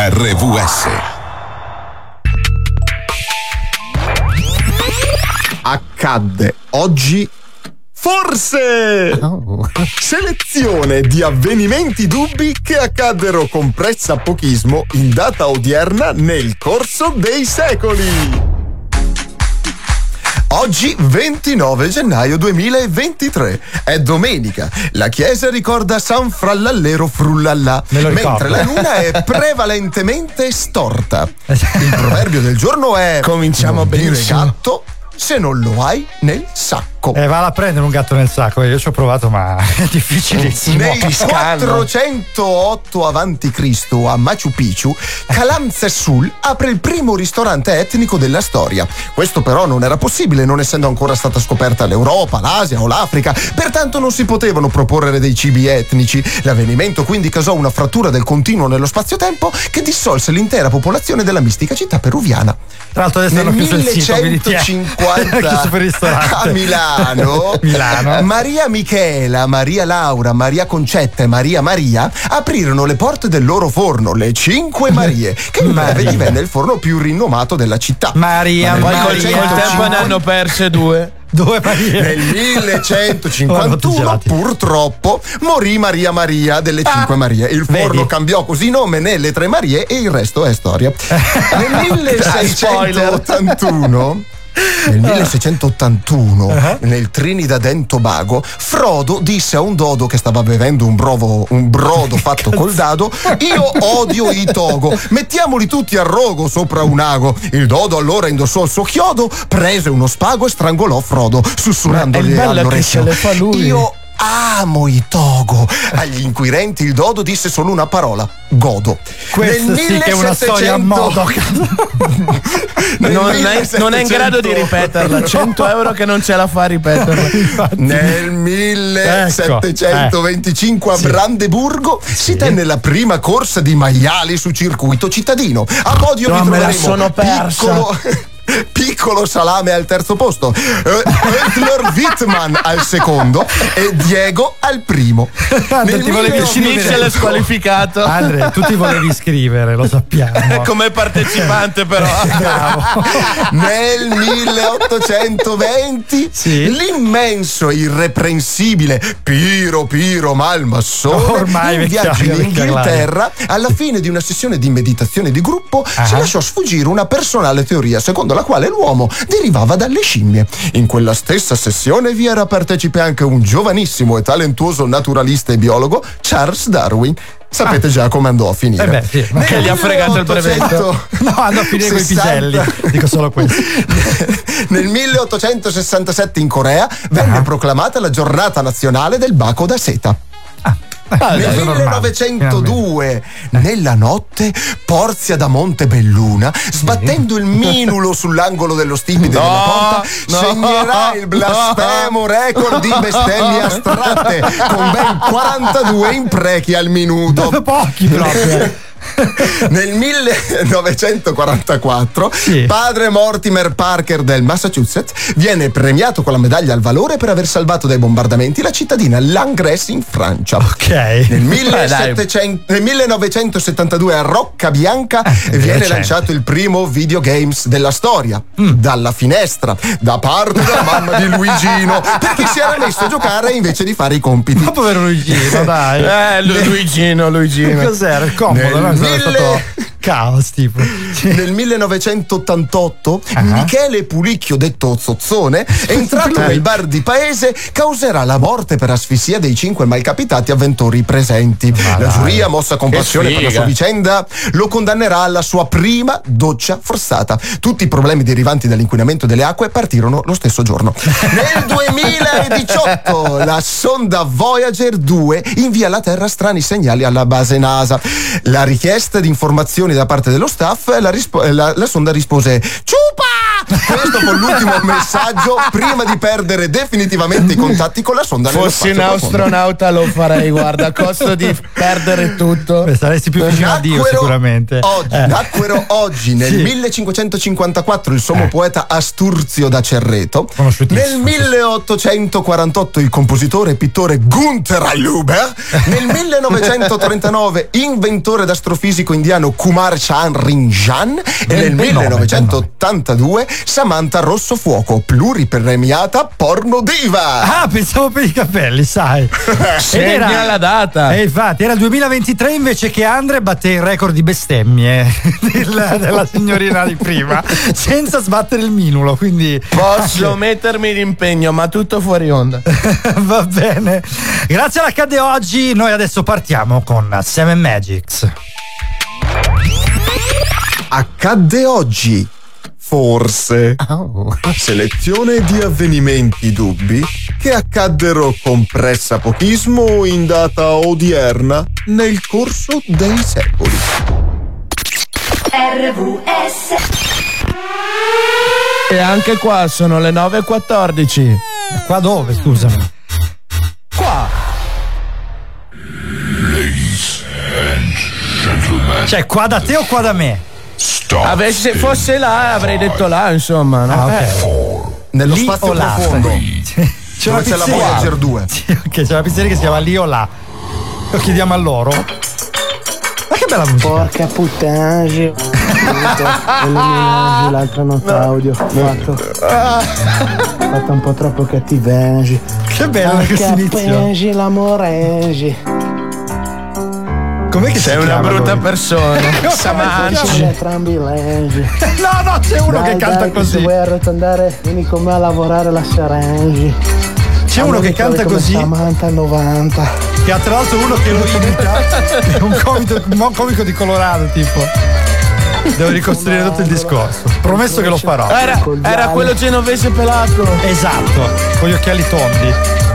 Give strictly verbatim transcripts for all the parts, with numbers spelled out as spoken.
R V S. Accadde oggi forse oh. Selezione di avvenimenti dubbi che accaddero con pressapochismo in data odierna nel corso dei secoli. Oggi ventinove gennaio duemilaventitré è domenica. La chiesa ricorda San Frallallero Frullallà, mentre la luna è prevalentemente storta. Il proverbio del giorno è: cominciamo a dire gatto se non lo hai nel sacco. Eh, va a prendere un gatto nel sacco. Io ci ho provato, ma è difficilissimo. Nel quattrocentootto avanti Cristo a Machu Picchu, Calanzessul apre il primo ristorante etnico della storia. Questo però non era possibile, non essendo ancora stata scoperta l'Europa, l'Asia o l'Africa, pertanto non si potevano proporre dei cibi etnici. L'avvenimento quindi causò una frattura del continuo nello spazio-tempo che dissolse l'intera popolazione della mistica città peruviana. Tra l'altro adesso hanno chiuso il sito, millecentocinquanta a Milano. Milano. Maria Michela, Maria Laura, Maria Concetta e Maria Maria aprirono le porte del loro forno, le Cinque Marie, che in breve divenne il forno più rinomato della città. Maria, poi Maria. col tempo ne hanno perse due. Due Marie. Nel millecentocinquantuno purtroppo morì Maria Maria delle Cinque ah, Marie. Il forno vedi? cambiò così nome nelle Tre Marie e il resto è storia. Nel milleseicentottantuno Nel milleseicentottantuno, uh-huh. nel Trinidad and Tobago, Frodo disse a un dodo che stava bevendo un, brovo, un brodo fatto col dado: io odio i togo, mettiamoli tutti a rogo sopra un ago. Il dodo allora indossò il suo chiodo, prese uno spago e strangolò Frodo, sussurrandogli all'orecchio: io amo i togo. Agli inquirenti il dodo disse solo una parola: godo. Questo nel sì che è una storia a modo. non, è, non è in grado di ripeterla. cento euro che non ce la fa a ripeterla. Nel millesettecentoventicinque ecco. a Brandeburgo sì. si tenne la prima corsa di maiali su circuito cittadino. A podio no, vi me la sono persa. Piccolo Piccolo Salame al terzo posto, Oetler Wittmann al secondo e Diego al primo. Nel ti volevi Michel è squalificato. Andre, tu ti volevi iscrivere, lo sappiamo. Come partecipante però. Bravo. Nel milleottocentoventi sì. l'immenso e irreprensibile Piro Piro Malmassone ormai in viaggio in Inghilterra, alla fine di una sessione di meditazione di gruppo, uh-huh. si lasciò sfuggire una personale teoria secondo la quale l'uomo derivava dalle scimmie. In quella stessa sessione vi era partecipe anche un giovanissimo e talentuoso naturalista e biologo, Charles Darwin. Sapete ah. già come andò a finire. Eh beh, sì, ma che gli ha fregato il brevetto. No, andò a finire con i piselli. Dico solo questo. Nel milleottocentosessantasette in Corea venne uh-huh. proclamata la giornata nazionale del baco da seta. Ah, nel millenovecentodue, nella notte, Porzia da Montebelluna, sbattendo il minulo sull'angolo dello stipite no, della porta, no, segnerà il blasfemo no. record di bestemmie astratte con ben quarantadue imprechi al minuto. Pochi proprio. Nel millenovecentoquarantaquattro sì. padre Mortimer Parker del Massachusetts viene premiato con la medaglia al valore per aver salvato dai bombardamenti la cittadina Langres in Francia. Ok. Nel, millesettecento, nel millenovecentosettantadue a Roccabianca eh, viene certo. lanciato il primo videogames della storia, mm. dalla finestra, da parte della mamma di Luigino, perché si era messo a giocare invece di fare i compiti. Ma povero Luigino, dai. Eh, Luigino, Luigino. Cos'era? Il comodo, no? Mille... Stato caos tipo. Nel millenovecentottantotto uh-huh. Michele Pulicchio detto Zozzone, entrato nel bar di paese, causerà la morte per asfissia dei cinque malcapitati avventori presenti. Ma la giuria, mossa con passione per la sua vicenda, lo condannerà alla sua prima doccia forzata. Tutti i problemi derivanti dall'inquinamento delle acque partirono lo stesso giorno. Nel duemiladiciotto la sonda Voyager due invia alla Terra strani segnali alla base NASA. La richiesta di informazioni da parte dello staff, la, rispo- la, la sonda rispose: ciupa! Questo fu l'ultimo messaggio prima di perdere definitivamente i contatti con la sonda. Fossi un astronauta lo farei, guarda, a costo di perdere tutto. Beh, saresti più vicino a Dio sicuramente. Oggi, eh. Nacquero oggi nel sì. millecinquecentocinquantaquattro il sommo eh. poeta Asturzio da Cerreto. Nel milleottocentoquarantotto il compositore e pittore Gunther Hailhuber. Nel millenovecentotrentanove inventore d'astrofisico indiano Kumar Chandran. E nel millenovecentottantadue Samantha Rossofuoco, pluripremiata porno diva. Ah, pensavo per i capelli, sai. Segna era, la data. E eh, infatti era il duemilaventitré invece che Andre batté il record di bestemmie della, della signorina di prima senza sbattere il minulo, quindi posso ah, mettermi d'impegno, ma tutto fuori onda. Va bene. Grazie all'Accadde Oggi, noi adesso partiamo con Seven Magics. Accadde oggi. Forse. Oh. Selezione di avvenimenti dubbi che accaddero con pressapochismo in data odierna nel corso dei secoli. R V S. E anche qua sono le nove e quattordici. Qua dove, scusami? Qua. Ladies and gentlemen. Cioè, qua da te o qua da me? Vabbè, se fosse là avrei detto là, insomma, no? Ah, okay. Nello lì spazio profondo. C'è una c'è la Voyager due. Sì, ok, c'è una pizzeria che si chiama lì o là. Lo chiediamo a loro. Ma che bella musica. Porca puttana. L'altra notte no. audio. Fatto. Fatto un po' troppo cattivengi. Che bello questo inizio. L'amore. Com'è che sei una brutta lui? Persona. Samanci. No, no, c'è uno dai, che canta dai, così. Se vuoi arrotondare, vieni con me a lavorare la Sarangi. C'è uno che canta così. Samantha novanta. Che ha tra l'altro uno che lo imita. È un comico, un comico di Colorado, tipo. Devo ricostruire tutto il discorso. Promesso che lo farò. Era, era quello genovese pelato. Esatto, con gli occhiali tondi.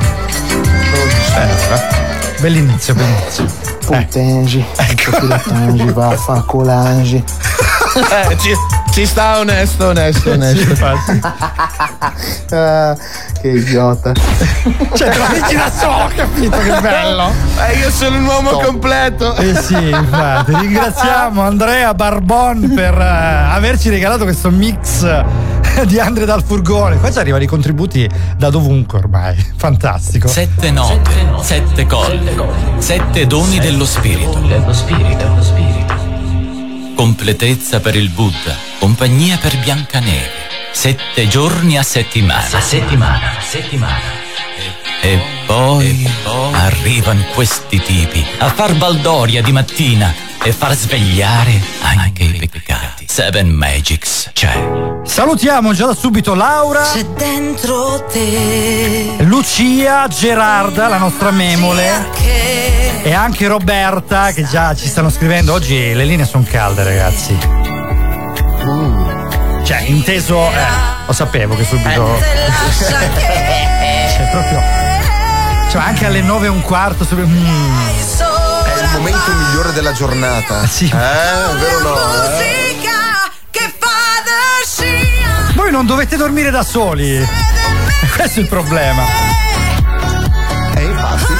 Eh, bell'inizio, bell'inizio. Putengi, ecco. Putengi, vaffanculangi. Eh, ci, ci sta onesto, onesto, onesto. Sì, ah, che idiota. Cioè, te la dici da solo, capito? Che bello. Eh, io sono un uomo Top. completo. Eh sì, infatti. Ringraziamo Andrea Barbon per uh, averci regalato questo mix di Andre dal furgone. Qua ci arrivano i contributi da dovunque ormai. Fantastico. Sette note, sette colle, sette doni dello spirito. Dello spirito, dello spirito. Completezza per il Buddha, compagnia per Biancaneve. Sette giorni a settimana. A settimana, a settimana. E, e, poi, e poi arrivano questi tipi a far baldoria di mattina e far svegliare anche i peccati. Seven Magics c'è. Salutiamo già da subito Laura. C'è dentro te. Lucia, Gerarda, la nostra memole. E anche Roberta che già ci stanno scrivendo. Oggi le linee sono calde, ragazzi. Mm. Cioè, inteso, eh, lo sapevo che subito. Cioè, proprio. Cioè, anche alle nove e un quarto. Subito, mm. È il momento migliore della giornata. Sì. Eh, vero no? Eh? Voi non dovete dormire da soli. Questo è il problema. E infatti.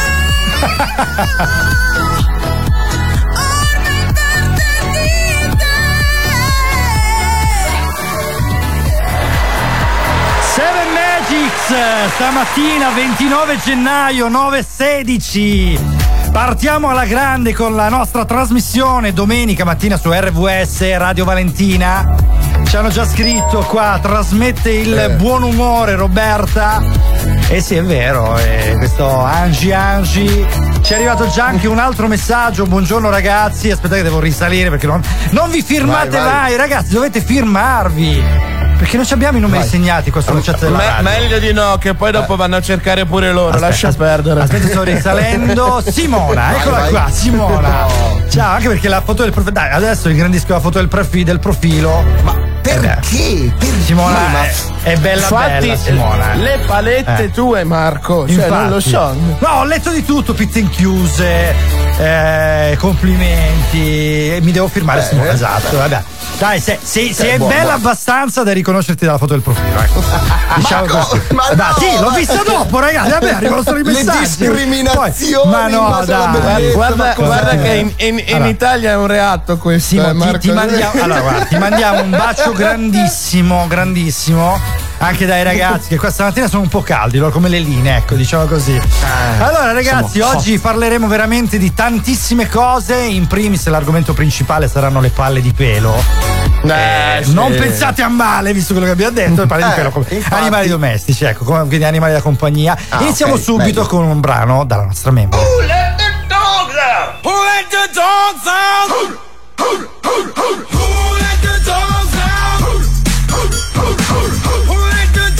Seven Magics stamattina ventinove gennaio nove e sedici. Partiamo alla grande con la nostra trasmissione domenica mattina su R V S Radio Valentina. Ci hanno già scritto qua, trasmette il eh. buon umore Roberta. Eh sì, è vero, eh, questo Angi Angi. Ci è arrivato già anche un altro messaggio. Buongiorno ragazzi, aspettate che devo risalire perché non, non vi firmate vai, vai. mai, ragazzi, dovete firmarvi. Perché non ci abbiamo i numeri vai. segnati qua sulla chat della radio. Meglio di no, che poi dopo vanno a cercare pure loro. Aspetta, lascia aspetta, perdere. Aspetta, sto risalendo. Simona, eccola vai, qua, vai. Simona. No. Ciao, anche perché la foto del profilo. Dai, adesso ingrandisco la foto del, profi, del profilo. Ma perché? perché? Simona ma... è, è bella Infatti, bella Simona. Le palette eh. tue, Marco. Cioè, infatti, non lo so. No, ho letto di tutto, pizze inchiuse, eh, complimenti. Mi devo firmare, eh, Simona, esatto, vabbè. Dai, se, se, se Cioè, è buono, bella buono. abbastanza da riconoscerti dalla foto del profilo, ecco. Diciamo Ma co- così. ma Dai, no, sì, l'ho ma- vista dopo, ragazzi. Vabbè, arrivano solo i Le messaggi. discriminazioni Poi- ma in no, base alla dai. bellezza, Guarda, ma cos'è? guarda che in, in- in Allora. Italia è un reatto questo. Simo, eh, ti, Marco. ti mandiamo, allora, guarda, ti mandiamo un bacio grandissimo, grandissimo. Anche dai ragazzi che questa mattina sono un po' caldi, loro come le linee, ecco, diciamo così. Allora ragazzi, siamo oggi parleremo veramente di tantissime cose. In primis l'argomento principale saranno le palle di pelo. Eh, sì. Non pensate a male, visto quello che abbiamo detto, le palle di Eh, pelo come infatti. animali domestici, ecco, come- quindi animali da compagnia. Ah, Iniziamo ok, subito meglio. con un brano dalla nostra membro. Who let the dogs out? Who let the dogs out? Who let the dogs out? Who let the dogs out? Who let the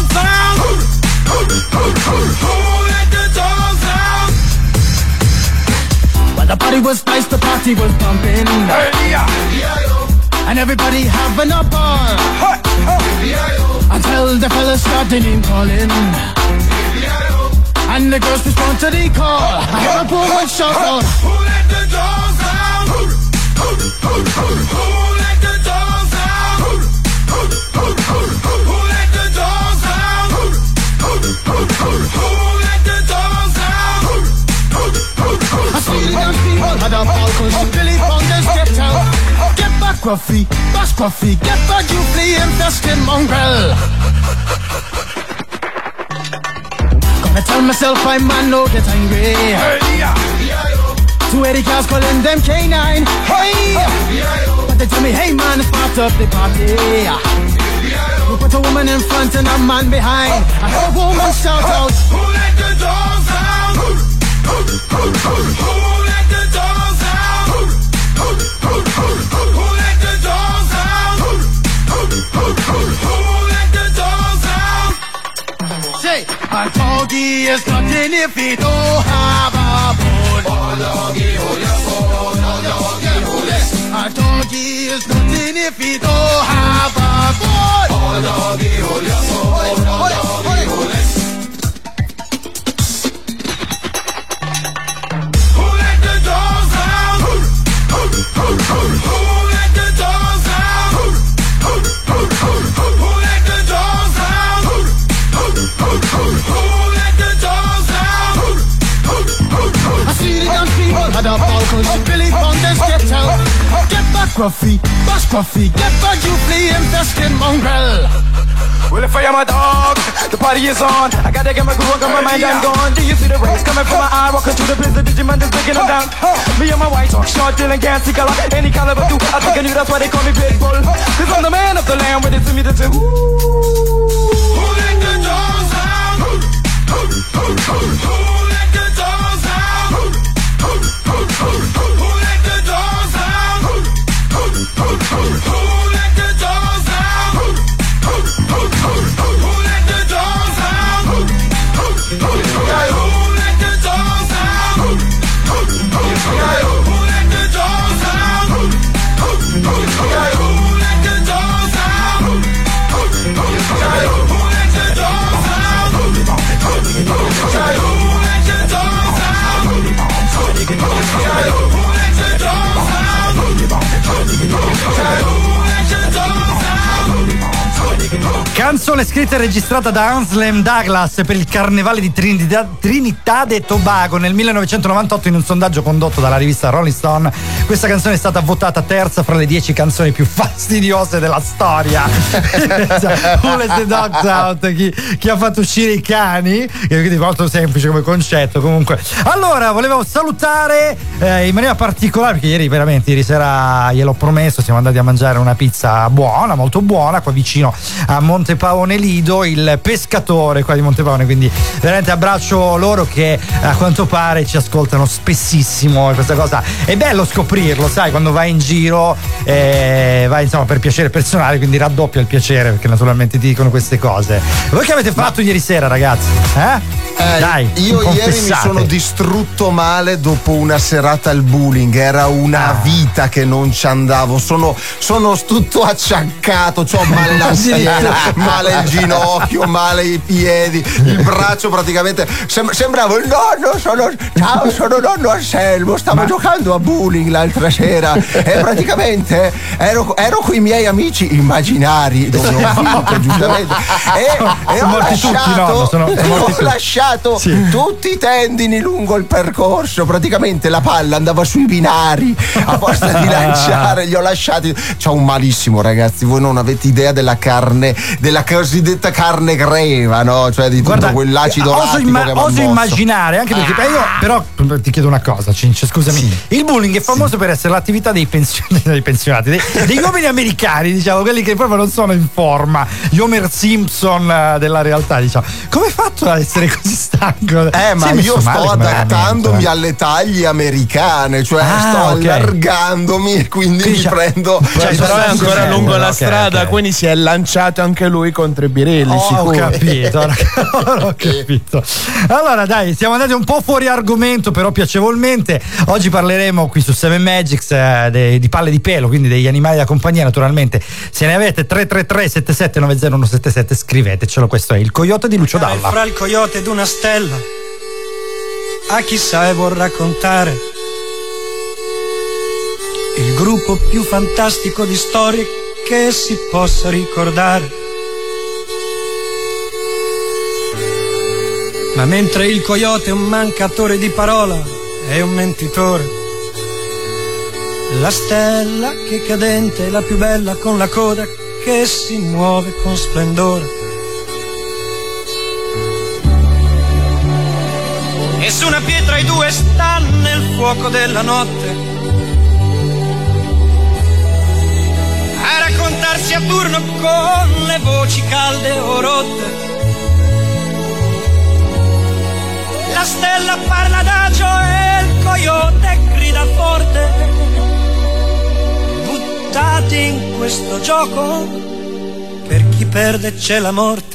dogs out? Well, the party was nice, the party was pumping, Hey, yeah. and everybody having a ball. Hey, hey. Until the fellas started name calling, and the girls respond to the call. I heard a woman shout out, Who let the dogs out? Who let the dogs out? Who let the dogs out? Who let the dogs out? I see the young people had a ball, cause Billy Fountain stepped out. Get back, Gruffy, bash Gruffy, get back, you flea infested mongrel. Gonna tell myself I'm man, no get angry. Hey, yeah. Two eighty cars calling them K nine. Hey! But they tell me, hey man, start up the party. We put a woman in front and a man behind. I heard a woman shout out, Who let the dogs out? Who let the dogs out? Who let the dogs out? Who let the dogs out? say, a doggy is nothing if he don't have a bone. A doggy, hold your bone. A doggy, hold it. A doggy is nothing if he don't have a bone. A doggy, hold your bone. A doggy, hold it. Who let the dogs out? Who let the dogs out? Who let the dogs out? Who let the dogs out? I see the young people had a ball cause Billy Fountain stepped out. Get back, Gruffy, bash Gruffy, get back, you flea infested mongrel. Well, if I am a dog, the party is on. I gotta get my groove on, got my mind, I'm gone. Do you see the rays coming from my eye? Walking through the blizzard, Digimon just breaking them down. Me and my white talk, short, dealing, can't see color. Any caliber, do I think I knew that's why they call me Pitbull. Cause I'm the man of the land, with it to me to do. Who let the dogs out? Who let the dogs out? Who let the dogs out? Who let the dogs out? Who let the dogs out? Who let the dogs out? Who let the dogs out? Who let the dogs out? Canzone scritta e registrata da Anselm Douglas per il Carnevale di Trinidad, Trinidad e Tobago nel millenovecentonovantotto in un sondaggio condotto dalla rivista Rolling Stone. Questa canzone è stata votata terza fra le dieci canzoni più fastidiose della storia. Who let the dogs out? Chi, chi ha fatto uscire i cani? Che è molto semplice come concetto. Comunque, allora volevo salutare eh, in maniera particolare, perché ieri veramente ieri sera gliel'ho promesso, siamo andati a mangiare una pizza buona, molto buona, qua vicino a Montepaone Lido, il pescatore qua di Montepaone, quindi veramente abbraccio loro che a quanto pare ci ascoltano spessissimo. Questa cosa è bello scoprirlo, sai, quando vai in giro eh, vai insomma per piacere personale, quindi raddoppia il piacere, perché naturalmente ti dicono queste cose. Voi che avete fatto Ma... ieri sera, ragazzi? Eh? Eh, Dai, io confessate. ieri mi sono distrutto male dopo una serata al bowling, era una ah. vita che non ci andavo, sono, sono tutto acciaccato, c'ho male la schiena, mi male il ginocchio, male i piedi, il braccio praticamente sem- sembravo il nonno, sono ciao, sono nonno Anselmo, stavo Ma... giocando a bowling l'altra sera e praticamente ero, ero con i miei amici immaginari dove ho vinto giustamente e, e ho lasciato, tutti, no, sono, sono ho lasciato sì. tutti i tendini lungo il percorso, praticamente la palla andava sui binari a posto di lanciare, li ho lasciati. C'ho un malissimo, ragazzi, voi non avete idea della carne, della cosiddetta carne greva, no? Cioè di Guarda, tutto quell'acido oso, lattico imma- che oso immaginare, anche perché ah. io però ti chiedo una cosa, Cince, scusami, sì. il bowling è famoso sì. per essere l'attività dei, pension- dei pensionati, dei, degli uomini americani, diciamo, quelli che proprio non sono in forma, gli Homer Simpson della realtà, diciamo. Come hai fatto ad essere così stanco? Eh, ma io sto adattandomi eh. alle taglie americane, cioè ah, sto okay. allargandomi e quindi, quindi mi prendo. Cioè, però è ancora bello, lungo la okay, strada, okay. quindi si è lanciato anche lui contro i birilli. Oh, sicuro. Ho capito, ho capito. Allora, dai, siamo andati un po' fuori argomento, però piacevolmente. Oggi parleremo qui su Seven Magics eh, de, di palle di pelo, quindi degli animali da compagnia, naturalmente. Se ne avete tre tre tre sette sette nove zero uno sette sette, scrivetecelo. Questo è il Coyote di Lucio Dalla. Fra il coyote ed una stella, a chissà e vuol raccontare il gruppo più fantastico di storie che si possa ricordare. Ma mentre il coyote è un mancatore di parola, è un mentitore, la stella che cadente è la più bella con la coda che si muove con splendore. E su una pietra i due stanno nel fuoco della notte a raccontarsi a turno con le voci calde o rotte. La stella parla adagio e il coyote grida forte. Buttati in questo gioco, per chi perde c'è la morte.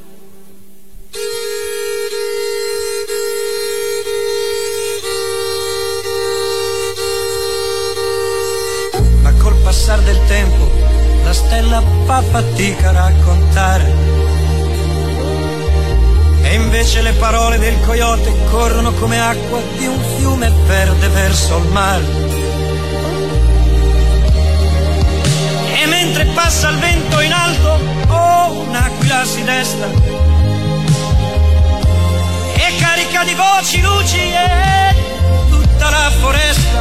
Ma col passare del tempo la stella fa fatica a raccontare. E invece le parole del coyote corrono come acqua di un fiume verde verso il mare. E mentre passa il vento in alto, oh, un'aquila si desta e carica di voci, luci e tutta la foresta.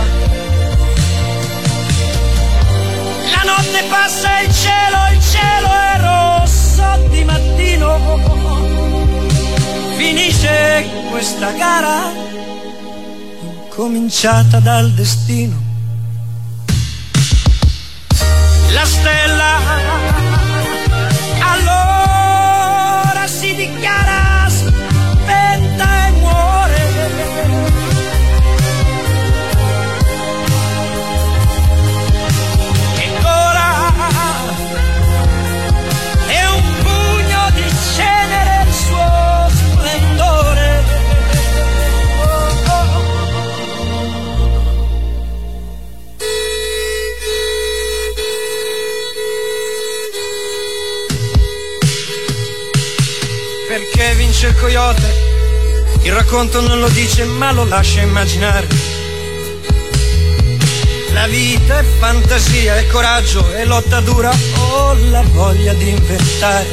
La notte passa e il cielo, il cielo è rosso di mattino. Finisce questa gara cominciata dal destino. La stella allora si dichiara spenta e muore. E ora è un pugno di cenere il suo splendore. Oh, oh. Perché vince il coyote? Il racconto non lo dice ma lo lascia immaginare. La vita è fantasia, è coraggio, è lotta dura o la voglia di inventare.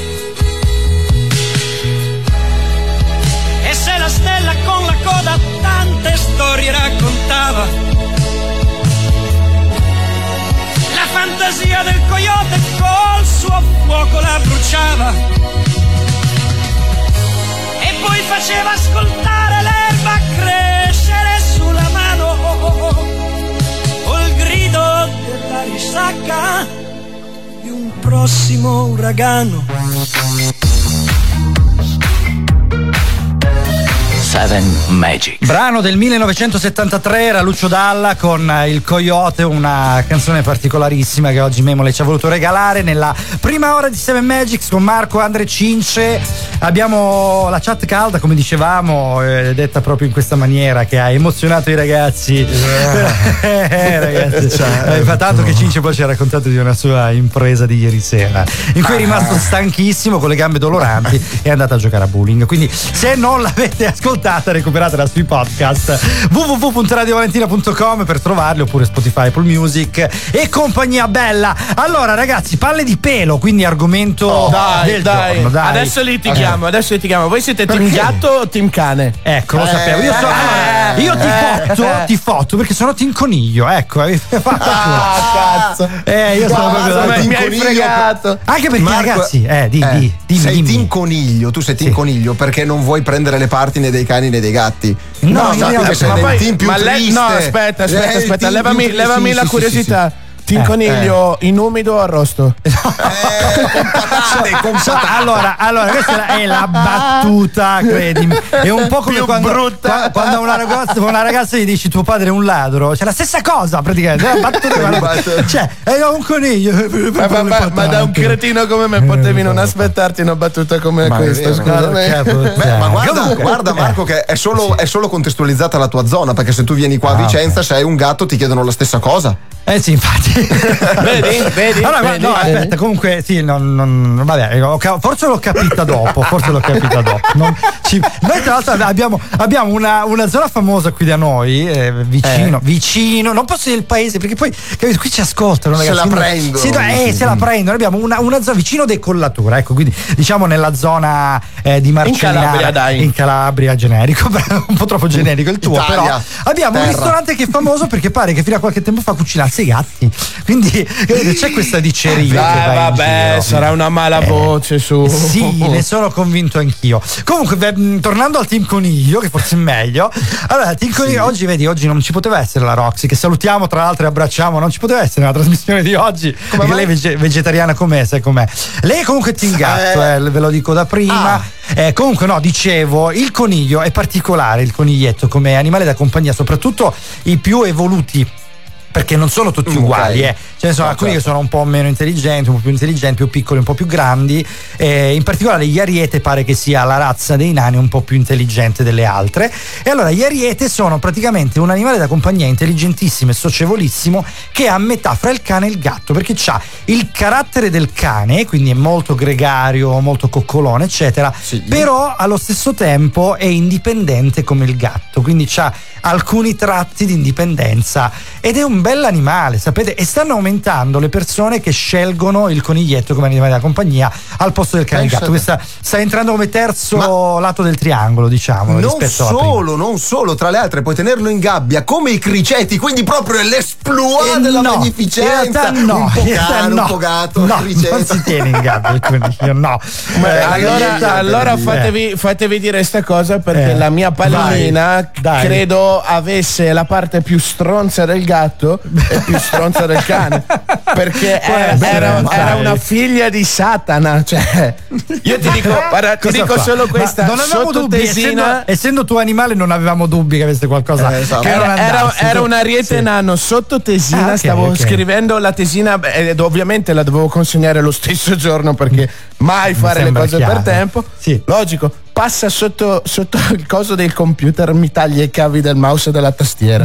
E se la stella con la coda tante storie raccontava, la fantasia del coyote col suo fuoco la bruciava. E poi faceva ascoltare l'erba crescere sulla mano, o il grido della risacca di un prossimo uragano. centosette Magic. Brano del millenovecentosettantatré, era Lucio Dalla con il Coyote, una canzone particolarissima che oggi Memole ci ha voluto regalare nella prima ora di Seven Magics con Marco, Andre, Cince. Abbiamo la chat calda, come dicevamo, eh, detta proprio in questa maniera, che ha emozionato i ragazzi. eh, ragazzi cioè, fa tanto che Cince poi ci ha raccontato di una sua impresa di ieri sera in cui è rimasto stanchissimo con le gambe doloranti e è andato a giocare a bowling. Quindi se non l'avete ascoltata, recuperatela sui podcast w w w punto radio valentina punto com per trovarli, oppure Spotify, Apple Music e compagnia bella. Allora ragazzi, palle di pelo, quindi argomento oh, dai, del dai. giorno, dai. Adesso litighiamo, adesso litighiamo. Voi siete perché? Team gatto o team cane? Ecco, lo eh, sapevo. Io, so, allora, io ti fotto, ti fotto perché sono team coniglio. Ecco, hai fatto ah, cazzo. Eh, io sono proprio da team mi hai fregato. Anche perché Marco, ragazzi, eh, di, eh, di, dimmi, sei dimmi. team coniglio, tu sei team sì. coniglio perché non vuoi prendere le parti né dei cani né dei gatti. No, no sappi che sei ma nel poi, team più ma triste. Le, no, aspetta, aspetta, eh, aspetta, levami, più, levami sì, la sì, curiosità. Sì, sì. Team Eh, coniglio eh. in umido o arrosto? Eh, con patate, con patate. Allora, allora, questa è la battuta, credimi. È un po' come quando, brutta. quando a una ragazza, una ragazza gli dici tuo padre è un ladro. C'è la stessa cosa praticamente. È una battuta, cioè, è un coniglio. Ma, ma, ma, ma da un cretino come me potevi non aspettarti una battuta come ma questa? Scusa. Beh, ma guarda, guarda Marco che è solo, è solo contestualizzata la tua zona, perché se tu vieni qua a Vicenza, se hai un gatto ti chiedono la stessa cosa. Eh sì, infatti. Vedi, vedi. Allora, vedi, no, vedi. aspetta, comunque sì, non, non, vabbè, forse l'ho capita dopo, forse l'ho capita dopo. Non, ci, noi tra l'altro abbiamo, abbiamo una, una zona famosa qui da noi, eh, vicino, eh. vicino, non posso dire il paese, perché poi capito, qui ci ascoltano, ragazzi. Se la prendono. Sì, eh, se la prendono. Abbiamo una, una zona vicino Decollatura, ecco, quindi diciamo nella zona eh, di Marcellinara. In Calabria, dai. In Calabria, generico, un po' troppo generico il tuo, Italia, però abbiamo terra. un ristorante che è famoso perché pare che fino a qualche tempo fa cucinarsi i gatti. Quindi c'è questa diceria. Dai, che va vabbè, in sarà una mala voce eh, su. Sì, ne sono convinto anch'io. Comunque, beh, tornando al team coniglio, che forse è meglio. Allora, team coniglio, sì. oggi vedi, oggi non ci poteva essere la Roxy, che salutiamo tra l'altro e abbracciamo, non ci poteva essere la trasmissione di oggi. Come perché mai? Lei è vege- vegetariana com'è, sai com'è. Lei è comunque team gatto, eh. Eh, ve lo dico da prima. Ah. Eh, comunque no, dicevo, il coniglio è particolare, il coniglietto come animale da compagnia, soprattutto i più evoluti, perché non sono tutti okay. uguali, eh. Ce ne sono no, alcuni certo. che sono un po' meno intelligenti, un po' più intelligenti, più piccoli, un po' più grandi. Eh, in particolare gli ariete pare che sia la razza dei nani un po' più intelligente delle altre. E allora gli ariete sono praticamente un animale da compagnia intelligentissimo e socievolissimo, che è a metà fra il cane e il gatto, perché ha il carattere del cane, quindi è molto gregario, molto coccolone, eccetera, sì. però allo stesso tempo è indipendente come il gatto, quindi ha alcuni tratti di indipendenza ed è un bell'animale, sapete, e stanno aumentando le persone che scelgono il coniglietto come animale da compagnia al posto del cane e il gatto. Questa sta entrando come terzo Ma lato del triangolo, diciamo. Non rispetto solo, non solo, tra le altre puoi tenerlo in gabbia come i criceti, quindi proprio l'esploit eh della no, magnificenza. In no, un po' cane, no, un po' gatto, no, criceto. Non si tiene in gabbia il coniglio, no. Ma eh, allora, allora fatevi, fatevi dire sta cosa, perché eh, la mia pallina dai, credo avesse la parte più stronza del gatto e più stronza del cane, perché era, era, era una figlia di Satana, cioè io ti dico, guarda, ti dico fa? solo questa, non avevamo sotto dubbi, tesina, essendo, essendo tuo animale non avevamo dubbi che avesse qualcosa eh, esatto. che era, era, era un ariete sì. nano sotto tesina, ah, okay, stavo okay. scrivendo la tesina ed ovviamente la dovevo consegnare lo stesso giorno perché mai Mi fare le cose chiaro. per tempo, sì. logico. Passa sotto, sotto il coso del computer, mi taglia i cavi del mouse e della tastiera.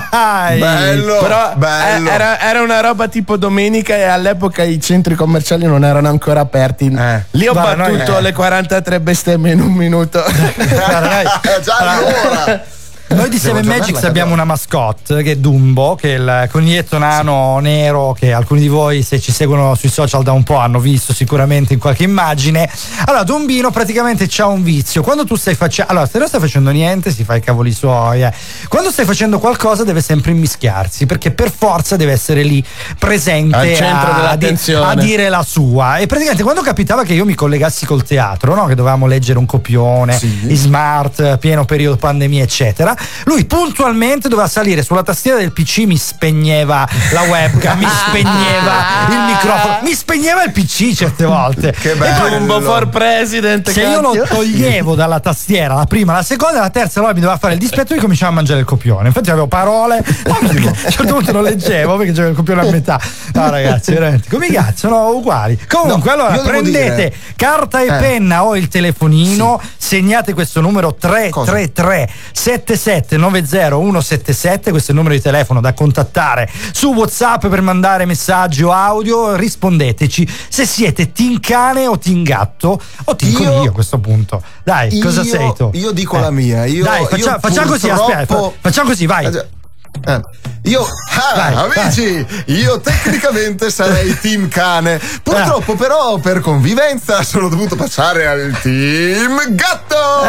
bello, però bello. Era, era una roba tipo domenica e all'epoca i centri commerciali non erano ancora aperti. Eh. Lì ho Guarda, battuto noi, le quarantatré bestemmie in un minuto. Guarda, già allora. Noi di Seven Magics abbiamo una mascotte che è Dumbo, che è il coniglietto nano sì. nero che alcuni di voi, se ci seguono sui social da un po', hanno visto sicuramente in qualche immagine. Allora, Dumbino praticamente c'ha un vizio. Quando tu stai facendo, allora, se non stai facendo niente, si fa i cavoli suoi. Eh. Quando stai facendo qualcosa deve sempre immischiarsi, perché per forza deve essere lì presente al centro a, dell'attenzione, a dire la sua. E praticamente quando capitava che io mi collegassi col teatro, no? Che dovevamo leggere un copione, sì. in smart, pieno periodo pandemia, eccetera. Lui puntualmente doveva salire sulla tastiera del P C, mi spegneva la webcam, mi spegneva il microfono, mi spegneva il P C certe volte. Che bello. Combo for president. Se io lo toglievo dalla tastiera, la prima, la seconda, la terza, allora mi doveva fare il dispetto e io cominciavo a mangiare il copione. Infatti avevo parole, ma perché a un certo punto lo leggevo perché c'era il copione a metà. No ragazzi, veramente, come i cazzo, sono uguali. Comunque, No, allora io devo prendete dire- carta e Eh. penna o il telefonino, segnate questo numero tre tre tre sette sette nove zero uno sette sette, questo è il numero di telefono da contattare su WhatsApp per mandare messaggi o audio. Rispondeteci se siete team cane o team gatto o team Io- coniglio a questo punto. Dai, cosa Io- sei tu? Io dico Eh. la mia. Io, Dai, faccia- io facciamo così, purtroppo- aspetta, fa- facciamo così, vai. Eh, Io, ah, Vai, amici, io tecnicamente sarei team cane. Purtroppo, però, per convivenza sono dovuto passare al team gatto.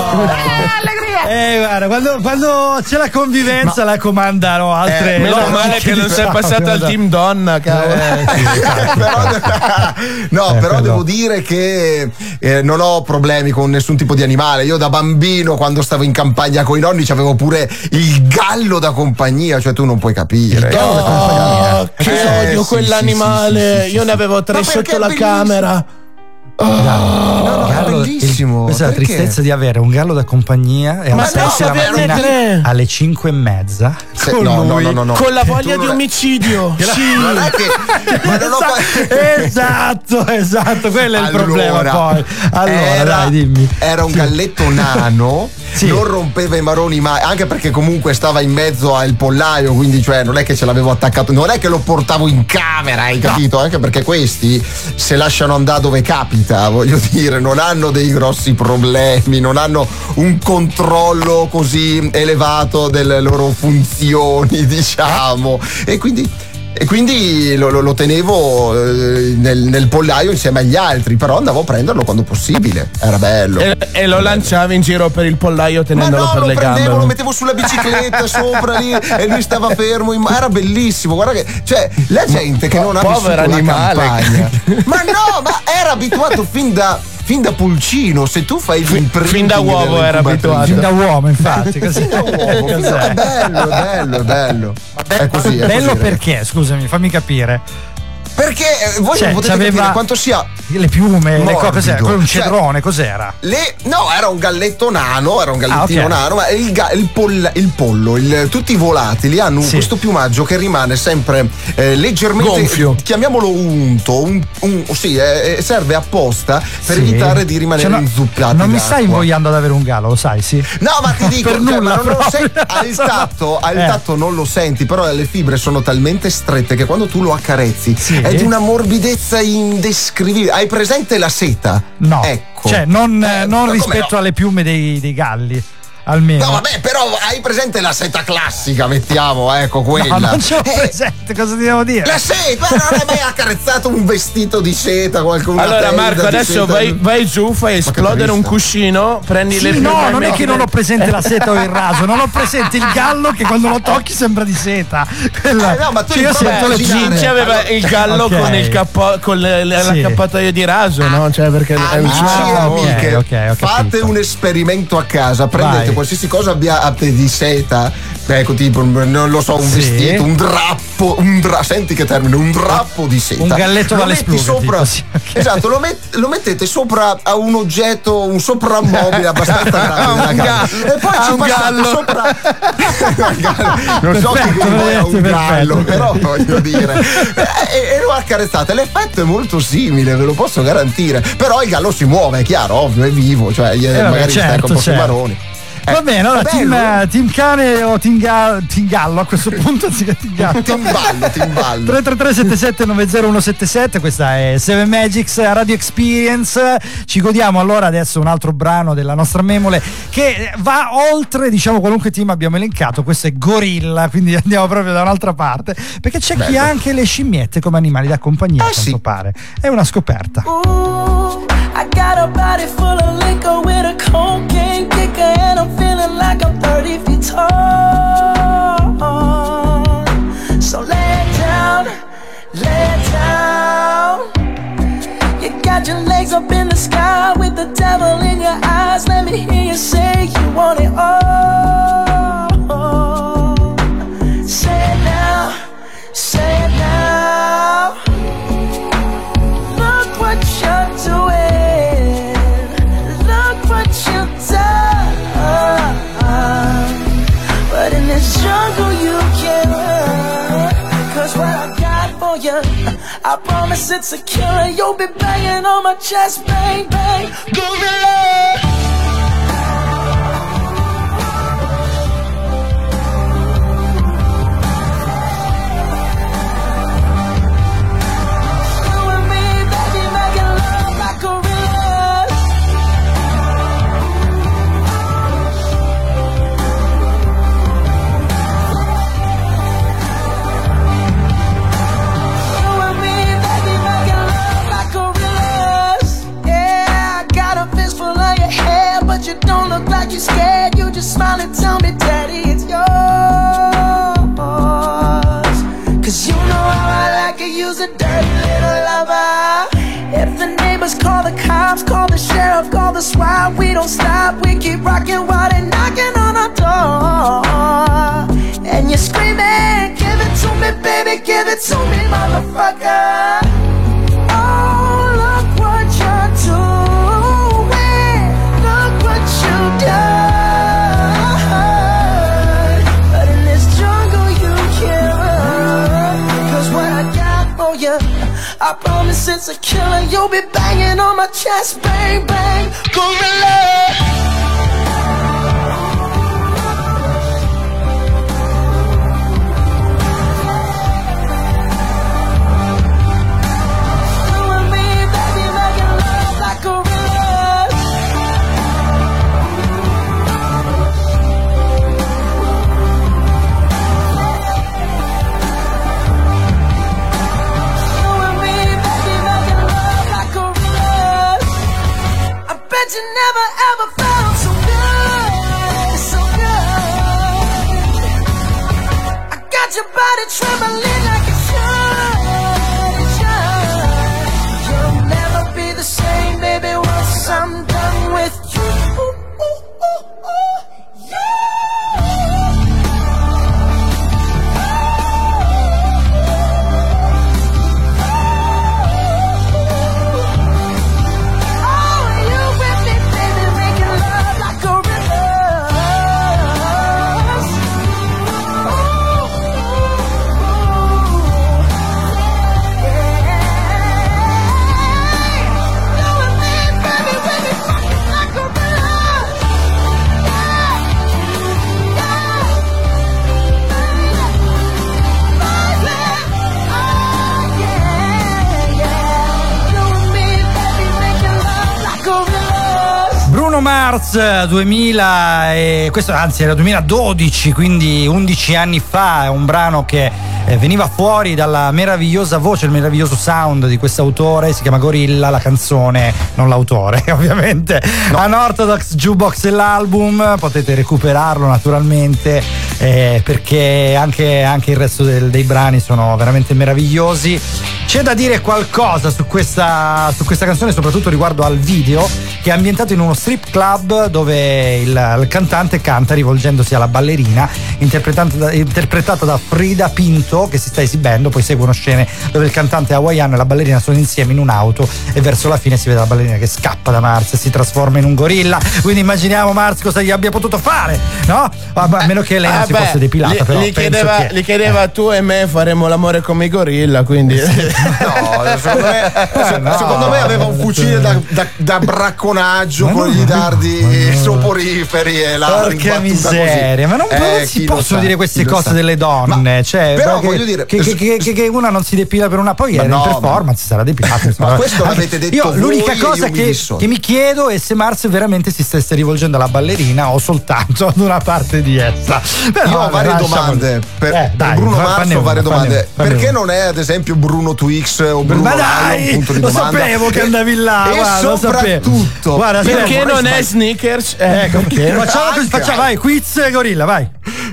Ecco. Eh, guarda, quando, quando c'è la convivenza la comandano altre. Eh, meno no, male che non sei passato al team donna, cavolo. Eh, sì, infatti, infatti. No, Eh, però quello. devo dire che eh, non ho problemi con nessun tipo di animale. Io da bambino, quando stavo in campagna con i nonni, c'avevo pure il gallo da compagnia, cioè tu non puoi capire. Oh, che Eh, odio sì, quell'animale. sì, sì, sì, sì. Io ne avevo tre Ma perché sotto è la bellissimo? camera. No, no, è Gallo- bellissimo. il- questa è la Perché? tristezza di avere un gallo da compagnia e Ma alzarsi pensa la a averne mattina tre. alle cinque e mezza Se- con no, no, lui. no, no, no. Con la Tu voglia non di è- omicidio. Sì. Non è che. Ma non ho Esatto, esatto, quello è il Allora, problema poi. Allora, era, dai, dimmi. era un galletto nano, Sì. non rompeva i maroni mai, anche perché comunque stava in mezzo al pollaio, quindi cioè non è che ce l'avevo attaccato, non è che lo portavo in camera, hai capito? Anche perché questi se lasciano andare dove capita, voglio dire, non hanno dei grossi problemi, non hanno un controllo così elevato delle loro funzioni, diciamo. E quindi E quindi lo, lo- lo tenevo eh, nel, nel pollaio insieme agli altri, però andavo a prenderlo quando possibile. Era bello. E, e lo lanciavi in giro per il pollaio Ma tenendolo no, per lo le prendevo, gambe. lo mettevo sulla bicicletta sopra lì e lui stava fermo. in- Era bellissimo. Guarda che, cioè, la gente che non ha vissuto povero la animale. campagna. Ma no, ma era abituato fin da. Fin da pulcino, se tu fai l'imprinting fin da uovo delle era incubatrici- abituato. Fin da uomo, infatti. Così. Fin da uomo, fin da- è bello, è bello, è bello. È così, è Bello così, perché, scusami, fammi capire. Perché eh, voi Cioè, non potete c'aveva capire quanto sia le piume, le morbido. co- cos'era? Quello un Cioè, cedrone, cos'era? Le, no, era un galletto nano, era un gallettino Ah, ok. nano, ma il, ga- il, poll- il pollo, il- tutti i volatili hanno Sì. questo piumaggio che rimane sempre eh, leggermente Gonfio. chiamiamolo unto, un, un- sì, eh, eh, serve apposta per Sì. evitare di rimanere Cioè, no, inzuppiati. Non mi d'acqua. stai invogliando ad avere un gallo, lo sai, sì? No, ma ti dico, Per cioè, nulla ma non lo proprio. sen- al tatto, al Eh. tatto non lo senti, però le fibre sono talmente strette che quando tu lo accarezzi Sì. è di una morbidezza indescrivibile. Hai presente la seta? No. Ecco. Cioè, non, Eh, non ma come rispetto no? alle piume dei, dei galli, almeno. No, vabbè, però hai presente la seta classica, mettiamo, ecco quella. No, non ce l'ho Eh, presente, cosa ti devo dire? La seta, ma non hai mai accarezzato un vestito di seta, qualcuno? Allora Marco, adesso vai, vai giù, fai esplodere un cuscino, prendi le Sì, piume no, e non è metti che non le- ho presente la seta o il raso, non ho presente il gallo che quando lo tocchi sembra di seta. Quella, Eh, no, ma tu cioè, io prova a sento le immaginare. pinne. Cinci aveva il gallo Ok. con il cappo, con le- le- Sì. l'accappatoio di raso, no? Cioè perché è il Amici Ah, e ok, amiche, ok, ho fate capito. un esperimento a casa, prendete Vai. qualsiasi cosa abbia di seta, ecco, tipo, non lo so, un Sì. vestito, un drappo, un dra- senti che termine, un drappo di seta. Un galletto lo dalle metti spluga, sopra, tipo, sì, ok. esatto, lo, met- lo mettete sopra a un oggetto, un soprammobile abbastanza grande Un della casa. gallo. E poi Ah, ci un passate gallo. sopra un gallo. Non so chi Perfetto, di voi ha un perfetto, gallo, perfetto. però voglio dire, e, e lo accarezzate. L'effetto è molto simile, ve lo posso garantire. Però il gallo si muove, è chiaro, ovvio, è vivo, cioè gli- Eh, vabbè, magari certo, stecca un po' sui certo. maroni. Eh, Va bene, allora è team, bello. eh, team cane o team, ga- team gallo a questo punto anziché team gatto. Team ballo, team ballo. tre tre tre sette sette nove zero uno sette sette, questa è Seven Magics Radio Experience. Ci godiamo allora adesso un altro brano della nostra memole che va oltre, diciamo, qualunque team abbiamo elencato. Questo è Gorilla, quindi andiamo proprio da un'altra parte, perché c'è chi Bello. ha anche le scimmiette come animali da compagnia, a Eh, quanto sì. pare. È una scoperta. Ooh, I got a body full of liquor with a cocaine kicker, and I'm feeling like I'm thirty feet tall. So lay it down, lay it down. You got your legs up in the sky with the devil in your eyes. Let me hear you say you want it all. Say it now, say it now. promise it's a killer. You'll be banging on my chest, bang, bang, gorilla. You don't look like you're scared. You just smile and tell me, Daddy, it's yours. Cause you know how I like it. Use a dirty little lover. If the neighbors call the cops, call the sheriff, call the SWAT, we don't stop. We keep rocking while they're knocking on our door. And you're screaming, give it to me, baby, give it to me, motherfucker. Oh, look what you're doing. But in this jungle you can't. Cause what I got for you, I promise it's a killer. You'll be banging on my chest, bang, bang, gorilla. You never ever felt so good, so good. I got your body trembling like it should, it should. You'll never be the same, baby, once I'm done with you. Ooh, ooh, ooh, ooh, yeah. Mars duemila e questo anzi era duemiladodici, quindi undici anni fa. È un brano che eh, veniva fuori dalla meravigliosa voce, il meraviglioso sound di quest'autore. Si chiama Gorilla la canzone, non l'autore ovviamente. No. Unorthodox Jukebox è l'album, potete recuperarlo naturalmente eh, perché anche, anche il resto del, dei brani sono veramente meravigliosi. C'è da dire qualcosa su questa, su questa canzone, soprattutto riguardo al video, che è ambientato in uno strip club dove il, il cantante canta rivolgendosi alla ballerina, interpretata da, interpretata da Frida Pinto, che si sta esibendo. Poi seguono scene dove il cantante hawaiano e la ballerina sono insieme in un'auto e verso la fine si vede la ballerina che scappa da Mars e si trasforma in un gorilla. Quindi immaginiamo Mars cosa gli abbia potuto fare, no? A meno che lei non ah si beh, fosse depilata. Gli, però gli chiedeva, che... gli chiedeva eh. tu e me faremo l'amore come i gorilla, quindi... No, secondo me, se, no, secondo me aveva un fucile da, da, da bracconaggio ma con no, gli dardi no, soporiferi e la porca miseria, ma non, eh, non si possono sa, dire queste cose sa. delle donne, ma, cioè, però voglio dire che, che, che, che, che una non si depila per una, poi è no, in performance ma, sarà depilata. Ma questo l'avete detto io, voi. L'unica cosa io che, che mi chiedo è se Mars veramente si stesse rivolgendo alla ballerina o soltanto ad una parte di essa. Però, io ho varie domande per, eh, dai, per Bruno Mars, ho varie domande. Perché non è ad esempio Bruno Twix o Bruno ma dai, Lion, lo domanda. sapevo che andavi là, e guarda, soprattutto guarda, perché non è Snickers? Eh, ecco perché. Facciamo così, facciamo, vai, quiz Gorilla, vai.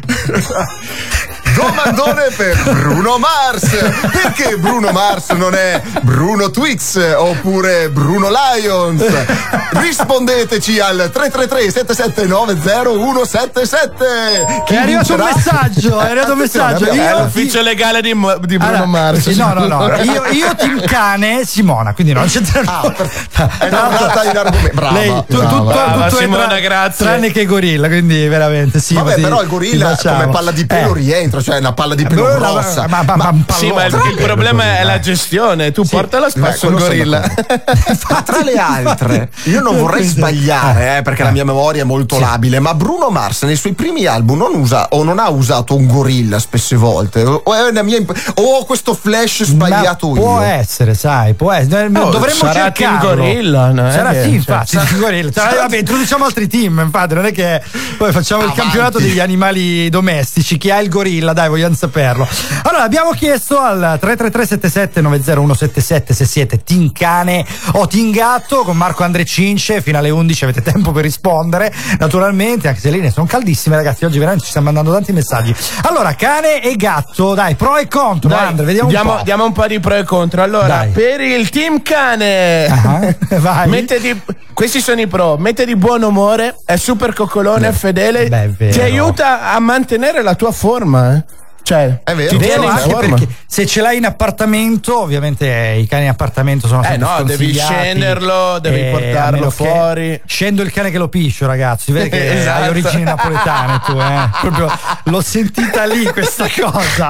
Domandone per Bruno Mars. Perché Bruno Mars non è Bruno Twix oppure Bruno Lions? Rispondeteci al tre tre tre sette sette nove zero uno sette sette. È arrivato un messaggio, è arrivato un messaggio. Io è l'ufficio ti... legale di, di Bruno allora, Mars. No, no, no. Io, io team cane Simona, quindi non c'è ah, è entrata in argomento. Brava, lei, tu, brava, tutto, brava, tutto Simona, tra, grazie. Tranne che Gorilla, quindi veramente sì. Vabbè, ti, però il gorilla come palla di pelo eh. rientra. cioè una palla di pelo grossa. Ma, ma, ma, ma sì, ma il, il problema è la gestione. Tu sì. porta lo spasso al gorilla. Ma tra le altre, io non vorrei sbagliare, eh, perché la mia memoria è molto sì. labile, ma Bruno Mars nei suoi primi album non usa o non ha usato un gorilla spesse volte. O è una mia imp- o questo flash sbagliato ma io. Può essere, sai, può essere. No, dovremmo sarà cercarlo. Team Gorilla, no? Sarà eh, sì, cioè, infatti, sarà... Team Gorilla. Sarà, vabbè, introduciamo altri team, infatti, non è che poi facciamo Avanti. il campionato degli animali domestici. Chi ha il gorilla, dai, vogliamo saperlo. Allora, abbiamo chiesto al tre tre tre sette sette nove zero uno sette sette se siete team cane o team gatto con Marco Andre Cince. Fino alle undici avete tempo per rispondere, naturalmente, anche se le linee sono caldissime, ragazzi. Oggi veramente ci stanno mandando tanti messaggi. Allora, cane e gatto, dai, pro e contro. Dai, Andre, vediamo diamo, un po'. diamo un po' di pro e contro. Allora, dai. Per il team cane, uh-huh. Vai. Mette di, questi sono i pro. Mette di buon umore, è super coccolone, è fedele, Beh, ti aiuta a mantenere la tua forma, eh. Cioè, è vero, ti vero anche forma. Perché se ce l'hai in appartamento, ovviamente i cani in appartamento sono sempre eh no, devi scenderlo, devi eh, portarlo fuori. Scendo il cane che lo piscio, ragazzi. Vedi che esatto. hai origini napoletane tu, eh? Proprio l'ho sentita lì questa cosa.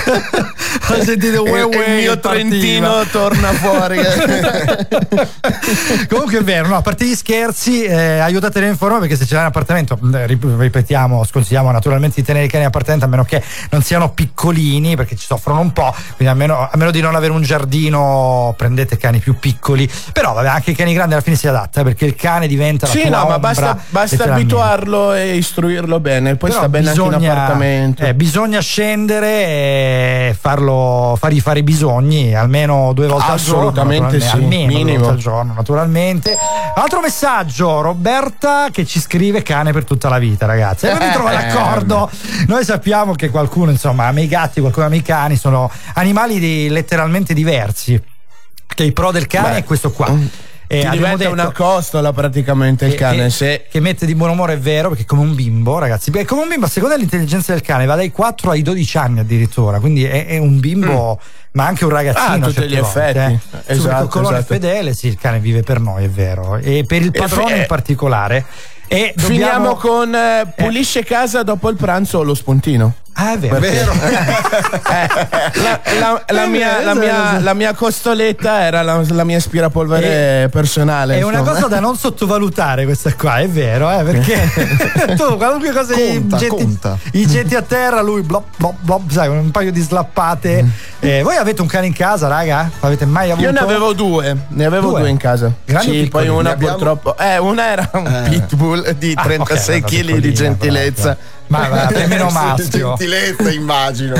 Ho sentito uè, uè, il mio Trentino torna fuori. Comunque è vero, no, a parte gli scherzi, eh, aiutatene in forma, perché se ce l'hai in appartamento, ripetiamo, sconsigliamo naturalmente di tenere i cani in appartamento, a meno che non siano piccolini, perché ci soffrono un po', quindi a meno, a meno di non avere un giardino prendete cani più piccoli. Però vabbè, anche i cani grandi alla fine si adatta, perché il cane diventa la sì, tua no, ombra, ma basta, basta abituarlo e istruirlo bene, poi però sta bene bisogna, anche in appartamento. Eh, bisogna scendere e farlo, fargli fare i bisogni almeno due volte al giorno. Assolutamente sì, almeno minimo. due volte al giorno, naturalmente. Altro messaggio, Roberta che ci scrive: cane per tutta la vita, ragazzi. E mi trovo d'accordo. Noi sappiamo che qualcuno, insomma, ama i gatti, qualcuno ama i cani, sono animali di, letteralmente diversi. Che il pro del cane Beh, è questo qua. E ti diventa detto, una costola praticamente il cane, che, se... che mette di buon umore, è vero, perché è come un bimbo, ragazzi, è come un bimbo, secondo l'intelligenza del cane va dai quattro ai dodici anni addirittura, quindi è, è un bimbo mm. ma anche un ragazzino a tutti gli volte, effetti, eh. esatto, coccolone esatto. fedele, sì, il cane vive per noi, è vero, e per il padrone e in particolare. E finiamo dobbiamo... con eh, pulisce eh. casa dopo il pranzo o lo spuntino. Ah, è vero. Perché, vero. eh, la, la, la, mia, la, mia, la mia costoletta era la, la mia aspirapolvere e, personale. È insomma. una cosa da non sottovalutare questa qua, è vero, eh, perché tu qualunque cosa conta, gli, getti, conta. gli getti a terra, lui blop, blop, blop, sai, un paio di slappate. Mm. Eh, voi avete un cane in casa, raga? Avete mai avuto? Io ne avevo due, ne avevo due, due in casa. Grandi sì, poi una abbiamo... purtroppo. Eh, una era un eh. pitbull di trentasei ah, okay, chili di gentilezza. Proprio. Ma va, meno maschio. Gentilezza, immagino.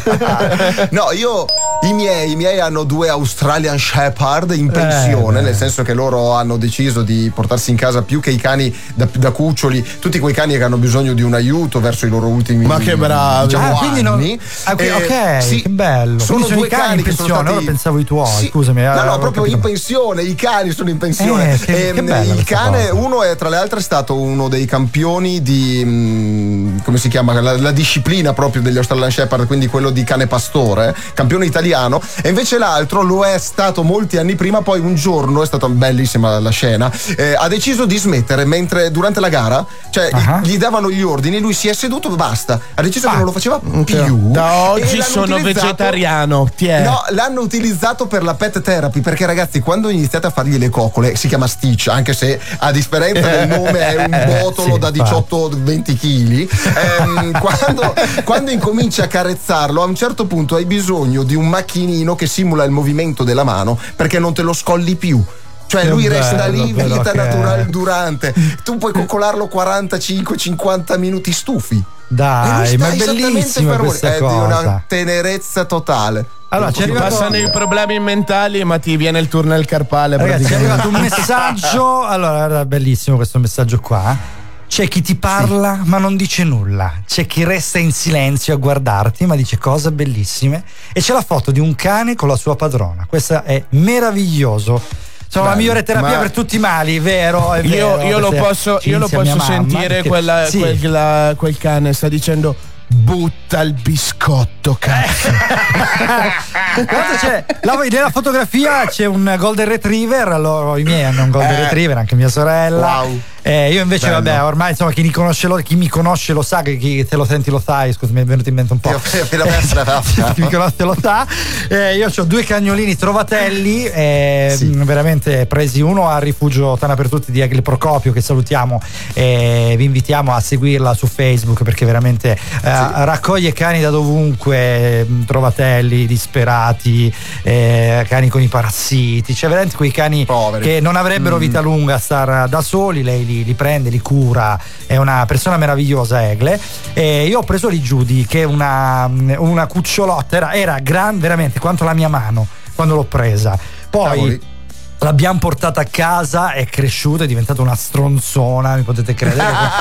No, io i miei, i miei hanno due Australian Shepherd in pensione, eh, nel senso che loro hanno deciso di portarsi in casa più che i cani da, da cuccioli, tutti quei cani che hanno bisogno di un aiuto verso i loro ultimi Ma che bravi, diciamo, ah, quindi non... anni. Okay, ok, eh, sì, che bello. Sono, sono due i cani, cani in pensione, stati... ora pensavo i tuoi, sì. Scusami. No, no, proprio capito. in pensione, i cani sono in pensione. Eh, che, e, che bello il cane, cosa. uno è tra le altre stato uno dei campioni di mh, come si chiama? La, la disciplina proprio degli Australian Shepherd, quindi quello di cane pastore, campione italiano, e invece l'altro lo è stato molti anni prima, poi un giorno, è stata bellissima la scena, eh, ha deciso di smettere mentre durante la gara, cioè uh-huh. gli davano gli ordini, lui si è seduto e basta, ha deciso ah. che non lo faceva più. Da oggi sono vegetariano. Tiè. No, l'hanno utilizzato per la pet therapy, perché ragazzi, quando iniziate a fargli le coccole, si chiama Stitch, anche se a differenza del nome è un botolo sì, da diciotto venti chili, ehm, quando, quando incominci a carezzarlo, a un certo punto hai bisogno di un macchinino che simula il movimento della mano, perché non te lo scolli più. Cioè che lui bello, resta lì, vita che... naturale durante. Tu puoi coccolarlo quarantacinque cinquanta minuti, stufi. Dai, ma è bellissima questa è cosa. È di una tenerezza totale. Allora, ci passano i problemi mentali, ma ti viene il turno al carpale. Ragazzi, è arrivato un messaggio. Allora, era bellissimo questo messaggio qua. C'è chi ti parla sì. ma non dice nulla, c'è chi resta in silenzio a guardarti ma dice cose bellissime, e c'è la foto di un cane con la sua padrona. Questo è meraviglioso. Sono Beh, la migliore terapia per tutti i mali, vero? È io, vero io lo posso, io lo posso sentire, mamma, quella, che, sì. quella, quel cane sta dicendo: butta il biscotto, cazzo. c'è, la, nella fotografia c'è un golden retriever, allora i miei hanno un golden eh. retriever, anche mia sorella. Wow. Eh, io invece, Bello. vabbè, ormai insomma chi mi conosce lo, chi mi conosce lo sa, che chi te lo senti lo sai, scusa, mi è venuto in mente un po'. Chi mi conosce lo sa. Eh, io ho due cagnolini trovatelli, eh, Sì. veramente presi, uno al rifugio Tana per Tutti di Egle Procopio, che salutiamo, e vi invitiamo a seguirla su Facebook, perché veramente eh, raccoglie cani da dovunque, mh, trovatelli, disperati, eh, cani con i parassiti, cioè veramente quei cani Poveri. che non avrebbero Mm. vita lunga a star da soli. Lei li, li prende, li cura, è una persona meravigliosa, Egle. E io ho preso lì Judy, che è una, una cucciolotta, era, era gran veramente quanto la mia mano quando l'ho presa. Poi Cavoli. l'abbiamo portata a casa, è cresciuta, è diventata una stronzona, mi potete credere.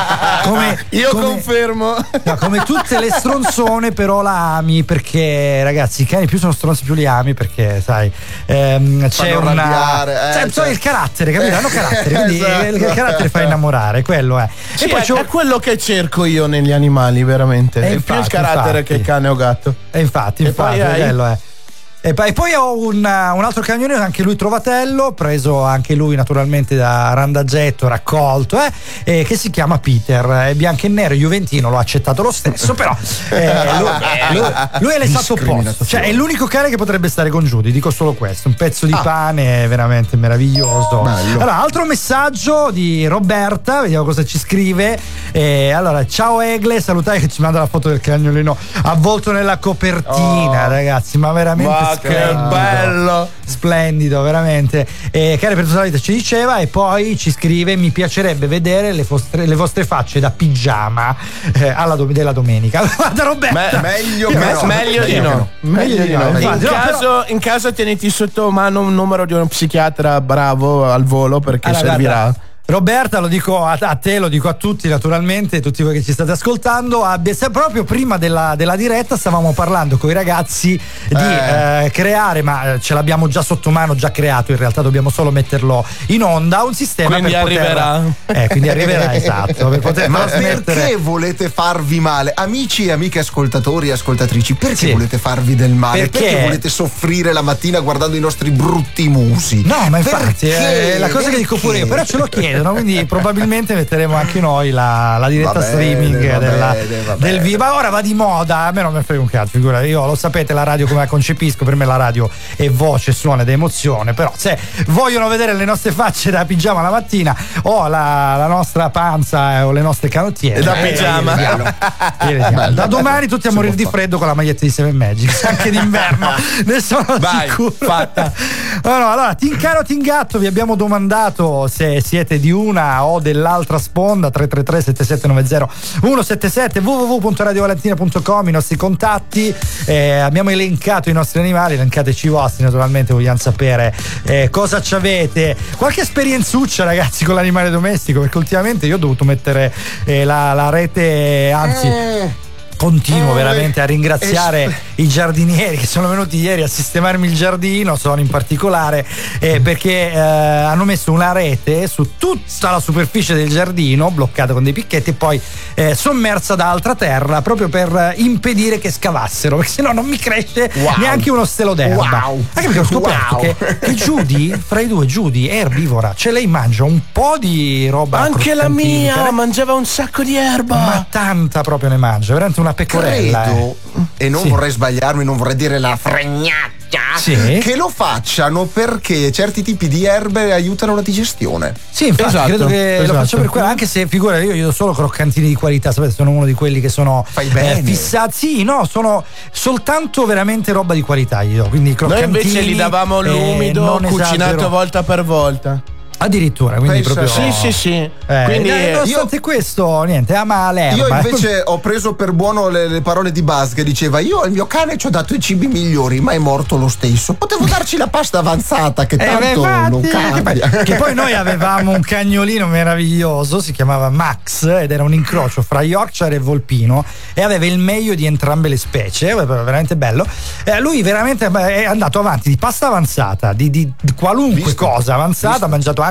Come, Io come- confermo. no, come tutte le stronzone, però la ami, perché ragazzi i cani più sono stronzi più li ami, perché sai, ehm, c'è Fanno una arrabbiare, eh, cioè, cioè. il carattere, capito? Hanno carattere, quindi Esatto. il carattere fa innamorare, quello è. Sì, e poi è, c'ho- è quello che cerco io negli animali, veramente. Eh, È più il infatti, carattere infatti. che quello o gatto. E infatti, E infatti, poi hai- quello è. E poi, e poi ho un, un altro cagnolino, anche lui trovatello, preso anche lui naturalmente da Randaggetto, raccolto, eh, eh, che si chiama Peter, è bianco e nero, juventino, l'ho accettato lo stesso, però eh, lui, lui- lui è l'esatto opposto, cioè è l'unico cane che potrebbe stare con Judy, dico solo questo, un pezzo di Ah. pane veramente meraviglioso. Bello. Allora, altro messaggio di Roberta, vediamo cosa ci scrive. Eh, allora, ciao Egle, salutai, che ci manda la foto del cagnolino avvolto nella copertina, Oh. ragazzi, ma veramente Ma che splendido. bello. Splendido, veramente. Eh, care per tutta la vita ci diceva, e poi ci scrive: mi piacerebbe vedere le vostre, le vostre facce da pigiama eh, alla dom- della domenica. Guarda Roberta, Me- meglio Io- che Me- no. meglio di no. Meglio di no, In infatti. No, però- caso, in caso teneti sotto mano un numero di uno psichiatra bravo al volo, perché Allora, servirà. guarda, Roberta, lo dico a, a te, lo dico a tutti naturalmente, tutti voi che ci state ascoltando, abbia, se proprio prima della, della diretta stavamo parlando con i ragazzi di Eh. eh, creare, ma eh, ce l'abbiamo già sotto mano, già creato, in realtà dobbiamo solo metterlo in onda, un sistema Quindi per poter- arriverà. eh, quindi arriverà, esatto, per poter Ma trasmettere. perché volete farvi male? Amici e amiche ascoltatori e ascoltatrici, perché Sì. volete farvi del male? Perché? Perché volete soffrire la mattina guardando i nostri brutti musi? No, ma infatti Perché? è la cosa che dico pure io, però ce lo chiedono, quindi probabilmente metteremo anche noi la, la diretta Va bene, streaming va della, bene, va del bene. viva. Ora va di moda, a me non mi frega un cazzo, figura, io lo sapete la radio come la concepisco, per me la radio è voce, suono ed emozione, però se vogliono vedere le nostre facce da pigiama la mattina o la, la nostra panza eh, o le nostre canottiere Da eh, pigiama. li vediamo. Li vediamo. Bello, Da domani bello. tutti a Si morire può di fare. freddo con la maglietta di Seven Magic, anche d'inverno, ne sono Vai, sicuro. fatta. No, no, allora, Tincaro Tingatto, vi abbiamo domandato se siete di una o dell'altra sponda. Tre tre tre sette sette nove zero uno sette sette, w w w punto radio valentina punto com, i nostri contatti. Eh, abbiamo elencato i nostri animali, elencateci i vostri, naturalmente vogliamo sapere eh, cosa ci avete, qualche esperienzuccia ragazzi con l'animale domestico, perché ultimamente io ho dovuto mettere eh, la, la rete, anzi continuo Eh, veramente a ringraziare es- i giardinieri che sono venuti ieri a sistemarmi il giardino, sono in particolare eh, perché eh, hanno messo una rete su tutta la superficie del giardino, bloccata con dei picchetti e poi eh, sommersa da altra terra, proprio per eh, impedire che scavassero, perché sennò non mi cresce Wow. neanche uno stelo d'erba. Wow. Anche perché ho scoperto Wow. che, che Judy, fra i due, Judy è erbivora, cioè lei mangia un po' di roba Anche la croccantina, mia mangiava un sacco di erba. ma tanta proprio ne mangia, veramente una pecorella. Credo, eh. e non Sì. vorrei sbagliarmi, non vorrei dire la fregnaccia, Sì. che lo facciano perché certi tipi di erbe aiutano la digestione. Sì, infatti Esatto, credo che lo esatto. faccio per quello, anche se figura io, io do solo croccantini di qualità, sapete, sono uno di quelli che sono Fai bene. eh, fissati. Sì, no, sono soltanto veramente roba di qualità io, quindi i Noi croccantini invece li davamo eh, l'umido, non cucinato esagero. volta per volta. Addirittura, quindi Pensa- proprio Sì, sì, sì. Eh, Quindi eh, eh, nonostante questo, niente, ama l'erba. Io invece ho preso per buono le, le parole di Buzz che diceva: io al mio cane ci ho dato i cibi migliori, ma è morto lo stesso. Potevo darci la pasta avanzata che Eh, tanto beh, non infatti, che cambia. poi, che poi noi avevamo un cagnolino meraviglioso, si chiamava Max ed era un incrocio fra Yorkshire e Volpino e aveva il meglio di entrambe le specie, veramente bello. Eh, lui veramente è andato avanti di pasta avanzata, di, di- di qualunque Visto. cosa avanzata, ha mangiato anche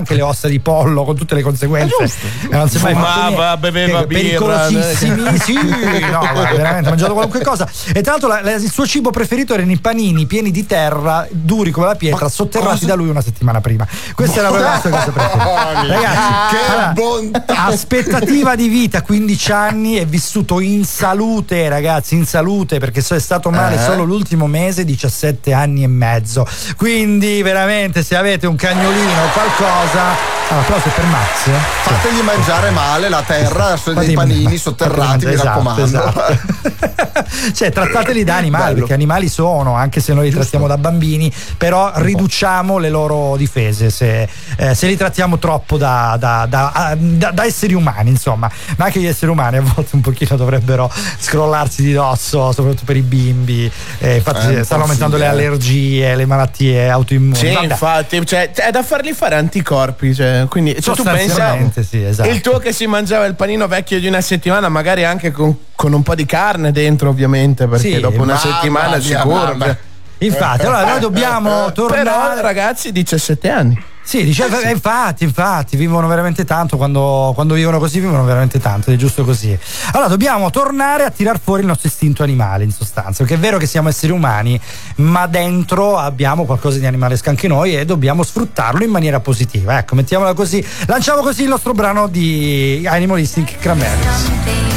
anche le ossa di pollo con tutte le conseguenze. Eh, non si è mai fumava, beveva che, birra, pericolosissimi, sì, no, guarda, veramente ha mangiato qualunque cosa. E tra l'altro la, la, il suo cibo preferito erano i panini pieni di terra, duri come la pietra, sotterrati da lui una settimana prima. Questa era la sua cosa preferita. Ragazzi, che allora, bontà! Aspettativa di vita quindici anni, è vissuto in salute, ragazzi, in salute, perché è stato male Eh? solo l'ultimo mese, diciassette anni e mezzo. Quindi veramente, se avete un cagnolino o qualcosa, ah, applauso per Max. Fategli mangiare male la terra, dei panini sotterrati, mi esatto, raccomando. esatto. Cioè, trattateli da animali, Bello. perché animali sono, anche se noi li trattiamo da bambini, però riduciamo le loro difese se, eh, se li trattiamo troppo da, da, da, da, da esseri umani, insomma. Ma anche gli esseri umani a volte un pochino dovrebbero scrollarsi di dosso, soprattutto per i bimbi. Eh, infatti Eh, stanno aumentando sì, le eh. allergie, le malattie autoimmuni. Sì, Vabbè. infatti, cioè, è da fargli fare anticorpi. Cioè, quindi, cioè, tu pensa, Sostanzialmente, sì, esatto. il tuo che si mangiava il panino vecchio di una settimana, magari anche con, con un po' di carne dentro, ovviamente, perché Sì, dopo una mamma settimana mia, sicuro. mamma. cioè. Infatti, allora noi dobbiamo tornare. Però, ragazzi, diciassette anni. Sì, dice, eh, infatti, infatti, vivono veramente tanto, quando, quando vivono così vivono veramente tanto, è giusto così. Allora dobbiamo tornare a tirar fuori il nostro istinto animale, in sostanza, perché è vero che siamo esseri umani, ma dentro abbiamo qualcosa di animalesco anche noi e dobbiamo sfruttarlo in maniera positiva. Ecco, mettiamola così, lanciamo così il nostro brano di Animalistic Cranberries.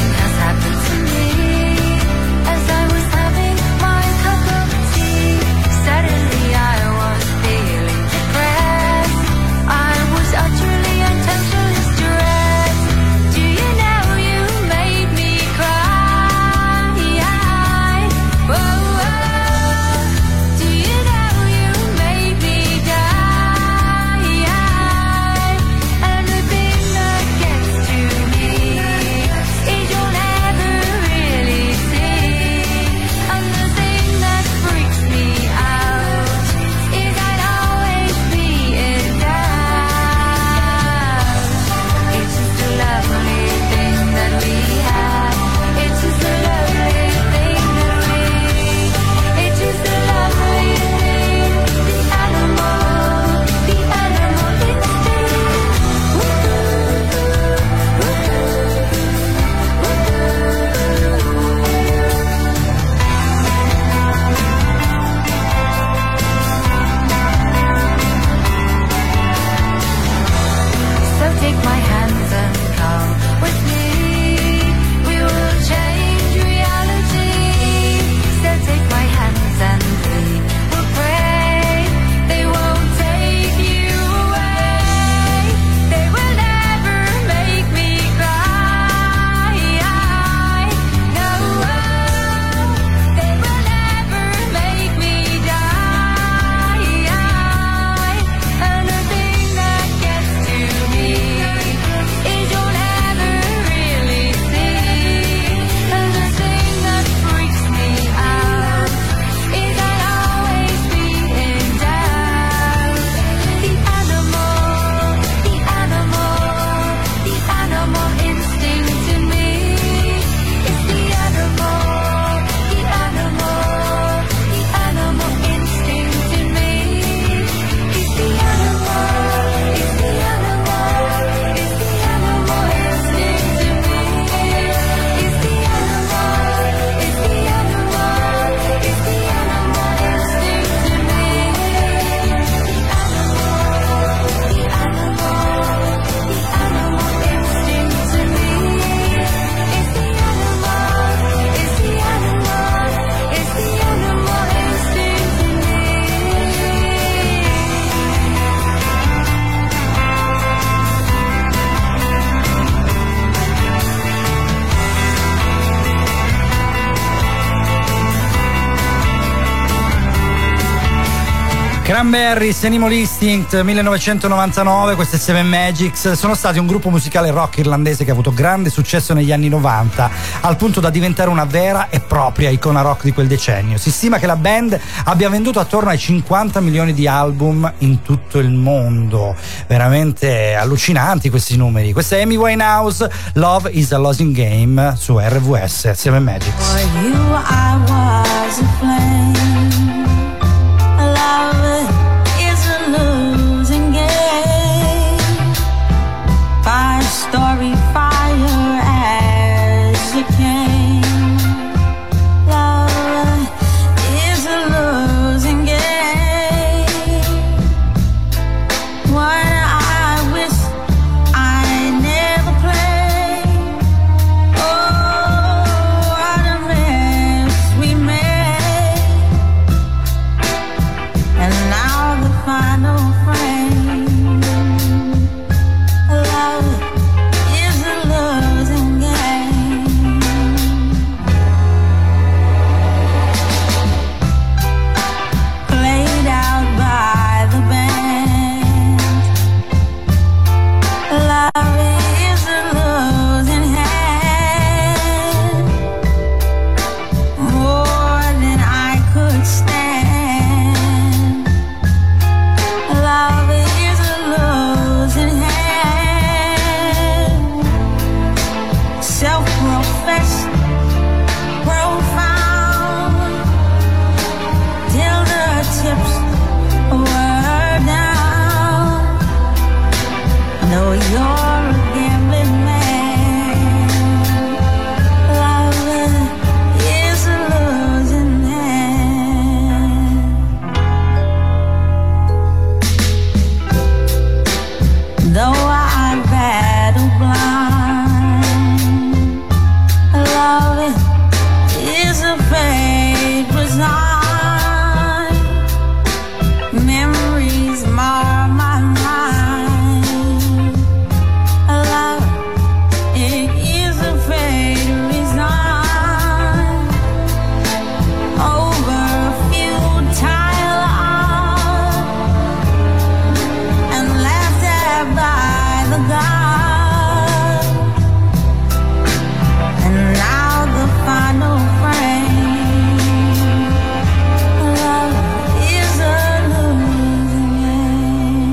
Cranberries, Animal Instinct, millenovecentonovantanove, queste Seven Magics sono stati un gruppo musicale rock irlandese che ha avuto grande successo negli anni novanta, al punto da diventare una vera e propria icona rock di quel decennio. Si stima che la band abbia venduto attorno ai cinquanta milioni di album in tutto il mondo. Veramente allucinanti questi numeri. Questa è Amy Winehouse, Love is a Losing Game, su R V S, Seven Magics. For you I was a flame. Love is a losing game.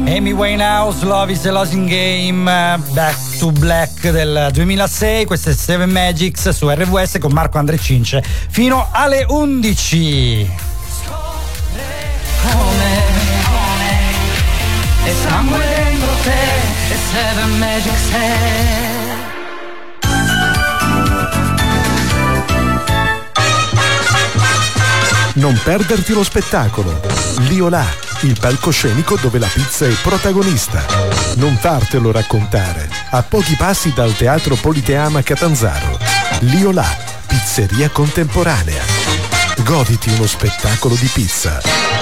Amy Winehouse, Love is a Losing Game, Back to Black del duemilasei. Questo è Seven Magics su R V S con Marco Andre Cince fino alle undici. Come, come, e sangue dentro te, e Seven Magics è. Non perderti lo spettacolo. Liolà, il palcoscenico dove la pizza è protagonista. Non fartelo raccontare. A pochi passi dal Teatro Politeama Catanzaro. Liolà, pizzeria contemporanea. Goditi uno spettacolo di pizza.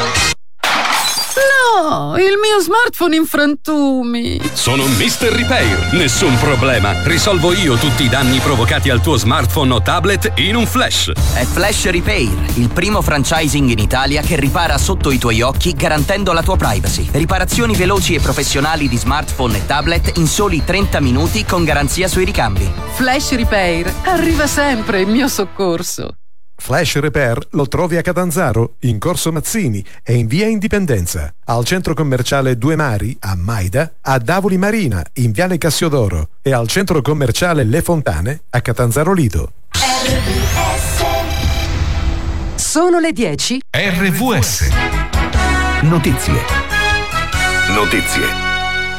No, il mio smartphone in frantumi. Sono mister Repair, nessun problema. Risolvo io tutti i danni provocati al tuo smartphone o tablet in un flash. È Flash Repair, il primo franchising in Italia che ripara sotto i tuoi occhi garantendo la tua privacy. Riparazioni veloci e professionali di smartphone e tablet in soli trenta minuti con garanzia sui ricambi. Flash Repair, arriva sempre in mio soccorso. Flash Repair lo trovi a Catanzaro, in Corso Mazzini e in via Indipendenza, al centro commerciale Due Mari, a Maida, a Davoli Marina, in viale Cassiodoro e al centro commerciale Le Fontane, a Catanzaro Lido. Sono le dieci. R V S. Notizie. Notizie.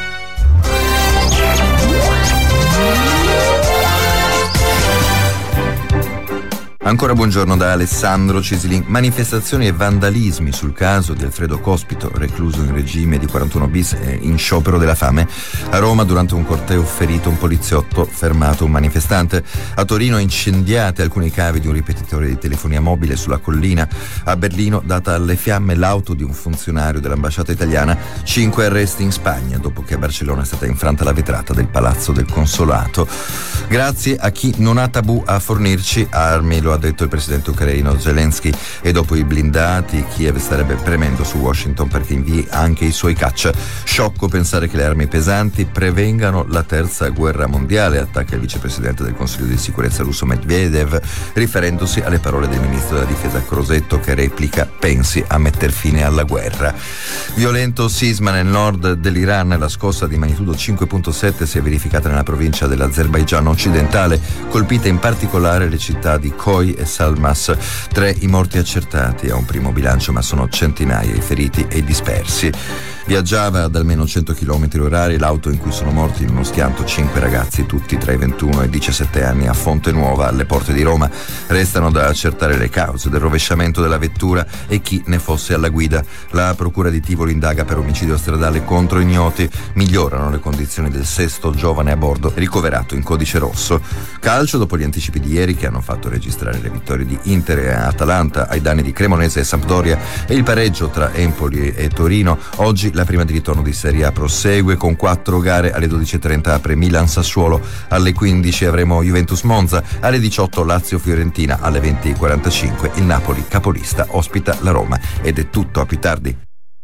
Ancora buongiorno da Alessandro Cisilin. Manifestazioni e vandalismi sul caso di Alfredo Cospito, recluso in regime di quarantuno bis e in sciopero della fame. A Roma, durante un corteo, ferito un poliziotto, fermato un manifestante. A Torino, incendiate alcuni cavi di un ripetitore di telefonia mobile sulla collina. A Berlino, data alle fiamme l'auto di un funzionario dell'ambasciata italiana. Cinque arresti in Spagna dopo che a Barcellona è stata infranta la vetrata del palazzo del consolato. Grazie a chi non ha tabù a fornirci armi, lo ha detto il presidente ucraino Zelensky, e dopo i blindati Kiev starebbe premendo su Washington perché invii anche i suoi caccia. Sciocco pensare che le armi pesanti prevengano la terza guerra mondiale, attacca il vicepresidente del Consiglio di sicurezza russo Medvedev, riferendosi alle parole del ministro della difesa Crosetto, che replica: pensi a metter fine alla guerra. Violento sisma nel nord dell'Iran, la scossa di magnitudo cinque virgola sette si è verificata nella provincia dell'Azerbaigian occidentale, colpite in particolare le città di Khoi e Salmas. Tre i morti accertati, a un primo bilancio, ma sono centinaia i feriti e i dispersi. Viaggiava ad almeno cento chilometri orari l'auto in cui sono morti in uno schianto cinque ragazzi, tutti tra i ventuno e i diciassette anni, a Fonte Nuova, alle porte di Roma. Restano da accertare le cause del rovesciamento della vettura e chi ne fosse alla guida. La procura di Tivoli indaga per omicidio stradale contro ignoti. Migliorano le condizioni del sesto giovane a bordo, ricoverato in codice rosso. Calcio, dopo gli anticipi di ieri che hanno fatto registrare le vittorie di Inter e Atalanta ai danni di Cremonese e Sampdoria e il pareggio tra Empoli e Torino, oggi la prima di ritorno di Serie A prosegue con quattro gare. Alle dodici e trenta apre Milan-Sassuolo, alle quindici avremo Juventus-Monza, alle diciotto Lazio-Fiorentina, alle venti e quarantacinque il Napoli capolista ospita la Roma. Ed è tutto, a più tardi.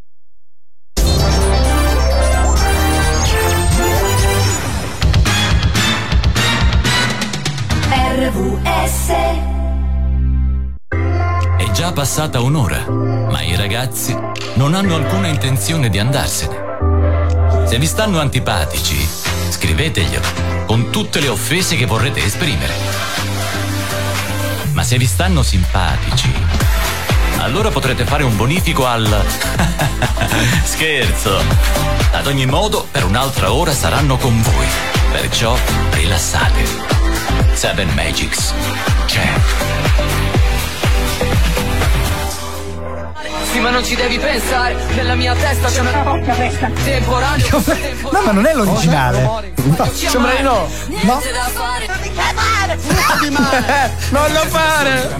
R V S. È già passata un'ora, ma i ragazzi non hanno alcuna intenzione di andarsene. Se vi stanno antipatici, scriveteglielo con tutte le offese che vorrete esprimere. Ma se vi stanno simpatici, allora potrete fare un bonifico al... Scherzo! Ad ogni modo, per un'altra ora saranno con voi. Perciò rilassate. Seven Magics c'è. Sì, ma non ci devi pensare, nella mia testa c'è una porca testa temporanea. No, ma non è l'originale. No, sembra di no. No. Da fare. Non lo fare.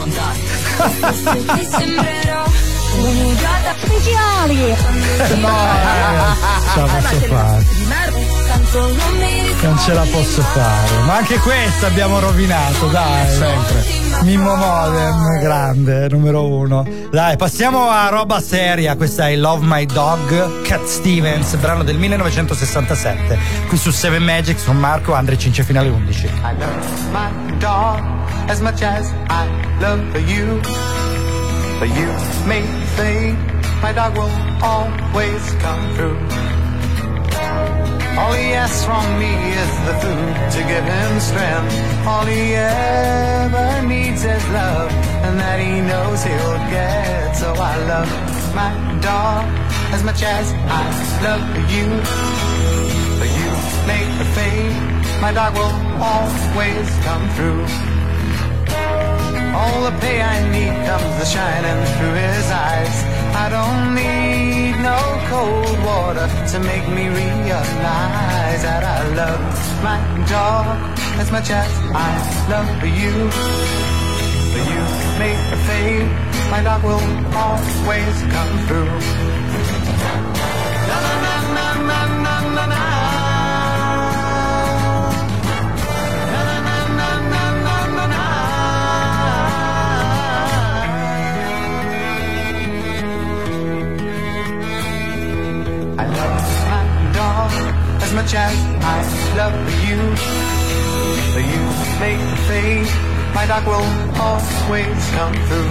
Ti sembrerò un'igata speciale. No, ce la posso fare. Non ce la posso fare. Ma anche questa abbiamo rovinato, dai. Sempre. Mimmo Modern, grande, numero uno. Dai, passiamo a roba seria. Questa è Love My Dog, Cat Stevens, brano del millenovecentosessantasette. Qui su Seven Magics con Marco, Andre Cince fino alle undici. I love my dog as much as I love you. But you may think my dog will always come through. All he asks from me is the food to give him strength. All he ever needs is love, and that he knows he'll get. So I love my dog as much as I love you. But you make the fade, my dog will always come through. All the pay I need comes the shining through his eyes. I don't need no cold water to make me realize that I love my dog as much as I love you. But you make the fade, my dog will always come through. Na na na na na na na na. As much as I love you, but you make the fade, my dog will always come through.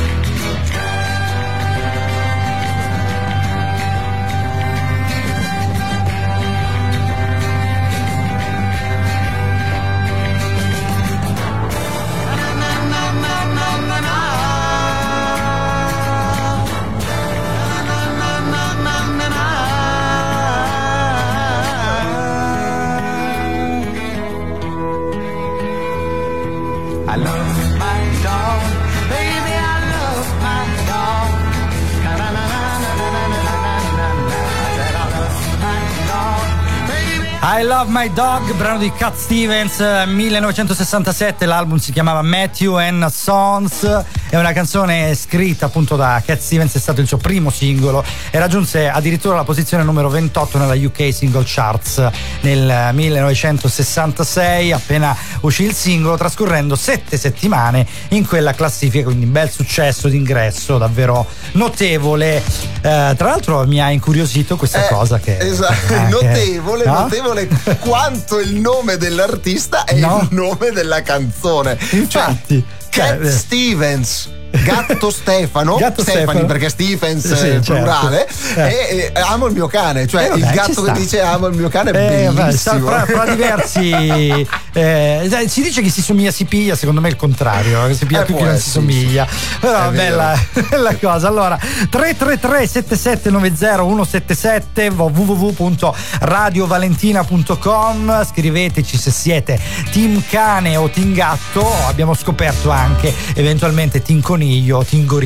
I love my dog, baby, I love my dog. Na na na na na na na na na na. I said I love my dog, baby. I Love My Dog, brano di Cat Stevens, millenovecentosessantasette, l'album si chiamava Matthew and Sons, è una canzone scritta appunto da Cat Stevens, è stato il suo primo singolo e raggiunse addirittura la posizione numero ventotto nella U K Single Charts nel millenovecentosessantasei, appena uscì il singolo, trascorrendo sette settimane in quella classifica, quindi bel successo d'ingresso davvero notevole. Eh, tra l'altro mi ha incuriosito questa eh, cosa che esatto, eh, notevole, che, no? notevole quanto il nome dell'artista è no? il nome della canzone. Infatti, Cat cioè, Stevens, Gatto Stefano, Gatto Stefani Stefano. perché Stevens Sì, è plurale, certo. e, e amo il mio cane, cioè Eh, vabbè, il ci gatto che sta. dice amo il mio cane è Eh, vabbè, sta bellissimo. fra, fra diversi eh, si dice che si somiglia si piglia, secondo me è il contrario, che si piglia Eh, più può che non si essere, somiglia, però È bella, bella cosa. Allora tre tre tre sette sette nove zero uno sette sette w w w punto radio valentina punto com, scriveteci se siete team cane o team gatto, abbiamo scoperto anche eventualmente team coniglio o team gorilla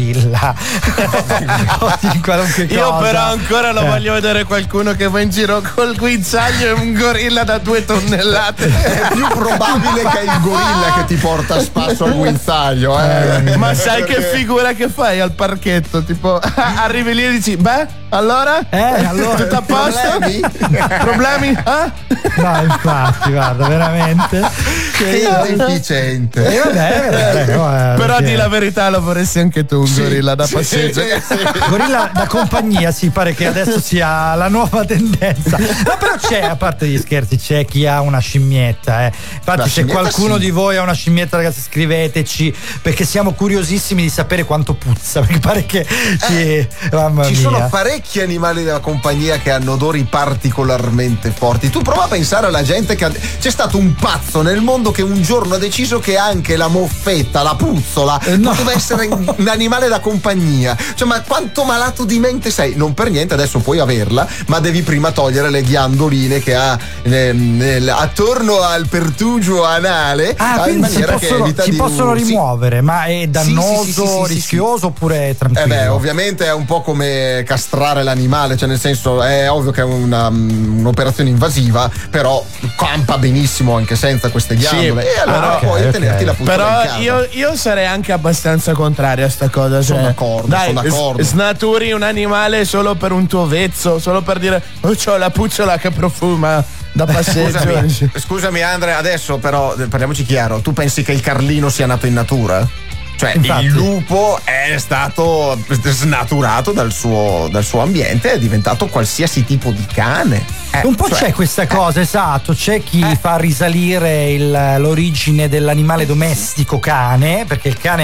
o team qualunque cosa. Io però ancora lo Eh. voglio vedere qualcuno che va in giro col guinzaglio e un gorilla da due tonnellate. È più probabile che è il gorilla che ti porta a spasso al guinzaglio, eh. Ma sai che figura che fai al parchetto? Tipo, arrivi lì e dici, beh, allora? Eh, allora? Tutto a posto? Problemi? Problemi? Ah? No, infatti, guarda, veramente. Che deficiente. Eh, vabbè, vabbè, guarda, Però perché- di la verità lo vorresti anche tu, un Sì, gorilla da sì, passeggio. sì, sì. Gorilla da compagnia, sì, pare che adesso sia la nuova tendenza. Ma però c'è, a parte gli scherzi, c'è chi ha una scimmietta, eh. Infatti, La se scimmietta qualcuno sì. di voi ha una scimmietta, ragazzi, scriveteci, perché siamo curiosissimi di sapere quanto puzza, perché pare che ci, mamma Ci mia. sono parecchi animali della compagnia che hanno odori particolarmente forti. Tu prova a pensare alla gente che ha... c'è stato un pazzo nel mondo che un giorno ha deciso che anche la moffetta, la puzzola, Eh, no. poteva essere un animale da compagnia. Cioè, ma quanto malato di mente sei? Non per niente, adesso puoi averla, ma devi prima togliere le ghiandoline che ha nel- nel- attorno al pertugio anale. Ah, in quindi si maniera che possono, evita si di possono sì. rimuovere, ma è dannoso, sì, sì, sì, sì, sì, rischioso oppure Eh tranquillo? beh, ovviamente è un po' come castrare l'animale, cioè nel senso è ovvio che è una, un'operazione invasiva, però campa benissimo anche senza queste ghiandole. e allora ok, puoi ok. tenerti la puzzola in Però casa. io, io sarei anche abbastanza contrario a sta cosa. Sono cioè, d'accordo, dai, sono d'accordo. s- snaturi un animale solo per un tuo vezzo, solo per dire oh, c'ho la pucciola che profuma da passeggio. Scusami, scusami Andrea, adesso però eh, parliamoci chiaro, tu pensi che il Carlino sia nato in natura? Cioè Infatti. il lupo è stato snaturato dal suo, dal suo ambiente, è diventato qualsiasi tipo di cane. Eh, Un po' cioè, c'è questa cosa, esatto, c'è chi fa risalire il- l'origine dell'animale domestico cane, perché il cane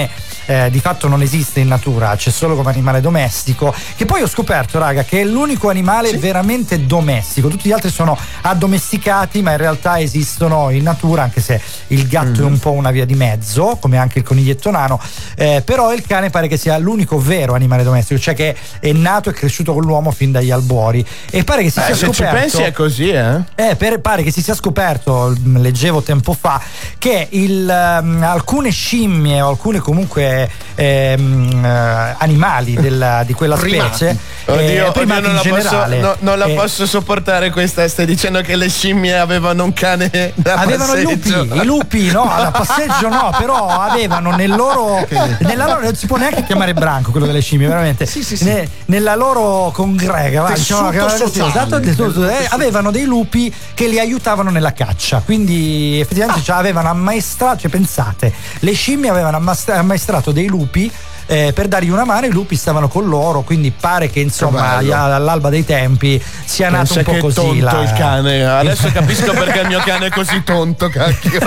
eh, di fatto non esiste in natura, c'è solo come animale domestico, che poi ho scoperto, raga, che è l'unico animale sì. veramente domestico. Tutti gli altri sono addomesticati, ma in realtà esistono in natura, anche se il gatto mm-hmm. è un po' una via di mezzo, come anche il coniglietto nano, eh, però il cane pare che sia l'unico vero animale domestico, cioè che è nato e cresciuto con l'uomo fin dagli albori, e pare che si Beh, sia se scoperto, ci pensi è così, eh? eh per, pare che si sia scoperto, leggevo tempo fa, che il, um, alcune scimmie o alcune comunque ehm, uh, animali della, di quella specie, oddio, eh, prima oddio non, in la generale, posso, no, non la eh, posso sopportare questa. Stai dicendo che le scimmie avevano un cane da avevano passeggio? i lupi, i lupi no, da passeggio no, però avevano nel loro, nella loro, non si può neanche chiamare branco quello delle scimmie, veramente, sì, sì, sì. Ne, nella loro congrega, va, diciamo, che esatto, eh, avevano dei lupi che li aiutavano nella caccia, quindi effettivamente ah. cioè, avevano ammaestrato, cioè, pensate, le scimmie avevano ammaestrato dei lupi Eh, per dargli una mano, i lupi stavano con loro, quindi pare che insomma che all'alba dei tempi sia nato Pensa un po' che così tonto la... il cane, adesso capisco perché il mio cane è così tonto, cacchio.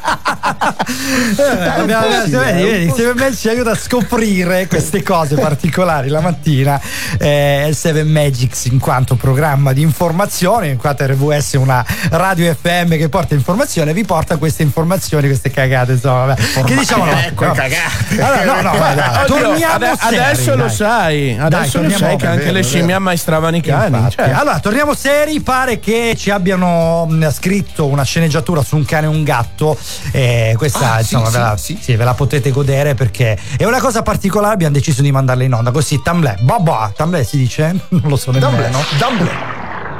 eh, abbiamo, vedi, vedi, se me ci aiuta a scoprire queste cose particolari la mattina, eh, Seven Magics in quanto programma di informazione, in quanto R V S è una radio F M che porta informazione, vi porta queste informazioni, queste cagate, insomma, vabbè. Che diciamo no, ecco, no. cagate. Allora, no, no, no, torniamo Ade- seri, adesso dai. lo sai, adesso Dai, lo sai che anche vero, le scimmie vero. ammaestravano i cani. Cioè. Allora, torniamo seri. Pare che ci abbiano mh, scritto una sceneggiatura su un cane e un gatto. Eh, questa, ah, insomma, sì, ve, la, sì, sì, ve la potete godere perché è una cosa particolare. Abbiamo deciso di mandarla in onda così. Tumblr, babà, Tumblr si dice? Non lo so nemmeno. Tumblr.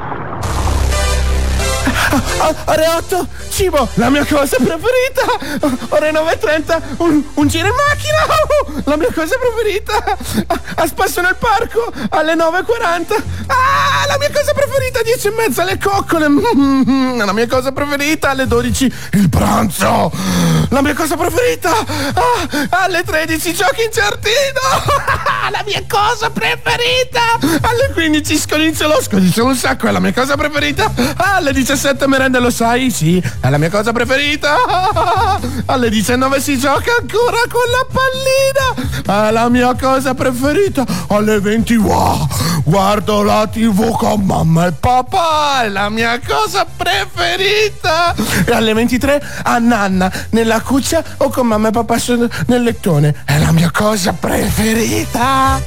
Ore otto, cibo, la mia cosa preferita. Ore nove e trenta, un, un giro in macchina, la mia cosa preferita. A, a spasso nel parco, alle nove e quaranta. Ah, la mia cosa preferita, dieci e mezza, le coccole. Mm, la mia cosa preferita, alle dodici, il pranzo. La mia cosa preferita, ah, alle tredici, giochi in giardino. La mia cosa preferita, alle quindici, scodinzolo, scodinzolo un sacco, è la mia cosa preferita. Alle diciassette, merenda, lo sai, sì, è la mia cosa preferita. Alle diciannove si gioca ancora con la pallina, è la mia cosa preferita. Alle venti, wow, guardo la tivù con mamma e papà, è la mia cosa preferita. E alle ventitré a nanna nella cuccia o con mamma e papà nel lettone, è la mia cosa preferita.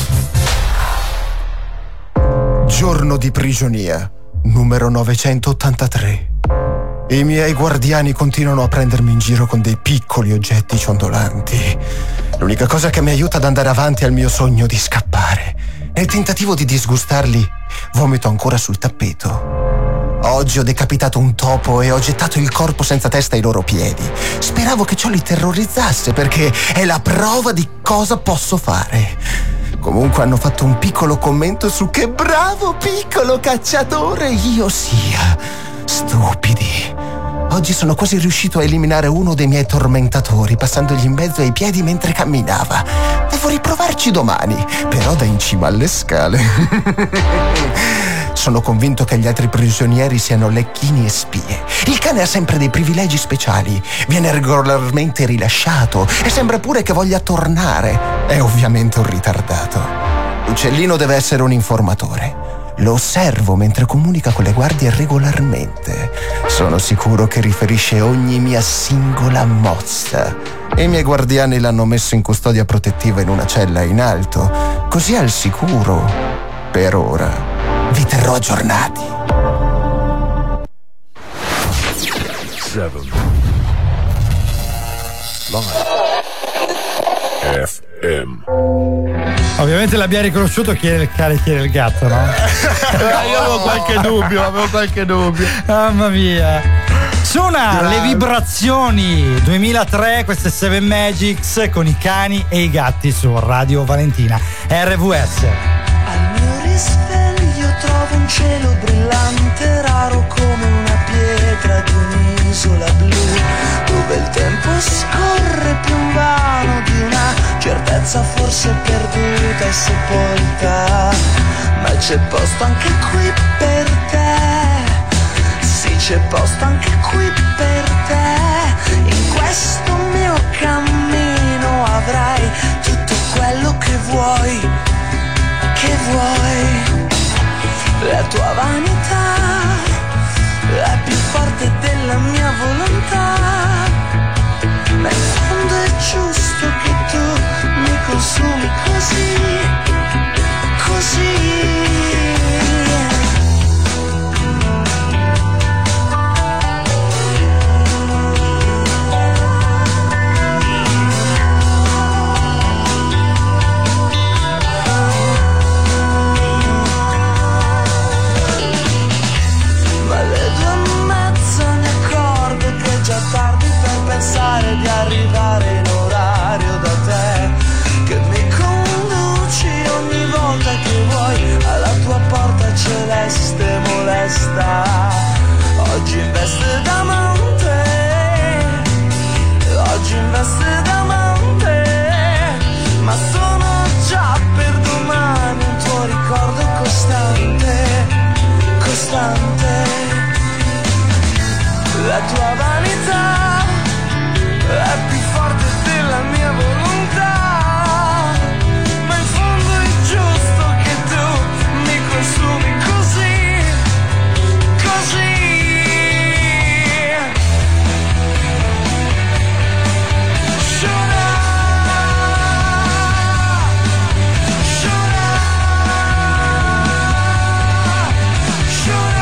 Giorno di prigionia numero novecentottantatré. I miei guardiani continuano a prendermi in giro con dei piccoli oggetti ciondolanti. L'unica cosa che mi aiuta ad andare avanti è il mio sogno di scappare. Nel tentativo di disgustarli, vomito ancora sul tappeto. Oggi ho decapitato un topo e ho gettato il corpo senza testa ai loro piedi. Speravo che ciò li terrorizzasse perché è la prova di cosa posso fare. Comunque hanno fatto un piccolo commento su che bravo piccolo cacciatore io sia. Stupidi. Oggi sono quasi riuscito a eliminare uno dei miei tormentatori passandogli in mezzo ai piedi mentre camminava. Devo riprovarci domani, però da in cima alle scale. Sono convinto che gli altri prigionieri siano lecchini e spie. Il cane ha sempre dei privilegi speciali, viene regolarmente rilasciato e sembra pure che voglia tornare. È ovviamente un ritardato. L'uccellino deve essere un informatore. Lo osservo mentre comunica con le guardie regolarmente. Sono sicuro che riferisce ogni mia singola mossa. I miei guardiani l'hanno messo in custodia protettiva in una cella in alto, così al sicuro. Per ora vi terrò aggiornati. Seven. F M. Ovviamente l'abbiamo riconosciuto chi era il cane e chi era il gatto, no? Io avevo qualche dubbio, avevo qualche dubbio. Mamma mia. Suona le vibrazioni duemilatré, queste Seven Magics con i cani e i gatti su Radio Valentina R V S. Al mio risveglio trovo un cielo brillante, raro come una pietra di un'isola blu, dove il tempo scorre più invano di una certezza forse perduta e sepolta. Ma c'è posto anche qui per te, sì c'è posto anche qui per te. In questo mio cammino avrai parte della mia volontà, ma in fondo è giusto che tu mi consumi così, così. Pensare di arrivare in orario da te, che mi conduci ogni volta che vuoi alla tua porta celeste molesta. Oggi in veste d'amante, oggi in veste d'amante, ma sono già per domani un tuo ricordo costante, costante. La tua vanità è più forte della mia volontà, ma in fondo è giusto che tu mi consumi così, così. Shura, shura, shura.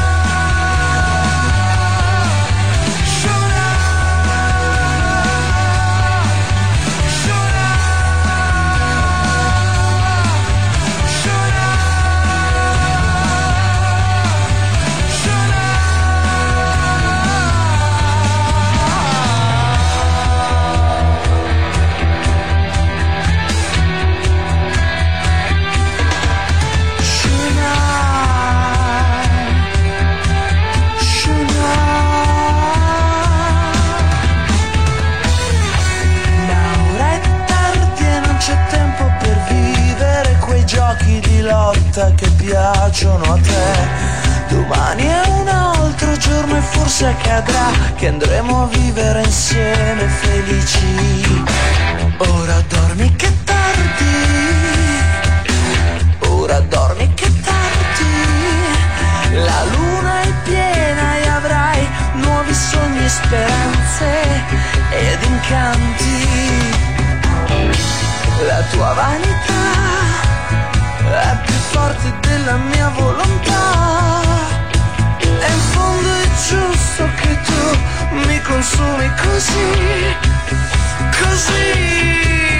Che piacciono a te. Domani è un altro giorno e forse accadrà che andremo a vivere insieme felici. Ora dormi che tardi, ora dormi che tardi. La luna è piena e avrai nuovi sogni e speranze ed incanti. La tua vanità è più forte della mia volontà, e in fondo è giusto che tu mi consumi così, così.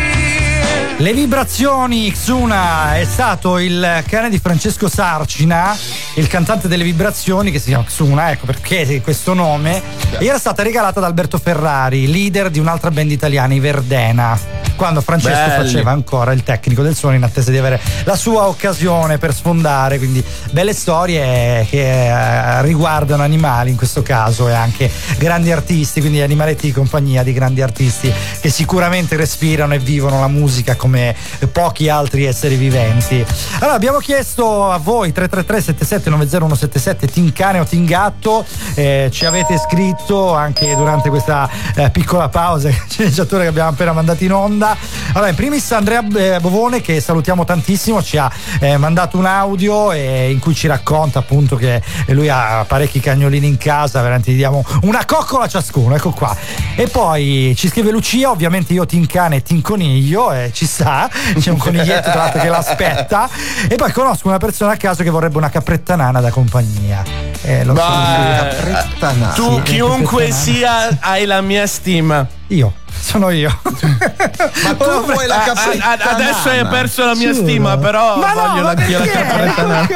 Le vibrazioni, Xuna è stato il cane di Francesco Sarcina, il cantante delle vibrazioni, che si chiama Xuna, ecco perché questo nome, e era stata regalata da Alberto Ferrari, leader di un'altra band italiana, i Verdena, quando Francesco Belli. faceva ancora il tecnico del suono in attesa di avere la sua occasione per sfondare. Quindi belle storie che eh, riguardano animali in questo caso, e anche grandi artisti, quindi animaletti di compagnia di grandi artisti che sicuramente respirano e vivono la musica come pochi altri esseri viventi. Allora abbiamo chiesto a voi tre tre tre sette sette nove zero uno sette sette Team Cane o Team Gatto, eh, ci avete scritto anche durante questa eh, piccola pausa, sceneggiatura che abbiamo appena mandato in onda. Allora, in primis Andrea Bovone, che salutiamo tantissimo, ci ha eh, mandato un audio eh, in cui ci racconta appunto che lui ha parecchi cagnolini in casa, veramente gli diamo una coccola ciascuno, ecco qua. E poi ci scrive Lucia, ovviamente io Team Cane e Team Coniglio, e eh, ci sta, c'è un coniglietto tra l'altro che l'aspetta. E poi conosco una persona a caso che vorrebbe una capretta nana da compagnia. Eh, lo so, capretta nana. Tu sì, chiunque sia hai la mia stima. Io sono io. Ma tu vuoi la capretta? A, a, adesso hai perso la mia Giuro. stima, però ma voglio no, la, ma la capretta nana.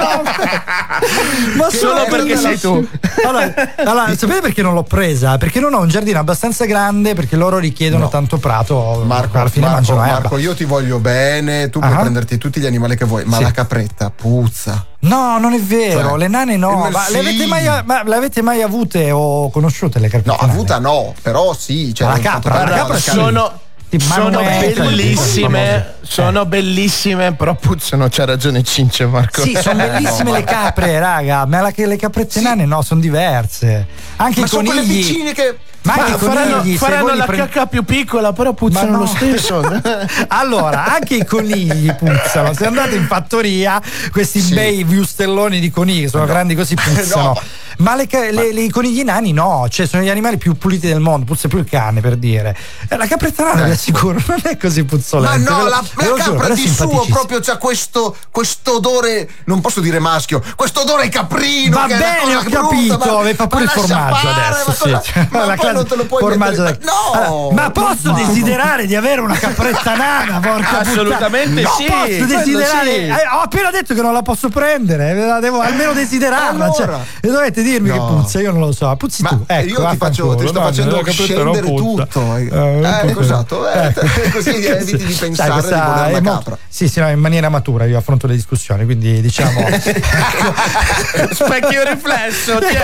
Ma solo perché sei tu. Allora, allora, sapete perché non l'ho presa? Perché non ho un giardino abbastanza grande, perché loro richiedono no. tanto prato. Marco, alla fine Marco, mangiano Marco, io ti voglio bene, tu puoi uh-huh. prenderti tutti gli animali che vuoi, ma sì. la capretta puzza. No, non è vero, cioè, le nane no. Ma, sì. le avete mai, ma le avete mai avute o conosciute le caprette? No, avuta no, però sì. Cioè, ma la capra, la capra sono. Sono bellissime, sono eh. bellissime, però puzzano, c'ha ragione Cince, Marco. Sì, sono bellissime le capre, raga, ma la, le caprette sì. nane no, sono diverse. Anche ma i sono conigli. quelle piccine che ma anche ma i conigli, faranno, faranno la prend... cacca più piccola, però puzzano no. lo stesso. Allora, anche i conigli puzzano. Se andate in fattoria, questi sì. bei viustelloni di conigli, sono no. grandi così, puzzano. No. ma le, le, le, i conigli nani no, cioè sono gli animali più puliti del mondo, puzza più il cane, per dire. Eh, la capretta nana, vi assicuro, non è così puzzolente. Ma no, lo, la, la capra giuro, di suo proprio c'ha questo questo odore, non posso dire maschio, questo odore caprino. Va che bene, ho capito, brutta, ma fa pure il formaggio fare, adesso, ma, sì. cosa, ma la poi non te lo puoi formaggio mettere, da... no, allora, ma posso no. desiderare di avere una capretta nana, porca assolutamente puttana. sì, No, posso desiderare, sì. eh, ho appena detto che non la posso prendere, la devo almeno desiderarla, allora. cioè, dovete dirmi no. che puzza, io non lo so, puzzi ma tu, ecco, io ti faccio, ti sto no, facendo scendere tutto, eh, eh, esatto, eh, così eviti di pensare Sai, di volere una capra. Sì, sì, no, in maniera matura io affronto le discussioni, quindi diciamo specchio riflesso, ti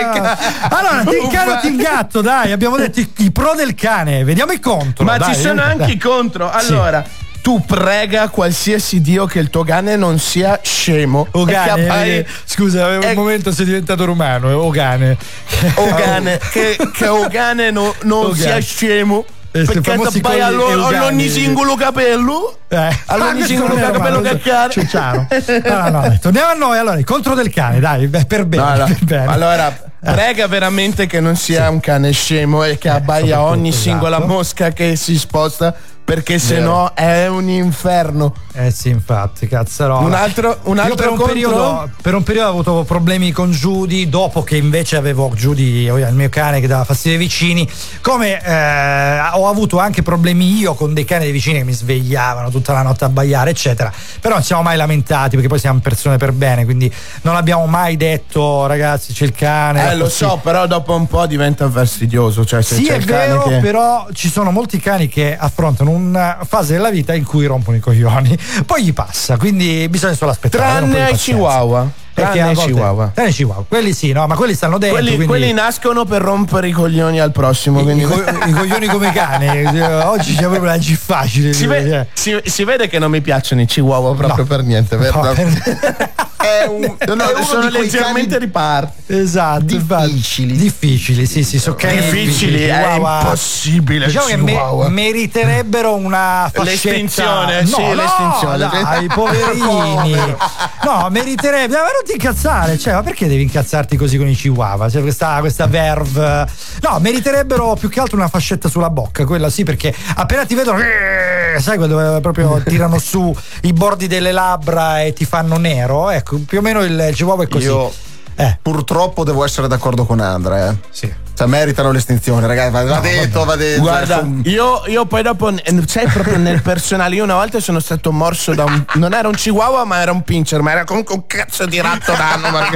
allora Team cane o Team gatto, dai, abbiamo detto i, i pro del cane, vediamo i contro. Ma dai, ci sono dai. anche i contro. Allora sì. Tu prega qualsiasi dio che il tuo cane non sia scemo. Ogane, appai... eh, scusa, un è... momento sei diventato romano, Ogane. Ogane, che, che Ogane no, non Ogane. sia scemo. Eh, perché appai all'ogni singolo capello eh. all'ogni singolo capello che cane ciao. No, no, no, torniamo a noi. Allora, il contro del cane, dai, per bene, no, no. Per bene. Allora prega veramente che non sia sì. un cane scemo e che abbaia ogni esatto. singola mosca che si sposta, perché se no è un inferno. Eh sì, infatti, cazzarola. Un altro, un altro per un, periodo, per un periodo ho avuto problemi con Judy, dopo che invece avevo Judy, il mio cane che dava fastidio ai vicini, come eh, ho avuto anche problemi io con dei cani dei vicini che mi svegliavano tutta la notte a abbaiare, eccetera. Però non ci siamo mai lamentati, perché poi siamo persone per bene, quindi non abbiamo mai detto ragazzi c'è il cane. Eh lo così. so, però dopo un po' diventa fastidioso, cioè se sì, c'è è il vero, cane che... però ci sono molti cani che affrontano una fase della vita in cui rompono i coglioni, poi gli passa, quindi bisogna solo aspettare. Tranne i chihuahua. Tranne i chihuahua. Tranne i chihuahua. Quelli sì, no, ma quelli stanno dentro. Quelli, quindi... quelli nascono per rompere i coglioni al prossimo. I, quindi... i, co- i coglioni come cane. Oggi c'è proprio la G facile. Si, ve- si, si vede che non mi piacciono i chihuahua proprio no. per niente, vero? No, per... È un, no, è sono leggermente cani... riparti. Esatto, difficili. Difficili, sì, sì, sono cani difficili, è impossibile. Diciamo che me- meriterebbero una fascetta. L'estinzione, no, sì, no, l'estinzione. Dai, poverini. No, meriterebbe, ma non ti incazzare, cioè, ma perché devi incazzarti così con i chihuahua? Cioè, questa, questa verve. No, meriterebbero più che altro una fascetta sulla bocca, quella sì, perché appena ti vedono, sai, quando proprio tirano su i bordi delle labbra e ti fanno nero, ecco, più o meno il, il chihuahua è così. Io eh. purtroppo devo essere d'accordo con Andrea, eh. Sì. Cioè, meritano l'estinzione, ragazzi. Va, va no, detto, va detto. Guarda, io, io poi dopo, sai, proprio nel personale, io una volta sono stato morso da un. Non era un chihuahua, ma era un pincher, ma era comunque un cazzo di ratto nano.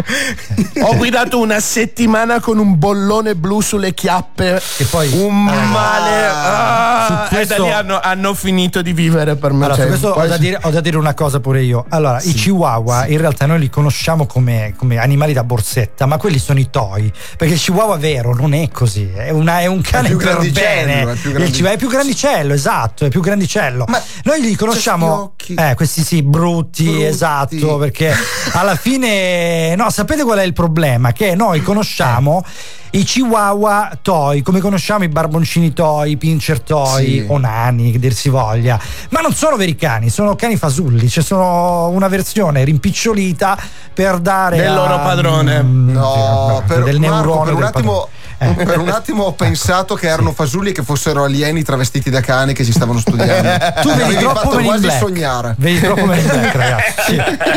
Ho guidato una settimana con un bollone blu sulle chiappe. Che poi un ah, male. Ah, questo, e da lì hanno, hanno finito di vivere per me. Allora, cioè, questo poi... ho, da dire, ho da dire una cosa pure io. Allora, sì, i chihuahua sì. in realtà noi li conosciamo come, come animali da borsetta, ma quelli sono i toy. Perché il chihuahua vero non è così, è, una, è un cane è per bene. È più, grandi... il, è più grandicello, esatto, è più grandicello. Ma noi li conosciamo, eh, questi sì, brutti, brutti, esatto, perché alla fine, no, sapete qual è il problema? Che noi conosciamo eh. i chihuahua toy, come conosciamo i barboncini toy, i pincher toy, sì. o nani, che dir si voglia, ma non sono veri cani, sono cani fasulli, cioè sono una versione rimpicciolita per dare del a, loro padrone. Mm, no, sì, per, del Marco, neurone per un del attimo eh. per un attimo ho pensato che erano fasulli e che fossero alieni travestiti da cani che si stavano studiando. Tu vedi troppo Men in Black. Sognare. Vedi troppo Men in Black, ragazzi. Sì.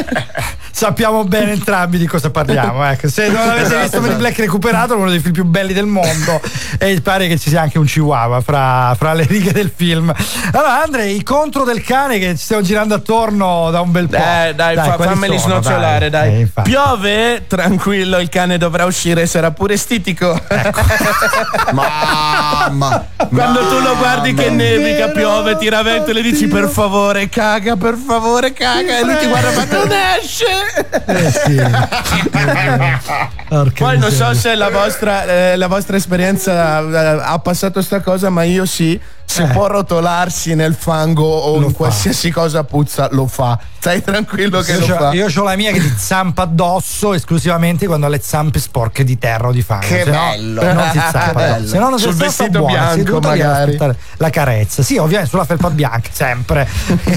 Sappiamo bene entrambi di cosa parliamo, ecco. Se non avete esatto, visto Men in Black recuperato, uno dei film più belli del mondo, e pare che ci sia anche un chihuahua fra, fra le righe del film. Allora, Andrei, i contro del cane che ci stiamo girando attorno da un bel po'. Dai, dai, dai fa, fammeli sono, snocciolare, dai. dai. Eh, Piove, tranquillo, il cane dovrà uscire, sarà pure stitico. Ecco. Mamma, quando mamma, tu lo guardi che nevica, piove, tira vento e le dici per favore caga, per favore caga, e lui ti guarda ma non esce. Eh sì. Poi non so se la vostra, eh, la vostra esperienza eh, ha passato sta cosa, ma io sì, se Eh. può rotolarsi nel fango o Lo in fa. qualsiasi cosa puzza, lo fa. Stai tranquillo che Io lo c'ho, fa. io c'ho la mia che ti zampa addosso esclusivamente quando ha le zampe sporche di terra o di fango. Che Se no, bello. non ti Che zampa bello. addosso. Se no non Sul sei stata vestito buona, sei bianco, dovuta lì ad magari. aspettare la carezza. Sì, ovviamente sulla felpa bianca, sempre.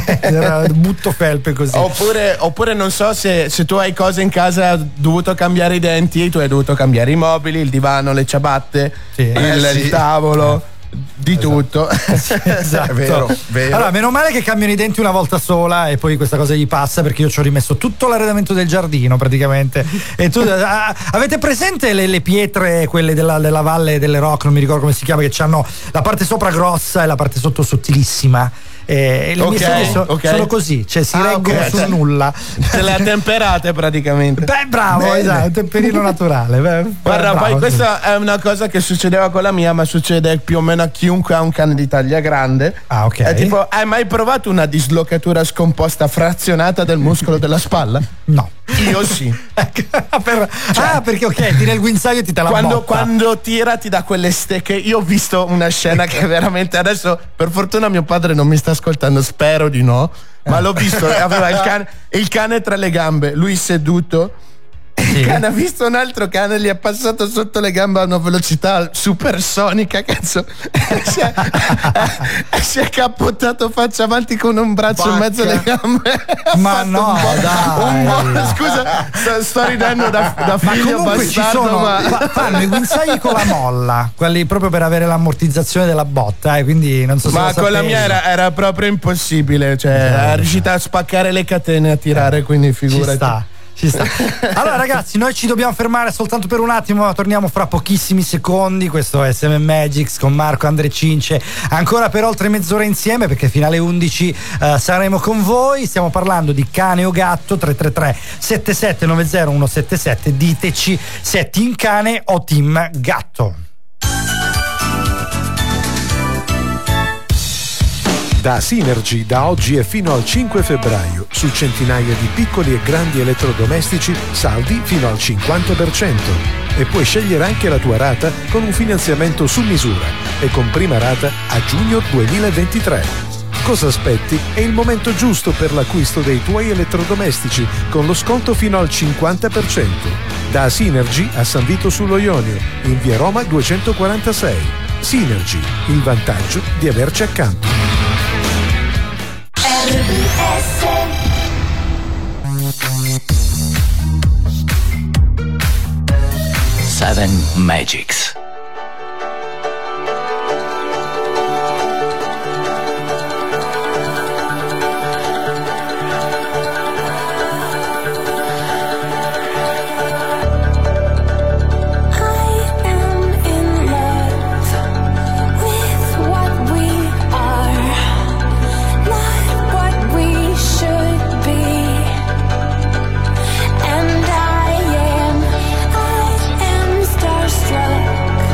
Butto felpe così. Oppure, oppure non so se, se tu hai cose in casa, hai dovuto cambiare i denti, tu hai dovuto cambiare i mobili, il divano, le ciabatte, Sì. il, Eh, sì. il tavolo, di tutto. Esatto. È vero, vero. Allora, meno male che cambiano i denti una volta sola e poi questa cosa gli passa, perché io ci ho rimesso tutto l'arredamento del giardino praticamente. E tu ah, avete presente le, le pietre, quelle della, della Valle delle Rocche, non mi ricordo come si chiama, che hanno la parte sopra grossa e la parte sotto sottilissima. E le Ok, mie sedie so- ok. sono così, cioè si Ah, reggono ok, sul cioè, nulla. Ce le ha temperate praticamente. Beh, bravo, Bene. esatto, un temperino naturale. Beh, Guarda, bravo, poi sì. questa è una cosa che succedeva con la mia, ma succede più o meno a chiunque ha un cane di taglia grande. Ah, ok. È tipo, hai mai provato una dislocatura scomposta frazionata del muscolo della spalla? No. Io sì. Per- ah, perché ok, tira il guinzaglio e ti te la Quando, botta. quando tira ti dà quelle stecche. Io ho visto una scena che veramente adesso, per fortuna mio padre non mi sta ascoltando, spero di no, ma l'ho visto, aveva il cane, il cane tra le gambe, lui seduto. Il cane ha visto un altro cane, gli è passato sotto le gambe a una velocità supersonica, cazzo. E si è, e si è cappottato faccia avanti con un braccio in mezzo alle gambe. Ha Ma fatto no, un po'- dai. un po'- scusa, sto, sto ridendo da, da Ma figlio comunque ci bastardo, sono, ma... fa- fanno i guinzagli con la molla, quelli proprio per avere l'ammortizzazione della botta, eh, quindi non so se Ma lo con la sapevi. mia era, era proprio impossibile, cioè Esatto. è riuscita a spaccare le catene e a tirare, quindi Ci figurati. sta, ci sta. Allora ragazzi, noi ci dobbiamo fermare soltanto per un attimo, ma torniamo fra pochissimi secondi. Questo è S M Magics con Marco, Andre Cince, ancora per oltre mezz'ora insieme, perché fino alle undici eh, saremo con voi. Stiamo parlando di cane o gatto. Tre tre tre sette sette nove zero uno sette sette, diteci se team cane o team gatto. Da Synergy, da oggi e fino al cinque febbraio, su centinaia di piccoli e grandi elettrodomestici, saldi fino al cinquanta per cento. E puoi scegliere anche la tua rata con un finanziamento su misura e con prima rata a giugno duemilaventitré. Cosa aspetti? È il momento giusto per l'acquisto dei tuoi elettrodomestici con lo sconto fino al cinquanta per cento. Da Synergy a San Vito sullo Ionio, in via Roma duecentoquarantasei. Synergy, il vantaggio di averci accanto. Seven Magics. And I am, I am starstruck.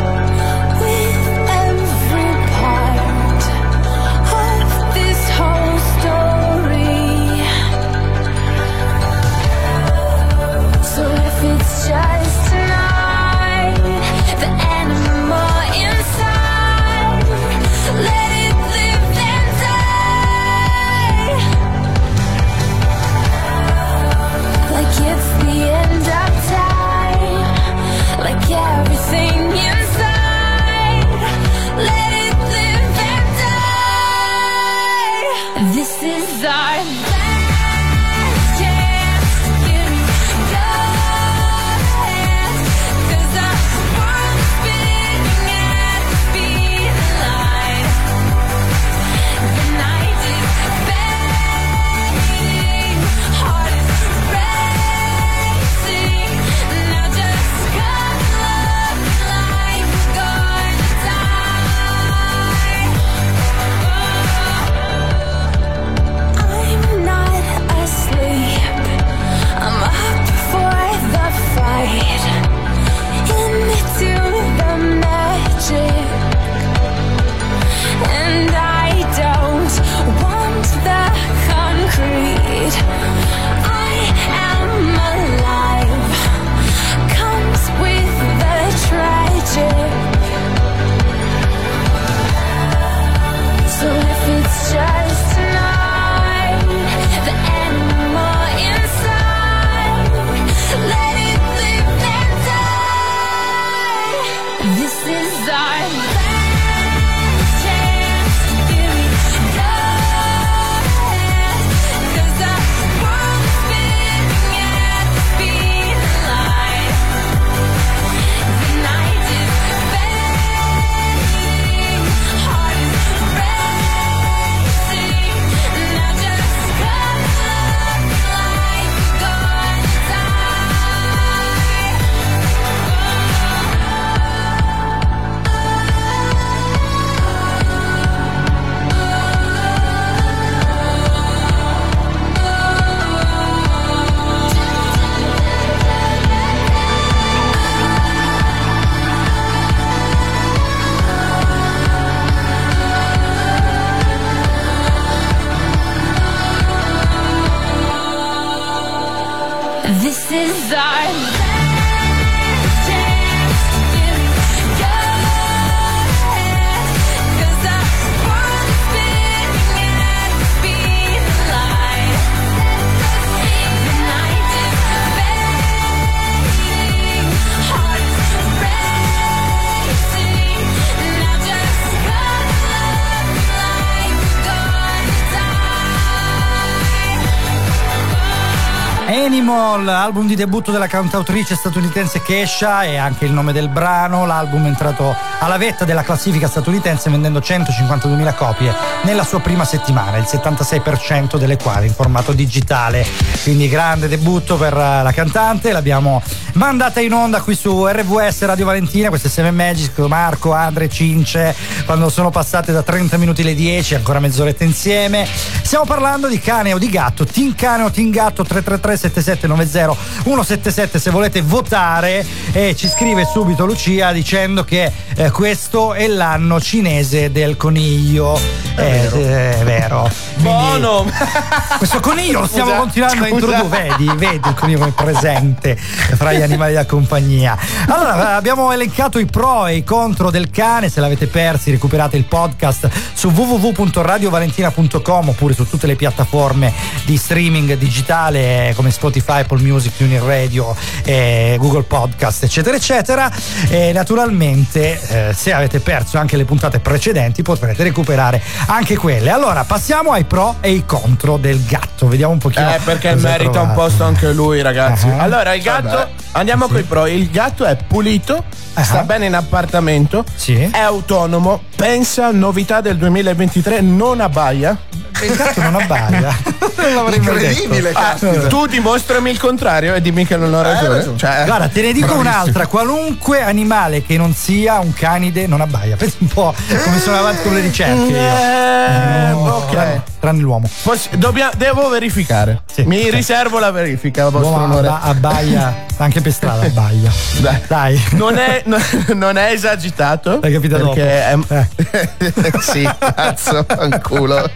Animal, album di debutto della cantautrice statunitense Kesha, e anche il nome del brano. L'album è entrato alla vetta della classifica statunitense vendendo centocinquantaduemila copie nella sua prima settimana, il settantasei per cento delle quali in formato digitale. Quindi grande debutto per la cantante, l'abbiamo mandata in onda qui su R V S Radio Valentina. Questo è Seven Magic, Marco, Andre, Cince, quando sono passate da trenta minuti le dieci, ancora mezz'oretta insieme. Stiamo parlando di cane o di gatto, team cane o team gatto. Tre tre tre sette sette nove zero uno sette sette se volete votare. E ci scrive subito Lucia dicendo che eh, questo è l'anno cinese del coniglio. È eh, vero, è vero. Buono. Questo coniglio lo stiamo Scusa, continuando scusa. a introdurre, vedi, vedi il coniglio come presente fra gli animali da compagnia. Allora, abbiamo elencato i pro e i contro del cane. Se l'avete persi, recuperate il podcast su w w w punto radio valentina punto com oppure su tutte le piattaforme di streaming digitale come Spotify, Apple Music, TuneIn Radio, eh, Google Podcast, eccetera eccetera. E naturalmente eh, se avete perso anche le puntate precedenti potrete recuperare anche quelle. Allora passiamo ai pro e i contro del gatto. Vediamo un pochino. Eh, perché cosa merita un trovate. posto anche lui, ragazzi. Uh-huh. Allora, il gatto, Vabbè. andiamo Sì. con i pro. Il gatto è pulito, Uh-huh. sta bene in appartamento, Sì. è autonomo, pensa, novità del duemilaventitré, non abbaia. Il gatto non abbaia. Non l'avrei mai detto. Incredibile, Ah, caspita. tu dimostrami il contrario e dimmi che non ho ragione. ragione. Cioè, Guarda, te ne dico Bravissimo. un'altra: qualunque animale che non sia un canide non abbaia. Pensi un po' come sono avanti con le ricerche io. Eh, No, ok. tranne, tranne l'uomo. Possi- dobbia- devo verificare. Sì, Mi sì. riservo la verifica, a vostro L'uomo onore. abba- abbaia anche per strada, abbaia. Dai. Dai. Non è, non, non è esagitato. L'hai capita dopo? Perché è, sì, cazzo, fanculo.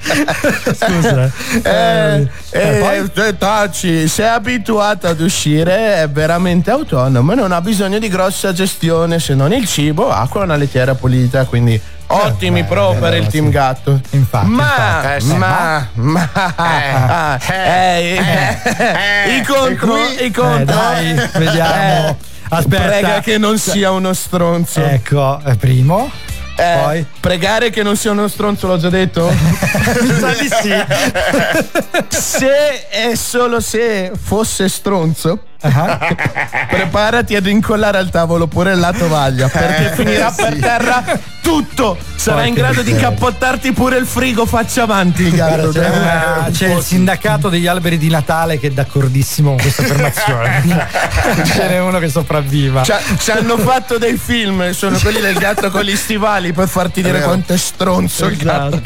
Scusa. Eh, Eh, eh, poi? eh, Tacci, se è abituato ad uscire è veramente autonomo e non ha bisogno di grossa gestione se non il cibo, acqua e una lettiera pulita, quindi ottimi eh, pro eh, per eh, il sì. team gatto. Infatti, Ma, infatti. Eh, sì, ma, ma, ah, eh, eh, i contro, i Eh, contro. dai, vediamo. Aspetta. Prega che non sia uno stronzo. Ecco, eh, primo. Eh, Poi? Pregare che non sia uno stronzo, l'ho già detto? Mi sa di sì. Se è solo se fosse stronzo, Ah, preparati ad incollare al tavolo pure la tovaglia, perché Eh, finirà sì. per terra tutto. Sarà in Porca grado di miseria. cappottarti pure il frigo faccia avanti il Guarda, gatto. c'è, una- Eh, c'è il sindacato degli alberi di Natale che è d'accordissimo con questa affermazione. Ce n'è uno che sopravviva. Ci, ha- ci hanno fatto dei film, sono quelli del gatto con gli stivali per farti dire vero. quanto è stronzo il gatto.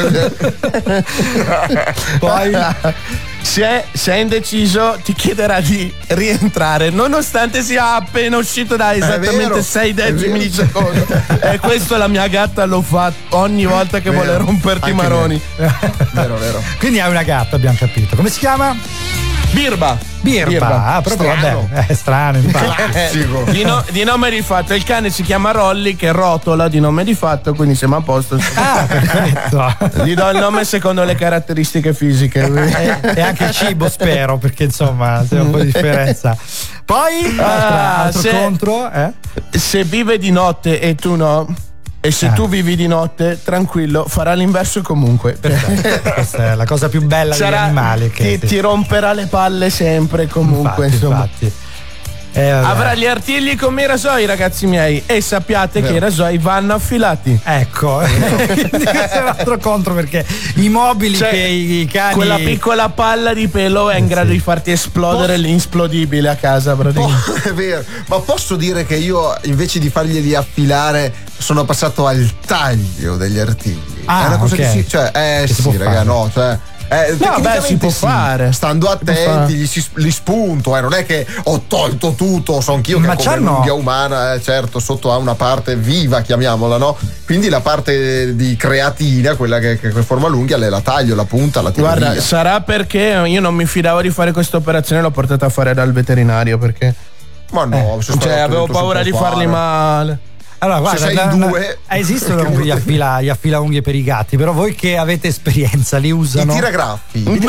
Poi Se, se è indeciso ti chiederà di rientrare nonostante sia appena uscito da esattamente vero, sei è decimi vero. di secondo. E questo la mia gatta lo fa ogni volta che Vero. vuole romperti i Anche maroni. Vero, vero. quindi hai una gatta, abbiamo capito. Come si chiama? Birba. Birba. Birba. Ah, proprio Strano. vabbè, è strano, infatti. Classico. Di, no- di nome di fatto il cane si chiama Rolly, che rotola di nome di fatto, quindi siamo a posto. Ah, perfetto. Gli do il nome secondo le caratteristiche fisiche. E, e anche il cibo, spero, perché insomma c'è un po' di differenza. Poi altra- Ah, altro se- contro, eh? Se vive di notte e tu no, e se Ah. tu vivi di notte, tranquillo, farà l'inverso comunque. Questa è la cosa più bella degli Sarà- animali. Che ti, ti romperà le palle sempre comunque. Infatti, insomma. infatti. Eh, vabbè. Avrà gli artigli come i rasoi, ragazzi miei, e sappiate che i rasoi vanno affilati. Ecco, quindi questo è un altro contro, perché i mobili Cioè, che i, i cani. Quella piccola palla di pelo è in grado di farti esplodere l'insplodibile a casa, praticamente. Oh, è vero. Ma posso dire che io invece di farglieli affilare sono passato al taglio degli artigli. Ah, è una cosa ok. che si. Cioè, eh Che si può sì, raga, fare. no, cioè. Eh, No, beh, si può tecnicamente sì. fare. Stando può fare. attenti, gli, si, li spunto, eh, non è che ho tolto tutto, so anch'io che Ma come c'hanno- l'unghia umana, eh, certo, sotto ha una parte viva, chiamiamola, no? Quindi la parte di creatina, quella che, che forma l'unghia, le la taglio, la punta, la tiro Guarda, via. sarà perché io non mi fidavo di fare questa operazione, l'ho portata a fare dal veterinario perché. Ma no, Eh, sono cioè, stato avevo tutto si paura può di fare. farli male. Allora, guarda, Se sei da- in da- due, esistono che gli affila, gli affilaunghie per i gatti, però voi che avete esperienza li I usano? tiragraffi. No!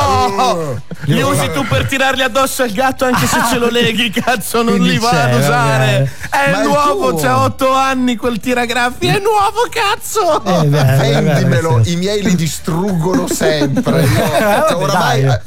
Li Li usi usi tu per tirarli addosso al gatto anche se ce lo leghi, cazzo, non Quindi li va c'è, ad usare. vabbè. È Ma è nuovo, tuo. c'ha otto anni quel tiragraffi, è nuovo, cazzo! Eh, beh, beh, beh, Vendimelo, beh, sì. i miei li distruggono sempre. Io, Vabbè, cioè, oramai dai. eh,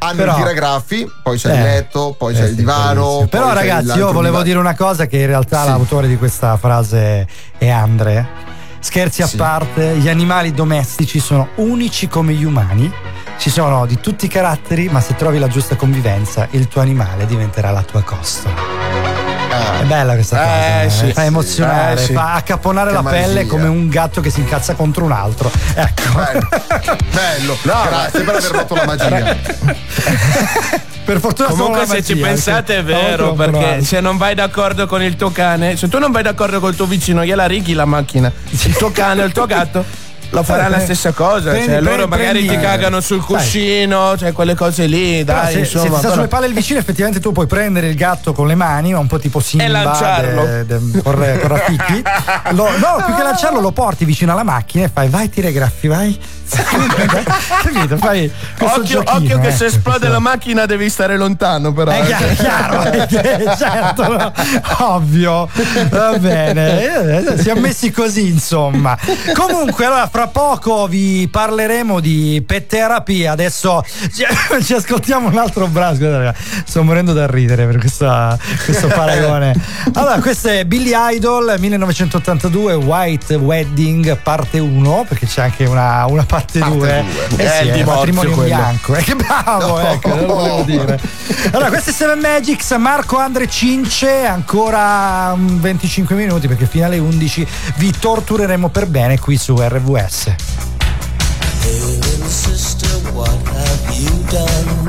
hanno Però- i tiragraffi, poi c'è Eh. il letto, poi Eh c'è sì, il divano. bellissimo. Però poi c'è ragazzi, l'altro io volevo divano. dire una cosa, che in realtà Sì. l'autore di questa frase è Andre. Scherzi Sì. a parte, gli animali domestici sono unici come gli umani. Ci sono di tutti i caratteri, ma se trovi la giusta convivenza, il tuo animale diventerà la tua costola. È bella questa cosa, Eh, eh, sì, fa sì. emozionare, Eh, sì. fa accapponare Che la pelle magia. come un gatto che si incazza contro un altro. Ecco. Bello, bello. grazie per aver rotto la magia. Per fortuna Comunque, solo la se ci magia, pensate, è perché- vero, Oh, perché bravo. se non vai d'accordo con il tuo cane, se tu non vai d'accordo col tuo vicino, gliela righi la macchina. Il tuo cane o il tuo gatto lo farà la stessa cosa. Prendi- cioè, loro prendi- magari prendi- ti cagano sul Sai. cuscino, cioè quelle cose lì, Però dai, se, insomma. se ti sta però- sulle palle il vicino, effettivamente tu puoi prendere il gatto con le mani, ma un po' tipo Simba E lanciarlo. de- de- con, re- con Rafiki. Lo- no, più che lanciarlo lo porti vicino alla macchina e fai vai tiragraffi, vai. Capito? Fai questo Occhio, giochino, occhio che eh. se esplode la macchina devi stare lontano, però. È eh. chiaro, chiaro, è che- certo, no, ovvio, va bene, eh, siamo messi così, insomma. Comunque, allora, fra poco vi parleremo di pet therapy. Adesso ci, ci ascoltiamo un altro brano. Scusate, raga, sto morendo da ridere per questa, questo paragone. Allora, questo è Billy Idol millenovecentottantadue, White Wedding parte uno, perché c'è anche una, una parte due. Eh È sì, il è divorzio matrimonio quello. bianco. Eh, che bravo, No. ecco, non lo volevo dire. Allora, questo è Seven Magics, Marco Andre Cince, ancora mm, venticinque minuti, perché fino alle undici vi tortureremo per bene qui su R V S. Hey little sister, what have you done?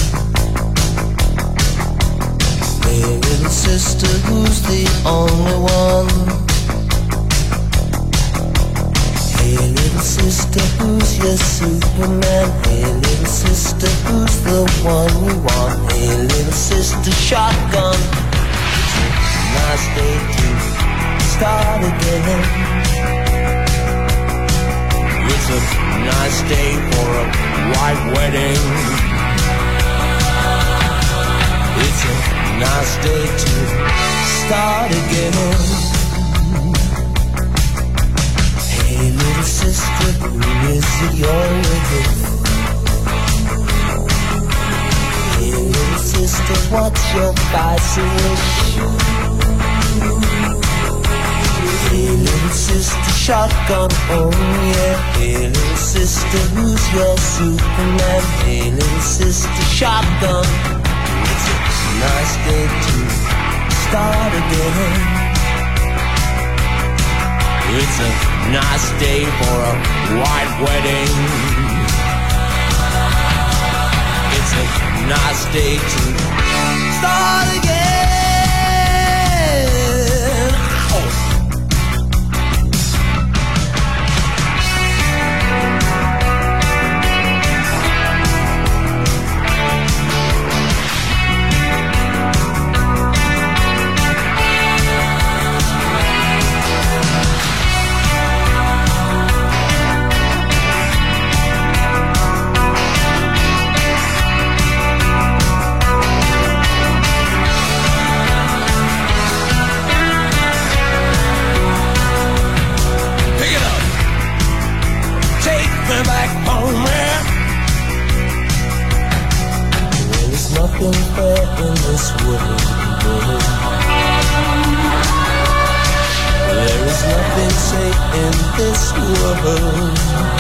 Hey little sister, who's the only one? Hey little sister, who's your Superman? Hey little sister, who's the one you want? Hey little sister, shotgun. Nice day to start again. It's a nice day for a white wedding. It's a nice day to start again. Hey little sister, who is it you're with? Hey little sister, what's your vice wish? Hey little sister, shotgun, oh yeah. Hey little sister, who's your Superman? Hey little sister, shotgun. It's a nice day to start again. It's a nice day for a white wedding. It's a nice day to start again. Ow. Pick it up. Take me back home, man. There is nothing fair in this world. There is nothing safe in this world.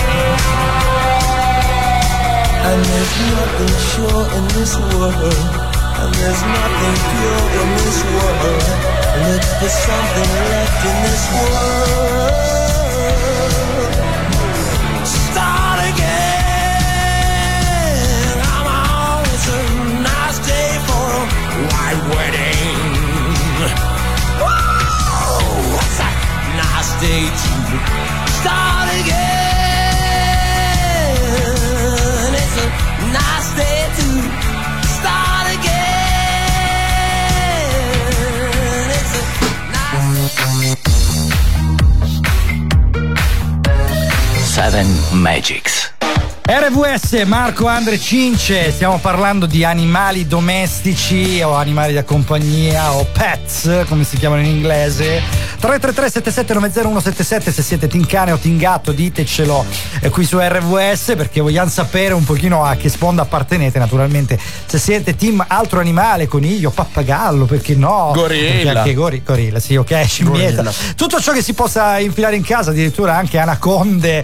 And there's nothing sure in this world. And there's nothing pure in this world. Look for something left in this world. Start again. Come on, it's a nice day for a white wedding. Whoa, it's a nice day to start again. It's a nice day to start again. It's a Seven Magics. R V S, Marco Andre Cince, stiamo parlando di animali domestici o animali da compagnia o pets, come si chiamano in inglese. tre tre tre sette sette nove zero uno sette sette. Se siete team cane o team gatto ditecelo eh, qui su R V S, perché vogliamo sapere un pochino a che sponda appartenete. Naturalmente se siete team altro animale, coniglio, pappagallo, perché no, gorilla, perché anche gori, gorilla, sì, ok, scimmietta, tutto ciò che si possa infilare in casa, addirittura anche anaconde,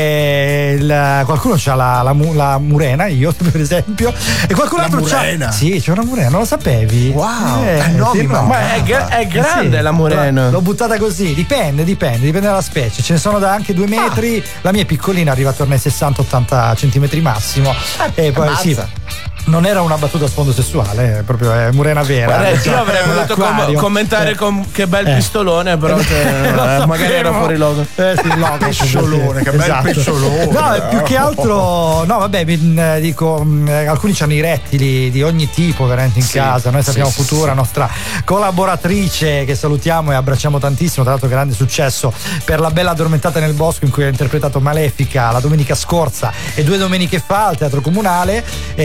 eh, il, qualcuno c'ha la, la, la murena, io per esempio, e qualcun la altro murena. c'ha, sì, c'è una murena, non lo sapevi? Wow, eh, eh, no, sì, ma, ma è, gra- è grande sì, la murena. l'ho buttata così, dipende, dipende, dipende dalla specie, ce ne sono da anche due metri, ah. La mia è piccolina, arriva attorno ai sessanta ottanta centimetri massimo, eh, e poi ammazza. sì, non era una battuta a sfondo sessuale, è proprio è murena vera. Guarda, io avrei voluto com- commentare eh. con che bel eh. pistolone, però che, eh, magari era fuori logo. Eh, sì, logo pesciolone, che bel esatto. pesciolone. No, è più che altro, no, vabbè, mh, dico, mh, alcuni hanno i rettili di ogni tipo veramente in sì, casa. Noi sappiamo sì, Futura, sì. nostra collaboratrice, che salutiamo e abbracciamo tantissimo. Tra l'altro, grande successo per La Bella Addormentata nel Bosco, in cui ha interpretato Malefica la domenica scorsa e due domeniche fa al Teatro Comunale.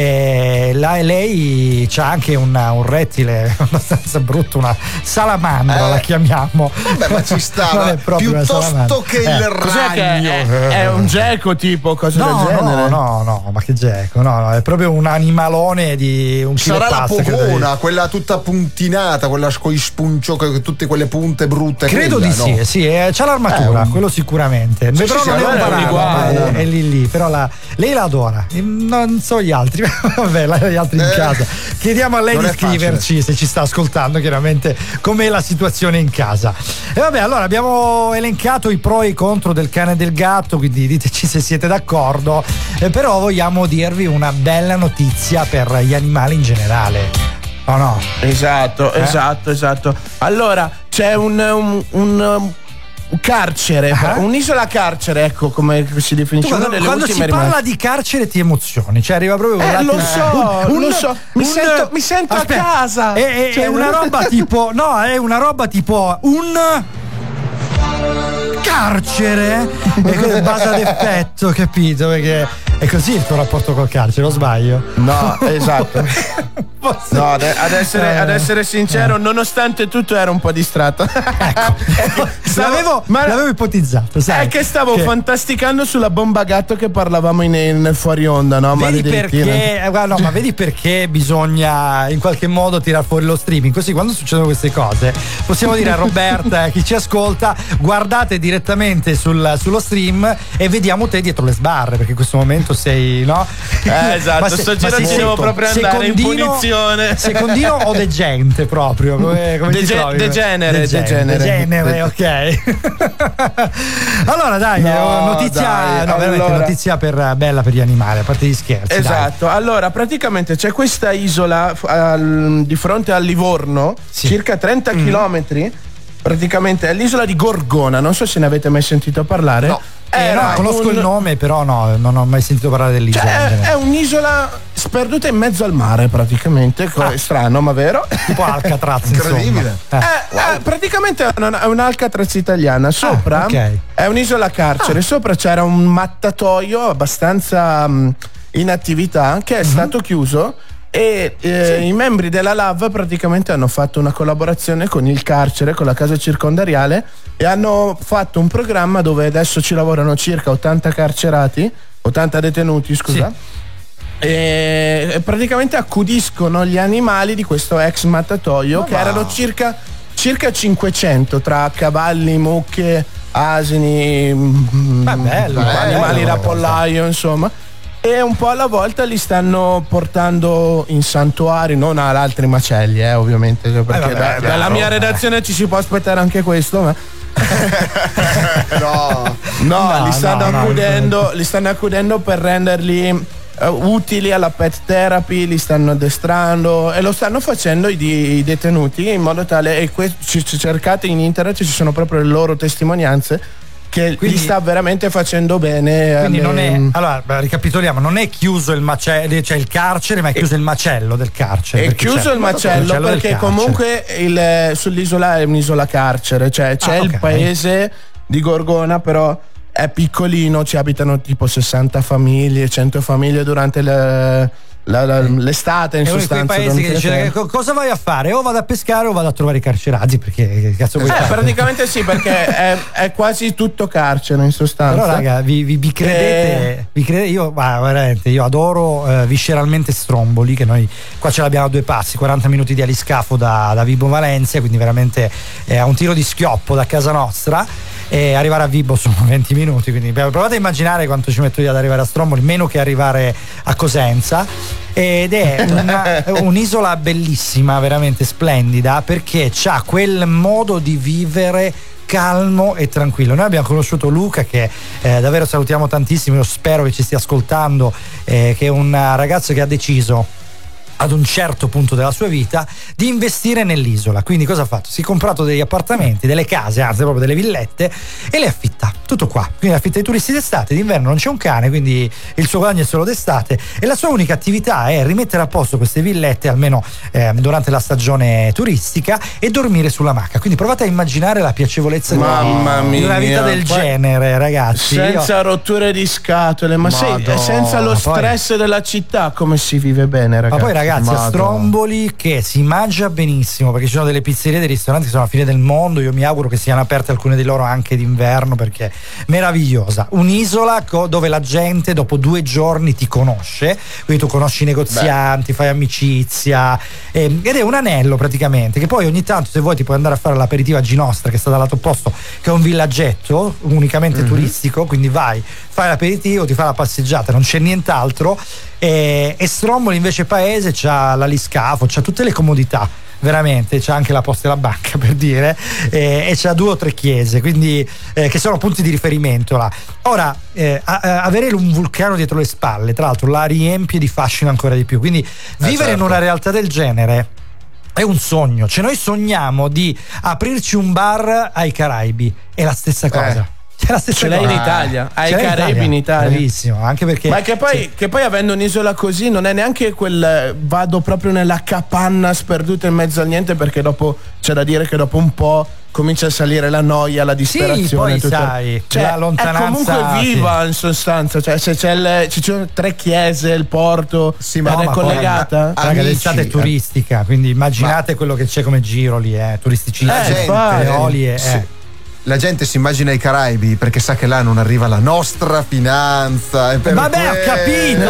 E là, lei c'ha anche una, un rettile abbastanza brutto, una salamandra, eh, la chiamiamo. Vabbè, ma ci stava piuttosto che eh, il ragno. È, è, è un geco tipo, cosa no, del genere? No, no, no, ma che geco? No, no, è proprio un animalone di un chilo. Sarà e passa, la povona, quella tutta puntinata, quella con i spuncio, tutte quelle punte brutte. Credo quella, di sì, no? sì, eh, c'ha l'armatura, eh, quello sicuramente. Sì, però sì, non sì, è un varano, è, è, è lì lì, però la, lei la adora. Non so gli altri, vabbè, gli altri in eh, casa. Chiediamo a lei di scriverci, se ci sta ascoltando, chiaramente, com'è la situazione in casa. E vabbè, allora abbiamo elencato i pro e i contro del cane e del gatto, quindi diteci se siete d'accordo, eh, però vogliamo dirvi una bella notizia per gli animali in generale. Oh no? Esatto, eh? esatto, esatto. Allora, c'è un, un, un un carcere, uh-huh. un'isola carcere, ecco come si definisce. Tu, quando quando si parla rimane... di carcere ti emozioni, cioè arriva proprio eh, un lo so, un, lo so, mi un, sento, mi sento aspetta, a casa. È, è, cioè, è una roba tipo, no, è una roba tipo un carcere è base ad effetto, capito? Perché è così il tuo rapporto col carcere, o sbaglio? No, esatto. No, ad, ad, essere, eh, ad essere sincero, eh. nonostante tutto ero un po' distratto. Ecco, stavo, l'avevo, ma, l'avevo ipotizzato, sai? È che stavo che... fantasticando sulla bomba gatto che parlavamo in, nel fuori onda, no? Vedi perché, eh, no, ma vedi perché bisogna in qualche modo tirar fuori lo streaming, così quando succedono queste cose possiamo dire a Roberta, a chi ci ascolta, guardate direttamente sul, sullo stream e vediamo te dietro le sbarre, perché in questo momento sei, no? Eh, esatto, se, sto giro ci devo proprio andare in punizione. Secondino o degente proprio? Come, come Dege- ti trovi? Degenere, degenere. Degenere, ok. Allora dai, no, notizia, dai, no, veramente allora. notizia per, bella per gli animali, a parte gli scherzi. Esatto, dai. Allora praticamente c'è questa isola al, di fronte a Livorno, sì. circa trenta mm. chilometri. Praticamente è l'isola di Gorgona, non so se ne avete mai sentito parlare. No. Eh, no, conosco un... il nome, però no, non ho mai sentito parlare dell'isola. Cioè, è, è un'isola sperduta in mezzo al mare, praticamente. Ah. È strano, ma vero? Tipo Alcatraz, incredibile. Eh. Eh, wow. eh, praticamente è, una, è un'Alcatraz italiana. Sopra ah, okay. è un'isola carcere. Ah. Sopra c'era un mattatoio abbastanza mh, in attività che è uh-huh. stato chiuso. E eh, sì. i membri della L A V praticamente hanno fatto una collaborazione con il carcere, con la casa circondariale, e hanno fatto un programma dove adesso ci lavorano circa ottanta carcerati, ottanta detenuti, scusa. Sì. E, e praticamente accudiscono gli animali di questo ex mattatoio, oh, che wow. erano circa, circa cinquecento tra cavalli, mucche, asini, ma bello, animali bello, da pollaio, insomma. E un po' alla volta li stanno portando in santuari, non ad altri macelli, eh, ovviamente. Perché eh, vabbè, da, dalla mia redazione ci si può aspettare anche questo, ma. no, no, no, li stanno no, accudendo, no. li stanno accudendo per renderli uh, utili alla pet therapy, li stanno addestrando e lo stanno facendo i, i detenuti in modo tale, e que- c- cercate in internet, ci sono proprio le loro testimonianze, che quindi, gli sta veramente facendo bene. Quindi alle... non è, allora ricapitoliamo, non è chiuso il macello, cioè il carcere, ma è chiuso e, il macello del carcere. È chiuso il macello, il macello perché comunque il, sull'isola è un'isola carcere, cioè c'è ah, il okay. paese di Gorgona, però è piccolino, ci abitano tipo sessanta famiglie, cento famiglie durante le, La, la, l'estate in è uno di sostanza. quei paesi che dice che cosa vai a fare? O vado a pescare o vado a trovare i carcerati, perché che cazzo vuoi eh, fare? praticamente sì, perché è, è quasi tutto carcere in sostanza. Però raga, vi, vi, vi credete? E... Vi credete? Io, ah, veramente, io adoro eh, visceralmente Stromboli, che noi qua ce l'abbiamo a due passi, quaranta minuti di aliscafo da, da Vibo Valencia, quindi veramente è a un tiro di schioppo da casa nostra. E arrivare a Vibo sono venti minuti, quindi provate a immaginare quanto ci metto io ad arrivare a Stromboli, meno che arrivare a Cosenza. Ed è una, un'isola bellissima, veramente splendida, perché c'ha quel modo di vivere calmo e tranquillo. Noi abbiamo conosciuto Luca, che eh, davvero salutiamo tantissimo, io spero che ci stia ascoltando, eh, che è un ragazzo che ha deciso ad un certo punto della sua vita di investire nell'isola. Quindi cosa ha fatto? Si è comprato degli appartamenti, delle case, anzi proprio delle villette, e le affitta, tutto qua. Quindi affitta ai turisti d'estate, d'inverno non c'è un cane, quindi il suo guadagno è solo d'estate, e la sua unica attività è rimettere a posto queste villette, almeno eh, durante la stagione turistica, e dormire sulla macca. Quindi provate a immaginare la piacevolezza Mamma di, mia, di una vita del poi, genere, ragazzi. Senza io... rotture di scatole, ma sì, senza lo stress poi... della città, come si vive bene, ragazzi. Ma poi ragazzi, Madonna. a Stromboli che si mangia benissimo, perché ci sono delle pizzerie, dei ristoranti che sono a fine del mondo. Io mi auguro che siano aperte alcune di loro anche d'inverno, perché meravigliosa. Un'isola co- dove la gente dopo due giorni ti conosce, quindi tu conosci i negozianti, Beh. fai amicizia, eh, ed è un anello praticamente, che poi ogni tanto, se vuoi, ti puoi andare a fare l'aperitivo a Ginostra, che sta dal lato opposto, che è un villaggetto unicamente mm-hmm. turistico, quindi vai, fai l'aperitivo, ti fai la passeggiata, non c'è nient'altro. E, e Stromboli invece paese c'ha l'aliscafo, c'ha tutte le comodità, veramente, c'ha anche la posta e la banca, per dire, e, e c'ha due o tre chiese, quindi eh, che sono punti di riferimento là. Ora eh, a, a, avere un vulcano dietro le spalle, tra l'altro, la riempie di fascino ancora di più, quindi eh, vivere certo. in una realtà del genere è un sogno. Cioè noi sogniamo di aprirci un bar ai Caraibi, è la stessa cosa. eh. C'è la stessa Ce l'hai cosa. in Italia, ai Ce l'hai Caraibi in Italia. Bravissimo, anche perché. Ma che poi, sì. che poi avendo un'isola così non è neanche quel vado proprio nella capanna sperduta in mezzo al niente, perché dopo c'è da dire che dopo un po' comincia a salire la noia, la disperazione. Sì, poi tutto. sai, cioè, la lontananza. È comunque viva sì. in sostanza, cioè se c'è il, ci sono tre chiese, il porto, sì, ma è collegata. Poi, raga, l'estate è turistica, quindi immaginate ma... quello che c'è come giro lì, eh, turisticissimo, eh, eoli e, sì. eh. La gente si immagina i Caraibi perché sa che là non arriva la nostra finanza. E per Vabbè, ho capito!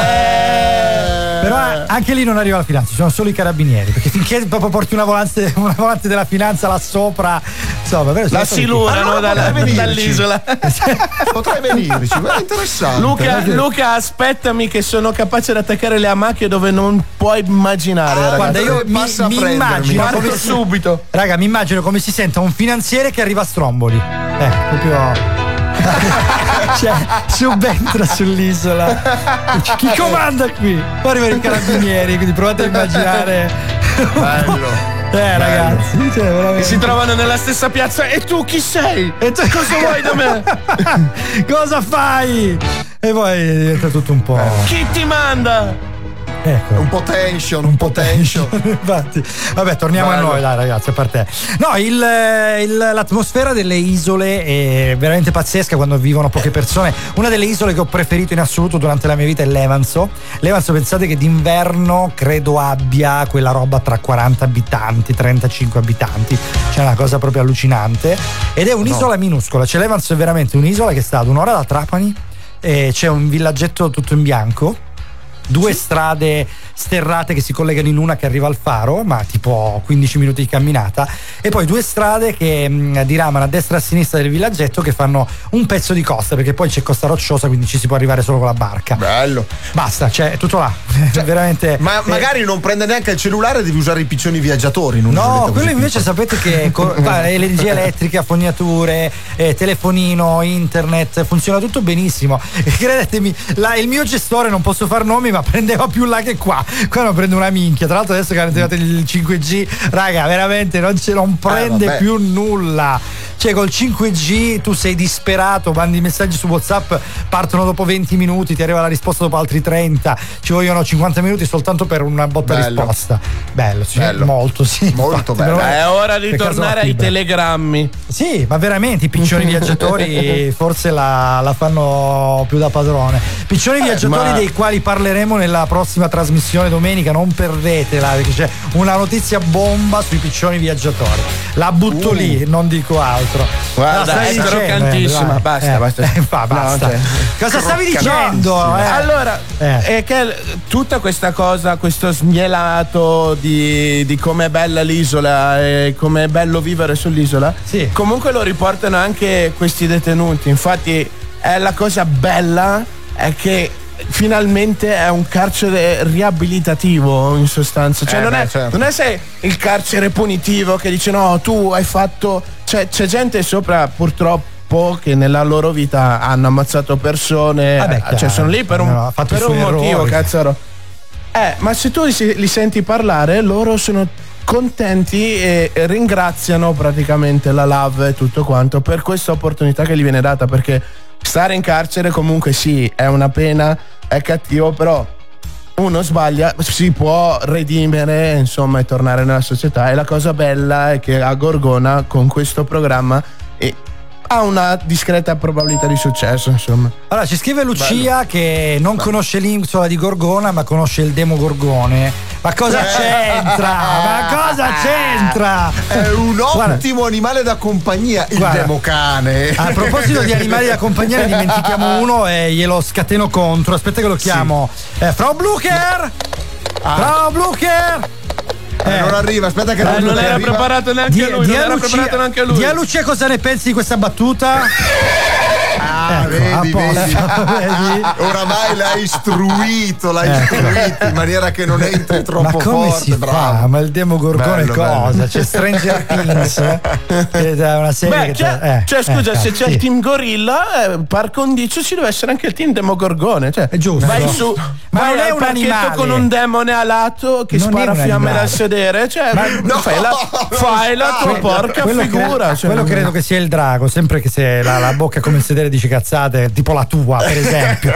Eh. Però anche lì non arriva la finanza, ci sono solo i carabinieri, perché finché proprio porti una volante, una volante della finanza là sopra, insomma, vero, la silurano allora, dalla, dall'isola. Potrai venirci, ma è interessante. Luca, Luca, aspettami che sono capace di attaccare le amacchie dove non puoi immaginare. Ah, guarda, io mi, mi immagino come si, subito. Raga, mi immagino come si senta un finanziere che arriva a Stromboli. Eh, proprio. Cioè, subentra sull'isola. Chi comanda qui? Poi arrivano i carabinieri, quindi provate a immaginare. Bello. Eh, ragazzi, cioè, veramente. Si trovano nella stessa piazza. E tu chi sei? E tu cosa vuoi da me? Cosa fai? E poi diventa tutto un po'. Chi ti manda? Ecco. Un po' tension, un po' tension. Infatti, vabbè, torniamo Bello. a noi, dai, ragazzi, a parte. No, il, il, l'atmosfera delle isole è veramente pazzesca quando vivono poche persone. Una delle isole che ho preferito in assoluto durante la mia vita è Levanzo. Levanzo, pensate che d'inverno credo abbia quella roba tra quaranta abitanti, trentacinque abitanti. C'è una cosa proprio allucinante. Ed è un'isola no. minuscola. Cioè, Levanzo è veramente un'isola che sta ad un'ora da Trapani. E c'è un villaggetto tutto in bianco. Due sì. strade sterrate che si collegano in una che arriva al faro, ma tipo quindici minuti di camminata, e poi due strade che mh, diramano a destra e a sinistra del villaggetto, che fanno un pezzo di costa, perché poi c'è costa rocciosa, quindi ci si può arrivare solo con la barca. Bello. Basta, cioè è tutto là. Cioè, veramente. Ma eh, magari non prende neanche il cellulare, devi usare i piccioni viaggiatori. In no, quello invece piccola. Sapete che co- energia elettrica, fognature, eh, telefonino, internet, funziona tutto benissimo. E credetemi, la, il mio gestore, non posso far nomi, ma prendeva più là che qua. Qua non prende una minchia. Tra l'altro adesso che hanno attivato il cinque G, raga, veramente non, ce, non prende eh, più nulla. Cioè Cioè col cinque G tu sei disperato, mandi messaggi su WhatsApp, partono dopo venti minuti, ti arriva la risposta dopo altri trenta, ci vogliono cinquanta minuti soltanto per una botta Bello. risposta. Bello, sì, Bello. molto, sì. Molto infatti, bello. però- È ora di per caso tornare la ai fibra. telegrammi. Sì, ma veramente i piccioni viaggiatori forse la, la fanno più da padrone. Piccioni viaggiatori ma- dei quali parleremo nella prossima trasmissione domenica, non perdetela perché c'è una notizia bomba sui piccioni viaggiatori. La butto Uh. lì, non dico altro. Guarda, Cosa stavi è dicendo? croccantissima. Eh, Basta, eh, basta. eh, fa, basta. No, cioè- Cosa stavi Croccantissima. dicendo? Eh? Allora, Eh. è che tutta questa cosa, questo smielato di, di com'è bella l'isola e com'è bello vivere sull'isola, Sì. comunque lo riportano anche questi detenuti. Infatti, è la cosa bella è che finalmente è un carcere riabilitativo in sostanza, cioè Eh, non, beh, è, certo. non è se il carcere punitivo che dice no, tu hai fatto, cioè, c'è gente sopra purtroppo che nella loro vita hanno ammazzato persone, Vabbè, eh, chiaro. cioè sono lì per un, No, ha fatto i per un suoi motivo, errori. cazzaro. Eh, ma se tu li, li senti parlare, loro sono contenti e e ringraziano praticamente la Love e tutto quanto per questa opportunità che gli viene data, perché stare in carcere comunque sì, è una pena, è cattivo, però uno sbaglia, si può redimere, insomma, e tornare nella società. E la cosa bella è che a Gorgona con questo programma eh, ha una discreta probabilità di successo, insomma. Allora, ci scrive Lucia che non conosce l'isola di Gorgona, ma conosce il Demogorgone. Ma cosa c'entra? Ma cosa c'entra? È un Guarda, ottimo animale da compagnia, il Guarda. democane. a proposito di animali da compagnia, ne dimentichiamo uno e glielo scateno contro. Aspetta che lo chiamo. Eh, Frau Blucher! Frau Blucher! Eh, non arriva, aspetta che Eh, non era arriva. preparato neanche Di, lui, di non a era Lucia- preparato neanche lui. di a Lucia cosa ne pensi di questa battuta? Ah, Ecco, vedi, a posto, vedi. vedi? Oramai l'hai istruito, l'hai Ecco. istruito in maniera che non entri Ma troppo come forte, si bravo. fa? Ma il Demogorgone Bello, cosa? bello. C'è Stranger Things, eh? Che è una serie Beh, che c'è- eh, cioè, scusa, eh, se c'è sì. il team Gorilla, eh, par condicio ci deve essere anche il team Demogorgone. Cioè, È giusto. vai su, Ma vai non è al un parchetto animale. con un demone alato che Non è spara un fiamme animale. dal sedere. Cioè, no, fai la, fai la tua porca quello figura. cre- cioè, quello credo che sia il drago, sempre che se la, la bocca come il sedere dice cazzate, tipo la tua, per esempio.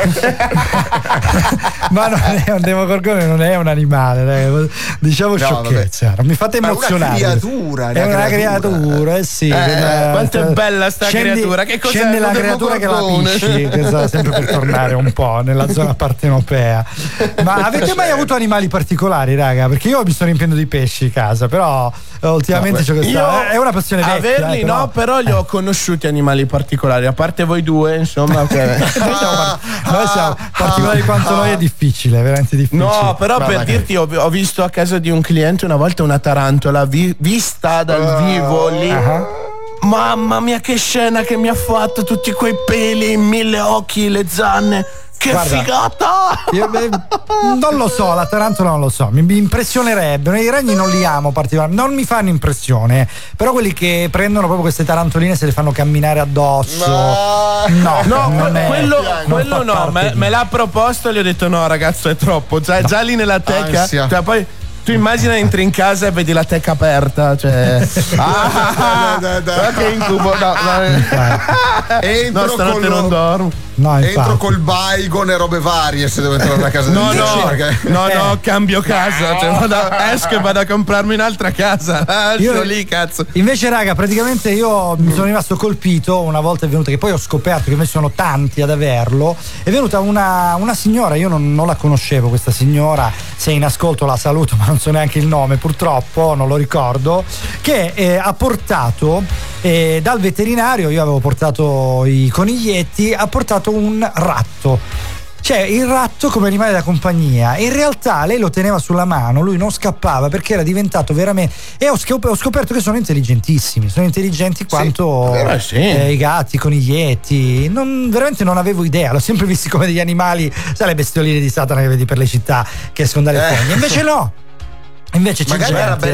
Ma non è un Demogorgone, non è un animale, dai. Diciamo No, sciocchezze. Non mi fate Ma è una emozionare. creatura, È una una creatura. creatura, eh sì. Eh, Una- quanto è bella sta scendi- creatura, che cos'è? Scende la Un creatura che la Demogorgone? pisci, che sta sempre per tornare un po' nella zona partenopea. Ma avete mai avuto animali particolari, raga? Perché io mi sto riempiendo di pesci in casa, però eh, ultimamente c'ho questa. Io È una passione vecchia. averli eh, no, però li ho conosciuti animali particolari, a parte voi due, insomma. che- Noi siamo, noi siamo particolari quanto noi, è difficile, veramente difficile. No, però Ma per magari. dirti, ho, ho visto a casa di un cliente una volta una tarantola vi- vista dal vivo lì. Mamma mia, che scena che mi ha fatto! Tutti quei peli, mille occhi, le zanne. Che Guarda, figata! Io, beh, non lo so, la tarantola non lo so, mi, mi impressionerebbe. I ragni non li amo particolarmente, non mi fanno impressione, però quelli che prendono proprio queste tarantoline se le fanno camminare addosso. No, No, non que- è- quello, non quello fa no, parte me, di- me l'ha proposto e gli ho detto no ragazzo è troppo, già, già lì nella teca, Ansia. cioè, poi tu immagina entri in casa e vedi la teca aperta, cioè ah, Dai, dai, dai. ma che incubo, no, no. Entro No, stanotte con non lo- dormo. No, Entro infatti. col Baigon e robe varie se devo entrare a casa No, del no, Dici, perché- no, Eh. no, cambio casa, cioè, vado, esco e vado a comprarmi un'altra casa. Ah, Io- sto lì, cazzo. Invece, raga, praticamente io mi sono rimasto colpito una volta è venuta, che poi ho scoperto che invece sono tanti ad averlo. È venuta una, una signora, io non, non la conoscevo, questa signora. Se è in ascolto la saluto, ma non so neanche il nome, purtroppo, non lo ricordo. Che eh, ha portato eh, dal veterinario, io avevo portato i coniglietti, ha portato un ratto. Cioè il ratto come animale da compagnia. In realtà lei lo teneva sulla mano, lui non scappava perché era diventato veramente. E ho, scop- ho scoperto che sono intelligentissimi, sono intelligenti quanto vero, sì. eh, i gatti, i coniglietti. Non, veramente non avevo idea, l'ho sempre visti come degli animali, sai, le bestioline di Satana che vedi per le città che escono dalle Eh. fogne. Invece no. Invece c'è Magari gente era bello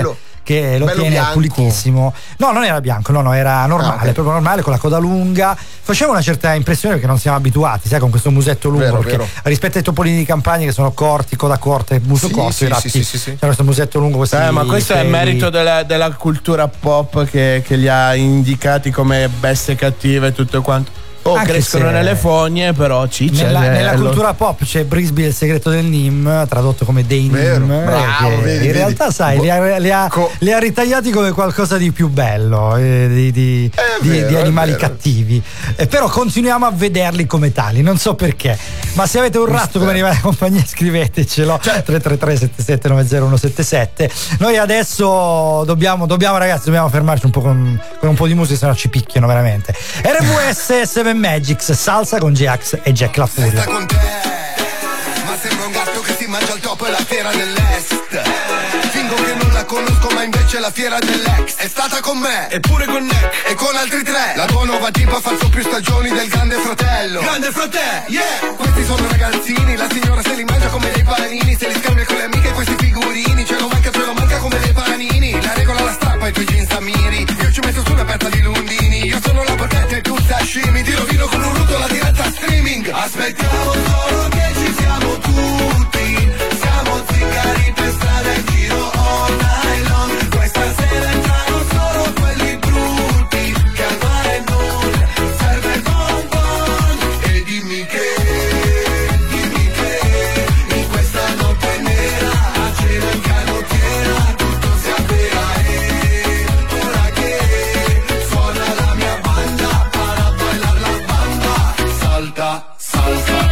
che lo Bello tiene bianco. pulitissimo. No, non era bianco, no, no, era normale, Ah, okay. proprio normale, con la coda lunga. Faceva una certa impressione perché non siamo abituati, sai, con questo musetto lungo. Vero, perché vero. rispetto ai topolini di campagna che sono corti, coda corta e muso Sì, corto, sì, i ratti, sì, sì, sì, sì. c'è questo musetto lungo. Questi Eh, ma questo è peli. merito della, della cultura pop che, che li ha indicati come bestie cattive e tutto quanto. Oh, Anche crescono se- nelle fogne, però ciccia. Nella, eh, nella lo- cultura pop c'è Brisby e il segreto del Nim, tradotto come dei Vero, Nim, bravo, che vedi, in vedi. realtà sai li ha, li ha- Co- li ha ritagliati come qualcosa di più bello, eh, di, di- È di- vero, di è animali vero. cattivi. Eh, però continuiamo a vederli come tali, non so perché. Ma se avete un ratto come animale compagnia scrivetecelo, Cioè- tre tre tre sette sette nove zero uno sette sette. Noi adesso dobbiamo, dobbiamo ragazzi, dobbiamo fermarci un po' con, con un po' di musica, sennò ci picchiano veramente. R V S sette Magics, salsa con J-Ax e Jack La Furia. Sta con te, ma sembra un gatto che si mangia il topo e la fiera dell'est. Fingo che non la conosco, ma invece la fiera dell'ex è stata con me, eppure con Nick e con altri tre. La tua nuova tipa ha fatto più stagioni del Grande Fratello. Grande Fratello, yeah! Questi sono ragazzini, la signora se li mangia come dei panini, se li scambia con le amiche questi figurini, ce lo manca, ce lo manca come dei panini. La regola la strappa ai tuoi jeans a miri, io ci metto su una pezza di lundini, io sono la porchetta e tu sashimi, ti rovino con un ruto la diretta streaming. Aspettiamo solo che ci siamo tutti, siamo zingari per strada in giro all night long. Questa sera entrano solo quelli brutti, che al mare non serve il bonbon. E dimmi che, dimmi che, in questa notte nera, a cena in canottiera, tutto si avvera e ora che suona la mia banda, para bailar la banda, salta, salsa.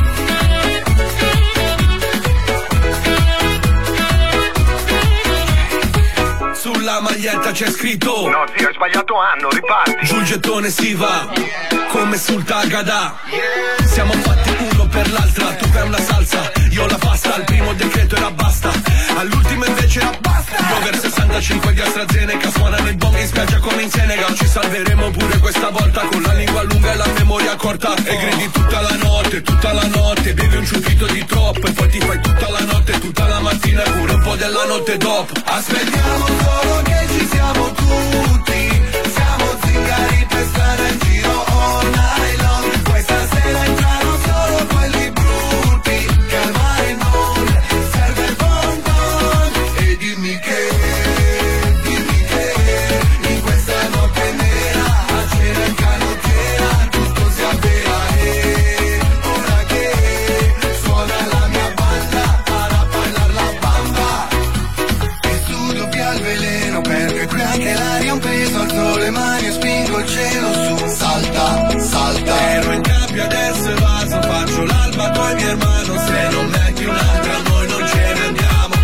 Sulla maglietta c'è scritto: No zio, hai sbagliato anno, riparti. sul gettone si va, come sul Tagada. Siamo fatti uno per l'altra, tu fai una salsa, io la pasta. Al primo decreto era basta, all'ultimo invece era basta. Io over sessantacinque di AstraZeneca, suonano i bong in spiaggia come in Senegal. Ci salveremo pure questa volta, con la lingua lunga e la memoria corta. E gridi tutta la notte, tutta la notte, bevi un ciuffito di troppo e poi ti fai tutta la notte, tutta la mattina e pure un po' della notte dopo. Aspettiamo solo che ci siamo tutti, siamo zingari per strada in giro all night long. Questa sera entrano solo quelli brutti, che al mare non serve il bonbon. E dimmi che, dimmi che, in questa notte nera, a cena in canottiera, tutto si avvera e ora che suona la mia banda, para bailar la bamba. E studio via il veleno perché qui anche l'aria è un peso, alzo le mani e spingo il cielo su. Salta, salta. Ero in gabbia, adesso evaso, faccio l'alba coi miei hermano. Se non metti un'altra noi non ce ne andiamo.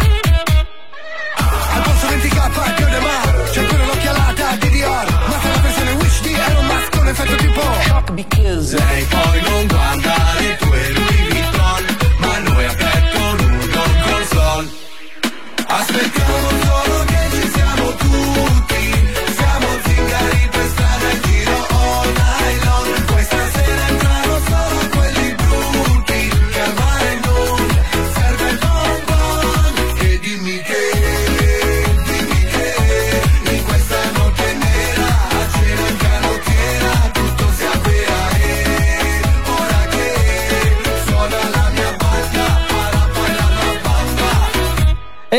Al polso venti K più de mar, c'è pure l'occhialata di Dior, ma c'è la versione Wish di Elon Musk con effetto tipo shock because Lei poi non guarda le tue Louis Vuitton, ma noi a petto nudo col sol. aspettiamo solo che ci siamo tutti, siamo zingari per strada in giro all night long. Questa sera entrano solo quelli brutti, che al mare non serve il bonbon. E dimmi che, dimmi che, in questa notte nera, a cena in canottiera, tutto si avvera e ora che suona la mia banda, para bailar la banda.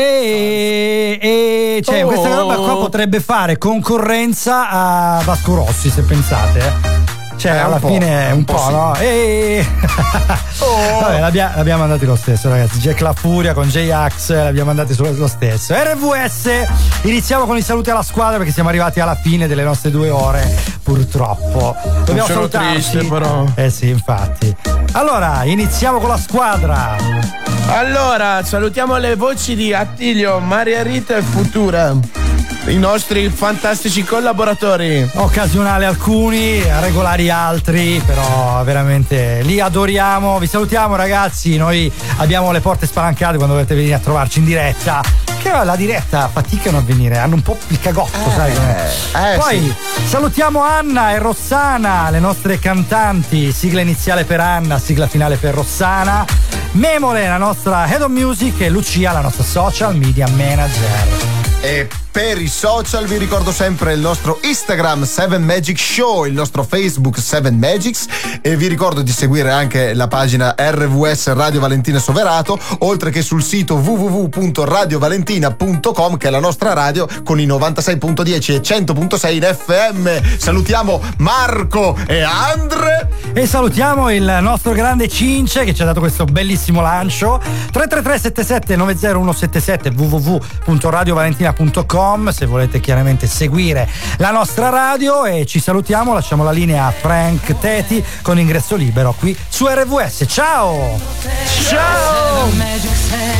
E, e cioè, Oh. questa roba qua potrebbe fare concorrenza a Vasco Rossi, se pensate. eh. Cioè, Eh, un alla po', fine un, un po', po' sì. no? E... Vabbè, l'abbia- l'abbiamo andati lo stesso, ragazzi. Jack La Furia con J-Ax, l'abbiamo andati su- lo stesso. R V S, iniziamo con i saluti alla squadra perché siamo arrivati alla fine delle nostre due ore, purtroppo. Dobbiamo Sono salutarci. triste, però. Eh sì, infatti. Allora, iniziamo con la squadra. Allora, salutiamo le voci di Attilio, Maria Rita e Futura, i nostri fantastici collaboratori. Occasionali alcuni, regolari altri, però veramente li adoriamo. Vi salutiamo ragazzi, noi abbiamo le porte spalancate quando dovete venire a trovarci in diretta, che la diretta faticano a venire, hanno un po' il cagotto, Eh, sai com'è? eh, Poi sì. salutiamo Anna e Rossana, le nostre cantanti, sigla iniziale per Anna, sigla finale per Rossana, Memole, la nostra head of music, e Lucia, la nostra social media manager. E per i social vi ricordo sempre il nostro Instagram seven Magic Show, il nostro Facebook seven Magics, e vi ricordo di seguire anche la pagina R V S Radio Valentina Soverato, oltre che sul sito w w w punto radio valentina punto com, che è la nostra radio con i novantasei punto dieci e cento punto sei in F M. Salutiamo Marco e Andre e salutiamo il nostro grande Cince che ci ha dato questo bellissimo lancio. Tre tre tre sette sette nove zero uno sette sette w w w punto radio valentina punto com se volete chiaramente seguire la nostra radio, e ci salutiamo, lasciamo la linea a Frank Teti con ingresso libero qui su R V S. Ciao! Ciao!